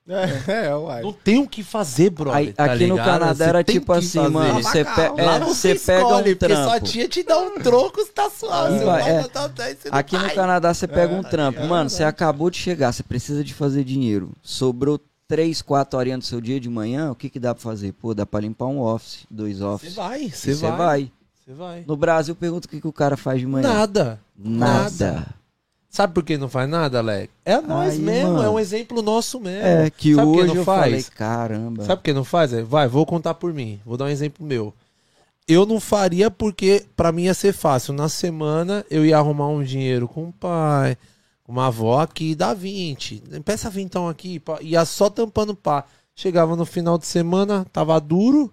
É, é, uai. Não tem o que fazer, brother. Aí, tá aqui no ligado? Canadá Você era tem tipo que assim, fazer. mano, você Lá pe Lá é, você você pega um escolhe, porque sua trampo. tia te dá um troco, você tá suave. E Você vai, vai é. botar dez, você não Aqui no vai. Canadá você pega É, um tá trampo. ligado? Mano, você acabou de chegar, você precisa de fazer dinheiro. Sobrou três, quatro horinhas do seu dia de manhã, o que que dá pra fazer? Pô, dá pra limpar um office, dois Você offices. vai, você E Você vai. vai. Você vai. No Brasil, pergunta o que, que o cara faz de manhã. Nada. Nada. Sabe por que não faz nada, Alec? É nós Aí, mesmo, mano. é um exemplo nosso mesmo. É, que Sabe por que hoje não eu faz? falei, caramba. Sabe por que não faz? Vai, vou contar por mim. Vou dar um exemplo meu. Eu não faria porque pra mim ia ser fácil. Na semana eu ia arrumar um dinheiro com o pai, com uma avó aqui, dá vinte. Peça vintão aqui, pá. Ia só tampando pá. Chegava no final de semana, tava duro.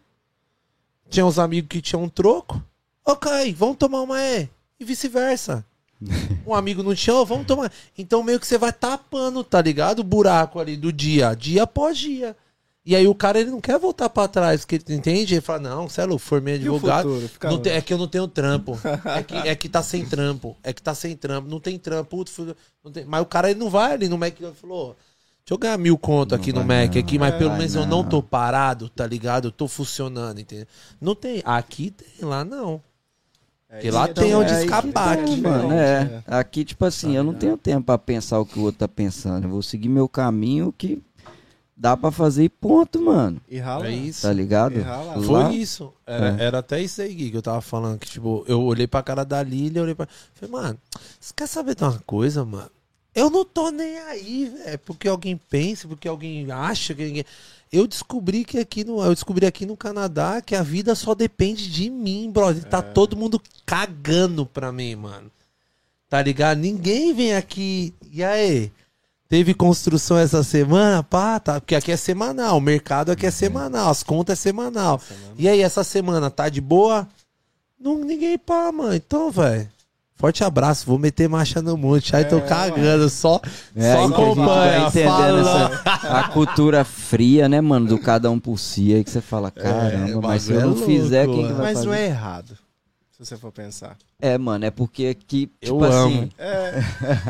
Tinha uns amigos que tinham um troco. Ok, vamos tomar uma E. E vice-versa. Um amigo não tinha, ó, vamos tomar. Então meio que você vai tapando, tá ligado? O buraco ali do dia, dia após dia. E aí o cara, ele não quer voltar pra trás, porque ele entende? Ele fala, não, você é louco, formei E o advogado. futuro? Fica Não onde? tem- é que eu não tenho trampo. É que, é que tá sem trampo. É que tá sem trampo. Não tem trampo. Putz, fui- não tem- Mas o cara, ele não vai ali no Mac e falou, deixa eu ganhar mil conto aqui Não no vai Mac, não, aqui, mas é, pelo vai menos eu não. não tô parado, tá ligado? Eu tô funcionando, entendeu? Não tem. Aqui tem, lá não. Porque lá isso tem é- onde é aí que escapar tá, aqui, mano, diferente, é. Aqui, tipo assim, eu não tenho tempo pra pensar o que o outro tá pensando. Eu vou seguir meu caminho que dá pra fazer e ponto, mano. E rala. É isso. Tá ligado? E rala. Foi Lá- isso. Era, É. era até isso aí, Gui, que eu tava falando. Que, tipo, eu olhei pra cara da Lília, eu olhei pra. Falei, mano, você quer saber de uma coisa, mano? Eu não tô nem aí, velho. Porque alguém pensa, porque alguém acha que ninguém. Eu descobri que aqui no. Eu descobri aqui no Canadá que a vida só depende de mim, brother. Tá todo mundo cagando pra mim, mano. Tá ligado? Ninguém vem aqui. E aí? Teve construção essa semana? Pá, tá. Porque aqui é semanal. O mercado aqui é semanal. As contas é semanal. E aí, essa semana, tá de boa? Não, ninguém pá, mano. Então, velho. Forte abraço. Vou meter marcha no monte. Aí tô É, cagando. Só, É, só aí que a gente vai acompanha. entendendo Fala. essa, a cultura fria, né, mano? Do cada um por si. Aí que você fala, caramba, mas se eu bagulho não é louco, fizer, quem que mano. vai Mas fazer? não é errado, se você for pensar. É, mano, é porque aqui, Eu tipo amo. assim... É,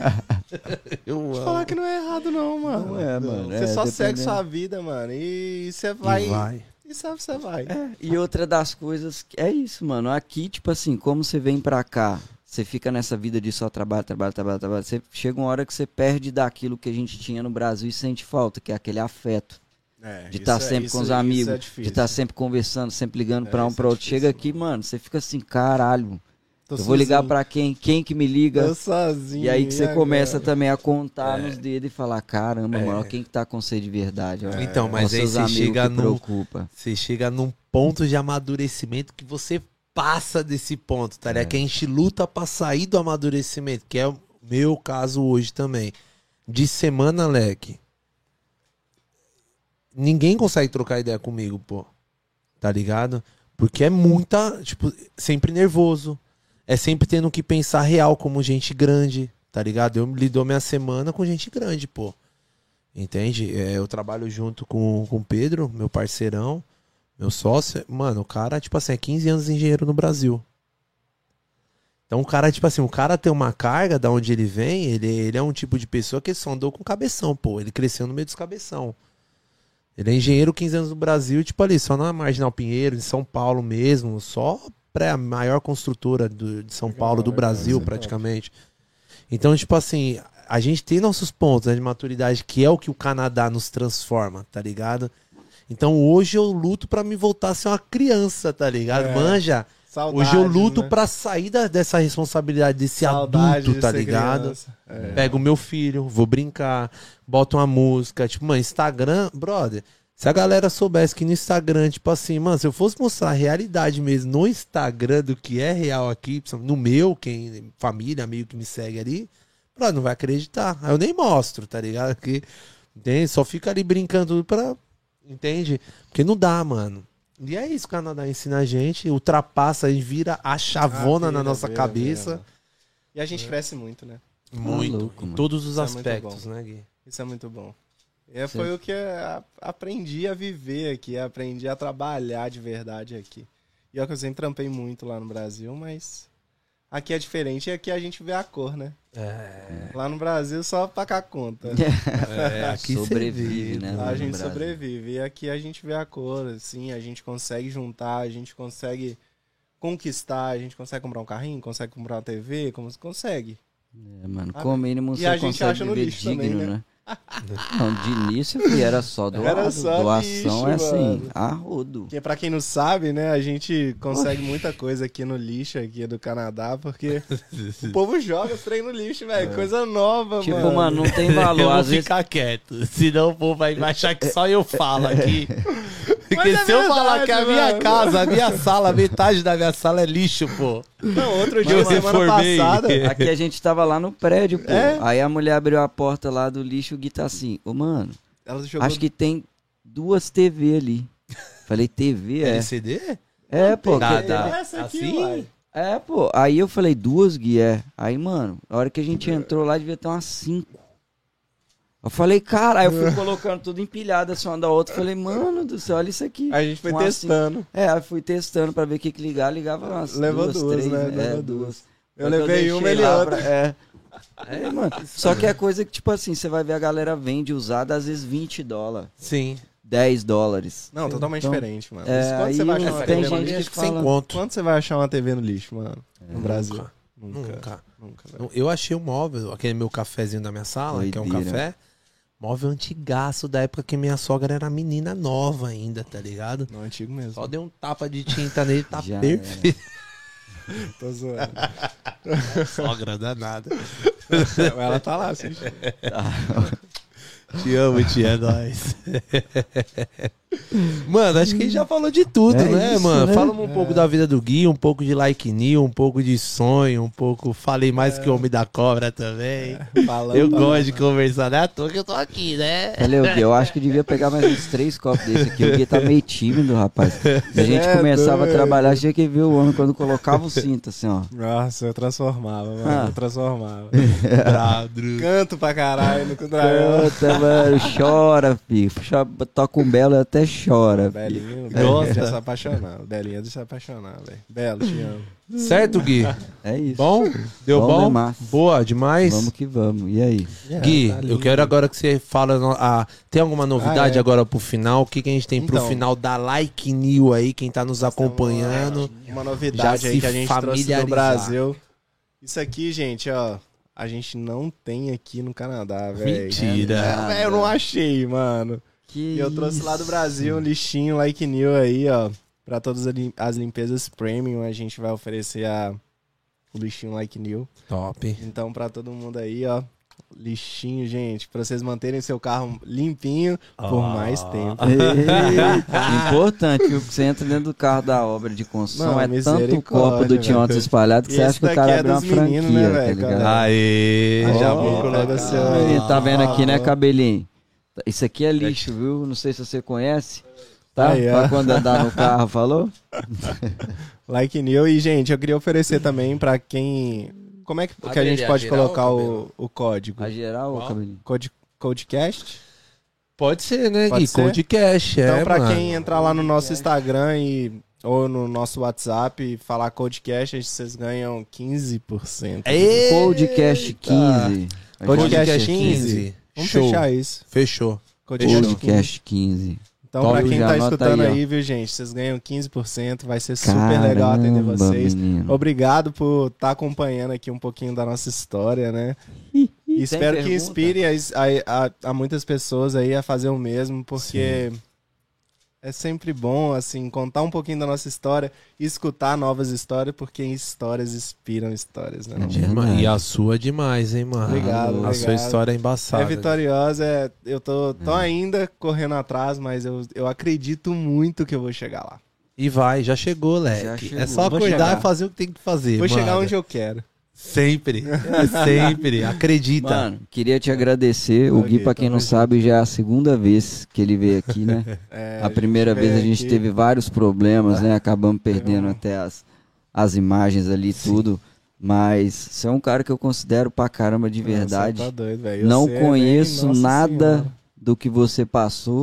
Eu vou amo. falar que não é errado não, mano. Não é, mano. Você é, só segue dependendo. sua vida, mano, e você vai... E vai. E sabe, você vai. É, e outra das coisas, que- é isso, mano. Aqui, tipo assim, como você vem pra cá, você fica nessa vida de só trabalho, trabalho, trabalho, trabalho. Você chega uma hora que você perde daquilo que a gente tinha no Brasil e sente falta, que é aquele afeto. É, De isso estar é- sempre isso- com os isso amigos, é de difícil. estar sempre conversando, sempre ligando É, pra um isso pra é outro. difícil, Chega aqui, mano, você fica assim, caralho. Tô Eu vou ligar sozinho. pra quem? Quem que me liga? Eu sozinho. E aí que você agora? começa também a contar nos dedos e falar, caramba, mano, quem que tá com você de verdade? Ó. Então, mas Os aí seus você amigos chega que num, preocupa. você chega num ponto de amadurecimento que você passa desse ponto, tá ligado? Que a gente luta pra sair do amadurecimento, que é o meu caso hoje também. De semana, Leque, ninguém consegue trocar ideia comigo, pô. Tá ligado? Porque é muita, tipo, sempre nervoso. É sempre tendo que pensar real como gente grande, tá ligado? Eu lido minha semana com gente grande, pô. Entende? É, eu trabalho junto com, com o Pedro, meu parceirão, meu sócio. Mano, o cara, tipo assim, é quinze anos de engenheiro no Brasil. Então o cara, tipo assim, o cara tem uma carga da onde ele vem, ele, ele é um tipo de pessoa que só andou com cabeção, pô. Ele cresceu no meio dos cabeção. Ele é engenheiro quinze anos no Brasil, tipo ali, só na Marginal Pinheiro, em São Paulo mesmo, só pra maior construtora do, de São Legal, Paulo, do legal, Brasil, isso é praticamente. Então, tipo assim, a gente tem nossos pontos, né, de maturidade, que é o que o Canadá nos transforma, tá ligado? Então hoje eu luto pra me voltar a ser uma criança, tá ligado? É. Manja, Saudades, hoje eu luto né? pra sair da- dessa responsabilidade, desse Saudade adulto, de tá ser ligado? criança. É. Pego o meu filho, vou brincar, boto uma música, tipo, mano, Instagram, brother, se a galera soubesse que no Instagram, tipo assim, mano, se eu fosse mostrar a realidade mesmo no Instagram do que é real aqui, no meu, quem, família, amigo que me segue ali, brother, não vai acreditar. Aí eu nem mostro, tá ligado? Que, entende? Só fica ali brincando pra, entende? Porque não dá, mano. E é isso que o Canadá ensina a gente, ultrapassa, a gente vira a chavona Ah, na vira, nossa vira, cabeça. vira. E a gente cresce muito, né? Muito, louco, em mano. todos os Isso é muito aspectos, bom. né, Gui? Isso é muito bom. E foi o que eu aprendi a viver aqui, aprendi a trabalhar de verdade aqui. E é o que eu sempre trampei muito lá no Brasil, mas Aqui é diferente e aqui a gente vê a cor, né? É. Lá no Brasil só pagar conta. É, aqui Sobrevive, você né? vê, Lá a no gente Brasil. sobrevive. E aqui a gente vê a cor, assim, a gente consegue juntar, a gente consegue conquistar, a gente consegue comprar um carrinho, consegue comprar uma T V, como consegue. É, mano, Ah, com o mínimo e você a gente consegue acha no viver lixo digno, também, né? né? Não, de início filho, era só doado. Era só Doação lixo, é assim, mano. a rodo. Porque pra quem não sabe, né, a gente consegue muita coisa aqui no lixo, aqui do Canadá, porque o povo joga os trem no lixo, velho. Coisa nova, Tipo, mano. mano, não tem Eu valor. vou Às vezes ficar quieto, senão o povo vai achar que só eu falo aqui. Porque Mas é se eu falar verdade, que a minha mano. casa, a minha sala, metade da minha sala é lixo, pô. Não, outro dia, Eu semana reformei. passada... aqui a gente tava lá no prédio, pô. É? Aí a mulher abriu a porta lá do lixo e o Gui tá assim, ô mano, Ela jogou... acho que tem duas T V ali. Falei, T V é? L C D? É, pô. Dá, que- dá. Essa aqui, Assim? uai. É, pô. Aí eu falei, duas, Gui, é. Aí, mano, a hora que a gente entrou lá, devia ter umas cinco. Eu falei, cara, aí eu fui colocando tudo empilhado assim, uma da outra. Falei, mano do céu, olha isso aqui. A gente foi Umas testando. É, aí fui testando pra ver o que que ligar. Ligava umas Levou duas, duas, três, né? É, Levou duas. duas. Eu Só que levei deixei uma, ele lá outra. pra- É. É, mano. Só que é coisa que, tipo assim, você vai ver a galera vende usada, às vezes vinte dólares, Sim. dez dólares. Não, totalmente Então, diferente, mano. é, Isso, quando você aí vai achar tem uma T V no gente lixo? que Acho que sem fala- conto. Quando você vai achar uma T V no lixo, mano? No Brasil? Nunca. Nunca. Nunca. Nunca, velho. Eu achei um móvel, aquele meu cafezinho da minha sala, que é um Doideira. café. Móvel antigaço da época que minha sogra era menina nova ainda, tá ligado? Não, antigo mesmo. Só deu um tapa de tinta nele, tá Já perfeito. Tô zoando. Sogra danada. Ela tá lá, assim. Te amo, tia, é nóis. Mano, acho que a gente já falou de tudo, É né, isso, mano? né? Fala um pouco da vida do Gui, um pouco de Like New, um pouco de sonho, um pouco. Falei mais que o Homem da Cobra também. Falando, Eu falando. gosto de conversar, né? À toa que eu tô aqui, né? Falei, o Gui, eu acho que devia pegar mais uns três copos desse aqui. O Gui tá meio tímido, rapaz. Se a gente É começava doido. a trabalhar, tinha que ver o homem quando colocava o cinto, assim, ó. Nossa, eu transformava, mano. Ah. Eu transformava. Bradro. Canto pra caralho no dragão. Canta, mano, chora, filho. Chora, toca um belo e até chora. filho. Belinho, Gosta. Belinho deixa se apaixonar. Belinho deixa se apaixonar, velho. Belo, te amo. Certo, Gui? É isso. Bom? Deu Bom bom? demais. Boa, demais? Vamos que vamos. E aí? Gui, tá eu lindo. quero agora que você fala. no- Ah, tem alguma novidade Ah, é. agora pro final? O que, que a gente tem pro Então. final da Like New aí? Quem tá nos acompanhando? Uma novidade Já aí se que a gente trouxe do familiarizar. Brasil. Isso aqui, gente, ó. A gente não tem aqui no Canadá, velho. Mentira. É, velho, eu não achei, mano. Que E eu trouxe lá do isso? Brasil um lixinho Like New aí, ó. Pra todas as lim- as limpezas premium, a gente vai oferecer a, o lixinho Like New. Top. Então, pra todo mundo aí, ó. Lixinho, gente. Pra vocês manterem seu carro limpinho por mais tempo. Eita, importante, viu? Porque você entra dentro do carro da obra de construção, Não, é tanto misericórdia, copo do Tiontos velho. espalhado que E você esse acha que o daqui cara é abriu uma dos franquia, meninos, né, tá velho, ligado? cara? Aê, Ó, já ó, vou ó, colocar. seu- Aí, tá vendo aqui, né, ó. cabelinho? Isso aqui é lixo, viu? Não sei se você conhece. Tá? Aí, ó. Pra quando andar no carro, falou? Like New. E, gente, eu queria oferecer também pra quem... Como é que, que a Adele, gente pode a geral, colocar o, cabelo? o código? A geral, ô Qual? cabelinho? Code, Codecast? Pode ser, né, Pode Gui? ser? Codecast, Então, é, pra mano. quem entrar lá no nosso Instagram e, ou no nosso WhatsApp e falar Codecast, vocês ganham quinze por cento. Eita! Podcast quinze. Podcast quinze. quinze. Vamos Show. fechar isso. Fechou. Codecast quinze. Podcast quinze. Então, Top, pra quem já tá anota escutando aí, ó. aí, viu, gente? Vocês ganham quinze por cento. Vai ser super Caramba, legal atender vocês. menino. Obrigado por estar acompanhando aqui um pouquinho da nossa história, né? E espero que pergunta? inspire a, a- a- a muitas pessoas aí a fazer o mesmo, porque é sempre bom, assim, contar um pouquinho da nossa história e escutar novas histórias, porque histórias inspiram histórias, né? É não? verdade. E a sua é demais, hein, mano? Obrigado, A obrigado. sua história é embaçada. É vitoriosa, é- eu tô, tô ainda correndo atrás, mas eu, eu acredito muito que eu vou chegar lá. E vai, já chegou, Leque. Já chegou. É só Vou acordar chegar. e fazer o que tem que fazer. Vou chegar mano. onde eu quero. Sempre. É sempre. Acredita. Mano, queria te agradecer. O Ok, Gui, pra quem tamo não junto. sabe, já é a segunda vez que ele veio aqui, né? É, A primeira veio vez a gente aqui. teve vários problemas, né? Acabamos perdendo um- até as, as imagens ali, tudo. Mas você é um cara que eu considero pra caramba de Não, verdade. você tá doido, velho. Não Você, conheço velho, nossa nada senhora. do que você passou,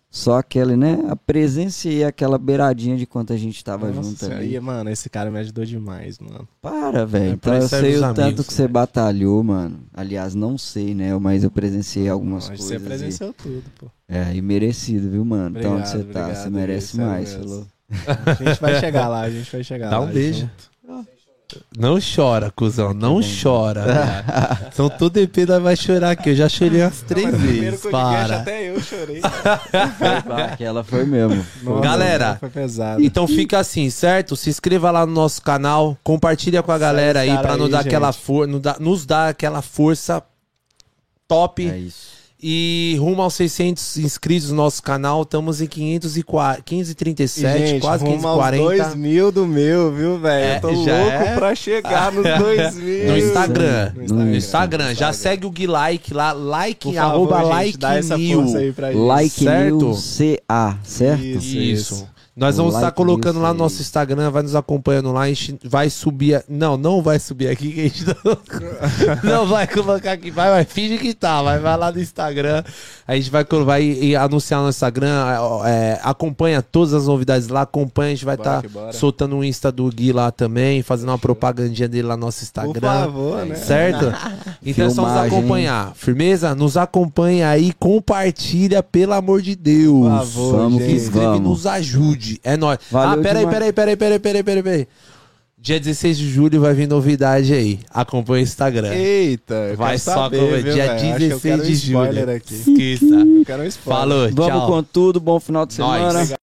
Só aquela, né? A presença e aquela beiradinha de quanto a gente tava Nossa, junto isso ali. aí, mano, esse cara me ajudou demais, mano. Para, velho. É, Então pra eu isso serve sei os o amigos, tanto que você né? batalhou, mano. Aliás, não sei, né? Mas eu presenciei algumas Nossa, coisas. você e- presenciou tudo, pô. É, e merecido, viu, mano? então onde Obrigado, você tá? obrigado, Você merece isso é mais, mesmo. falou. A gente vai chegar lá, a gente vai chegar Dá lá. um beijo. junto. Não chora, cuzão. Não chora. Viado. São tudo E P, nós vai chorar aqui. Eu já chorei umas três Mas no primeiro vezes. podcast Para. até eu chorei. Aquela foi mesmo. Nossa, Galera, foi pesado. Então fica assim, certo? Se inscreva lá no nosso canal, compartilha com a galera Segue aí os cara pra nos aí, dar aquela gente. for, nos dar- nos dar aquela força top. É isso. E rumo aos seiscentos inscritos no nosso canal, estamos em quinhentos e quarenta, quinhentos e trinta e sete, E, gente, quase rumo quinhentos e quarenta. aos dois mil do meu, viu, velho? É, eu tô já louco é. pra chegar nos dois mil. No Instagram. No No Instagram. Instagram. Já segue o Gui Like lá, like, Por arroba favor, like gente, dá essa mil. força aí pra gente. Like Certo? New C A, certo? Isso, Isso. Nós O vamos estar like colocando nisso lá aí. no nosso Instagram, vai nos acompanhando lá, a gente vai subir. a- Não, não vai subir aqui, que a gente não, não vai colocar aqui. Vai, vai, finge que tá, vai, vai lá no Instagram. A gente vai, colo- vai e anunciar no Instagram. é, acompanha todas as novidades lá, acompanha. A gente vai Bora estar que bora. soltando o Insta do Gui lá também, fazendo uma propagandinha dele lá no nosso Por Instagram. favor, né? Certo? Então é só nos Filmagem. acompanhar. Firmeza? Nos acompanha aí, compartilha, pelo amor de Deus. Por favor, Vamos gente. que Se inscreve e vamos. nos ajude. É nóis. Valeu ah, peraí, demais. peraí, peraí, peraí, peraí, peraí, peraí. Dia dezesseis de julho vai vir novidade aí. Acompanha o Instagram. Eita, eu Vai quero só saber, como viu, dia velho? Acho que eu dezesseis quero um de julho. spoiler aqui. Esqueça. Eu quero um spoiler. Falou, Vamos tchau. com tudo, bom final de Nós. semana.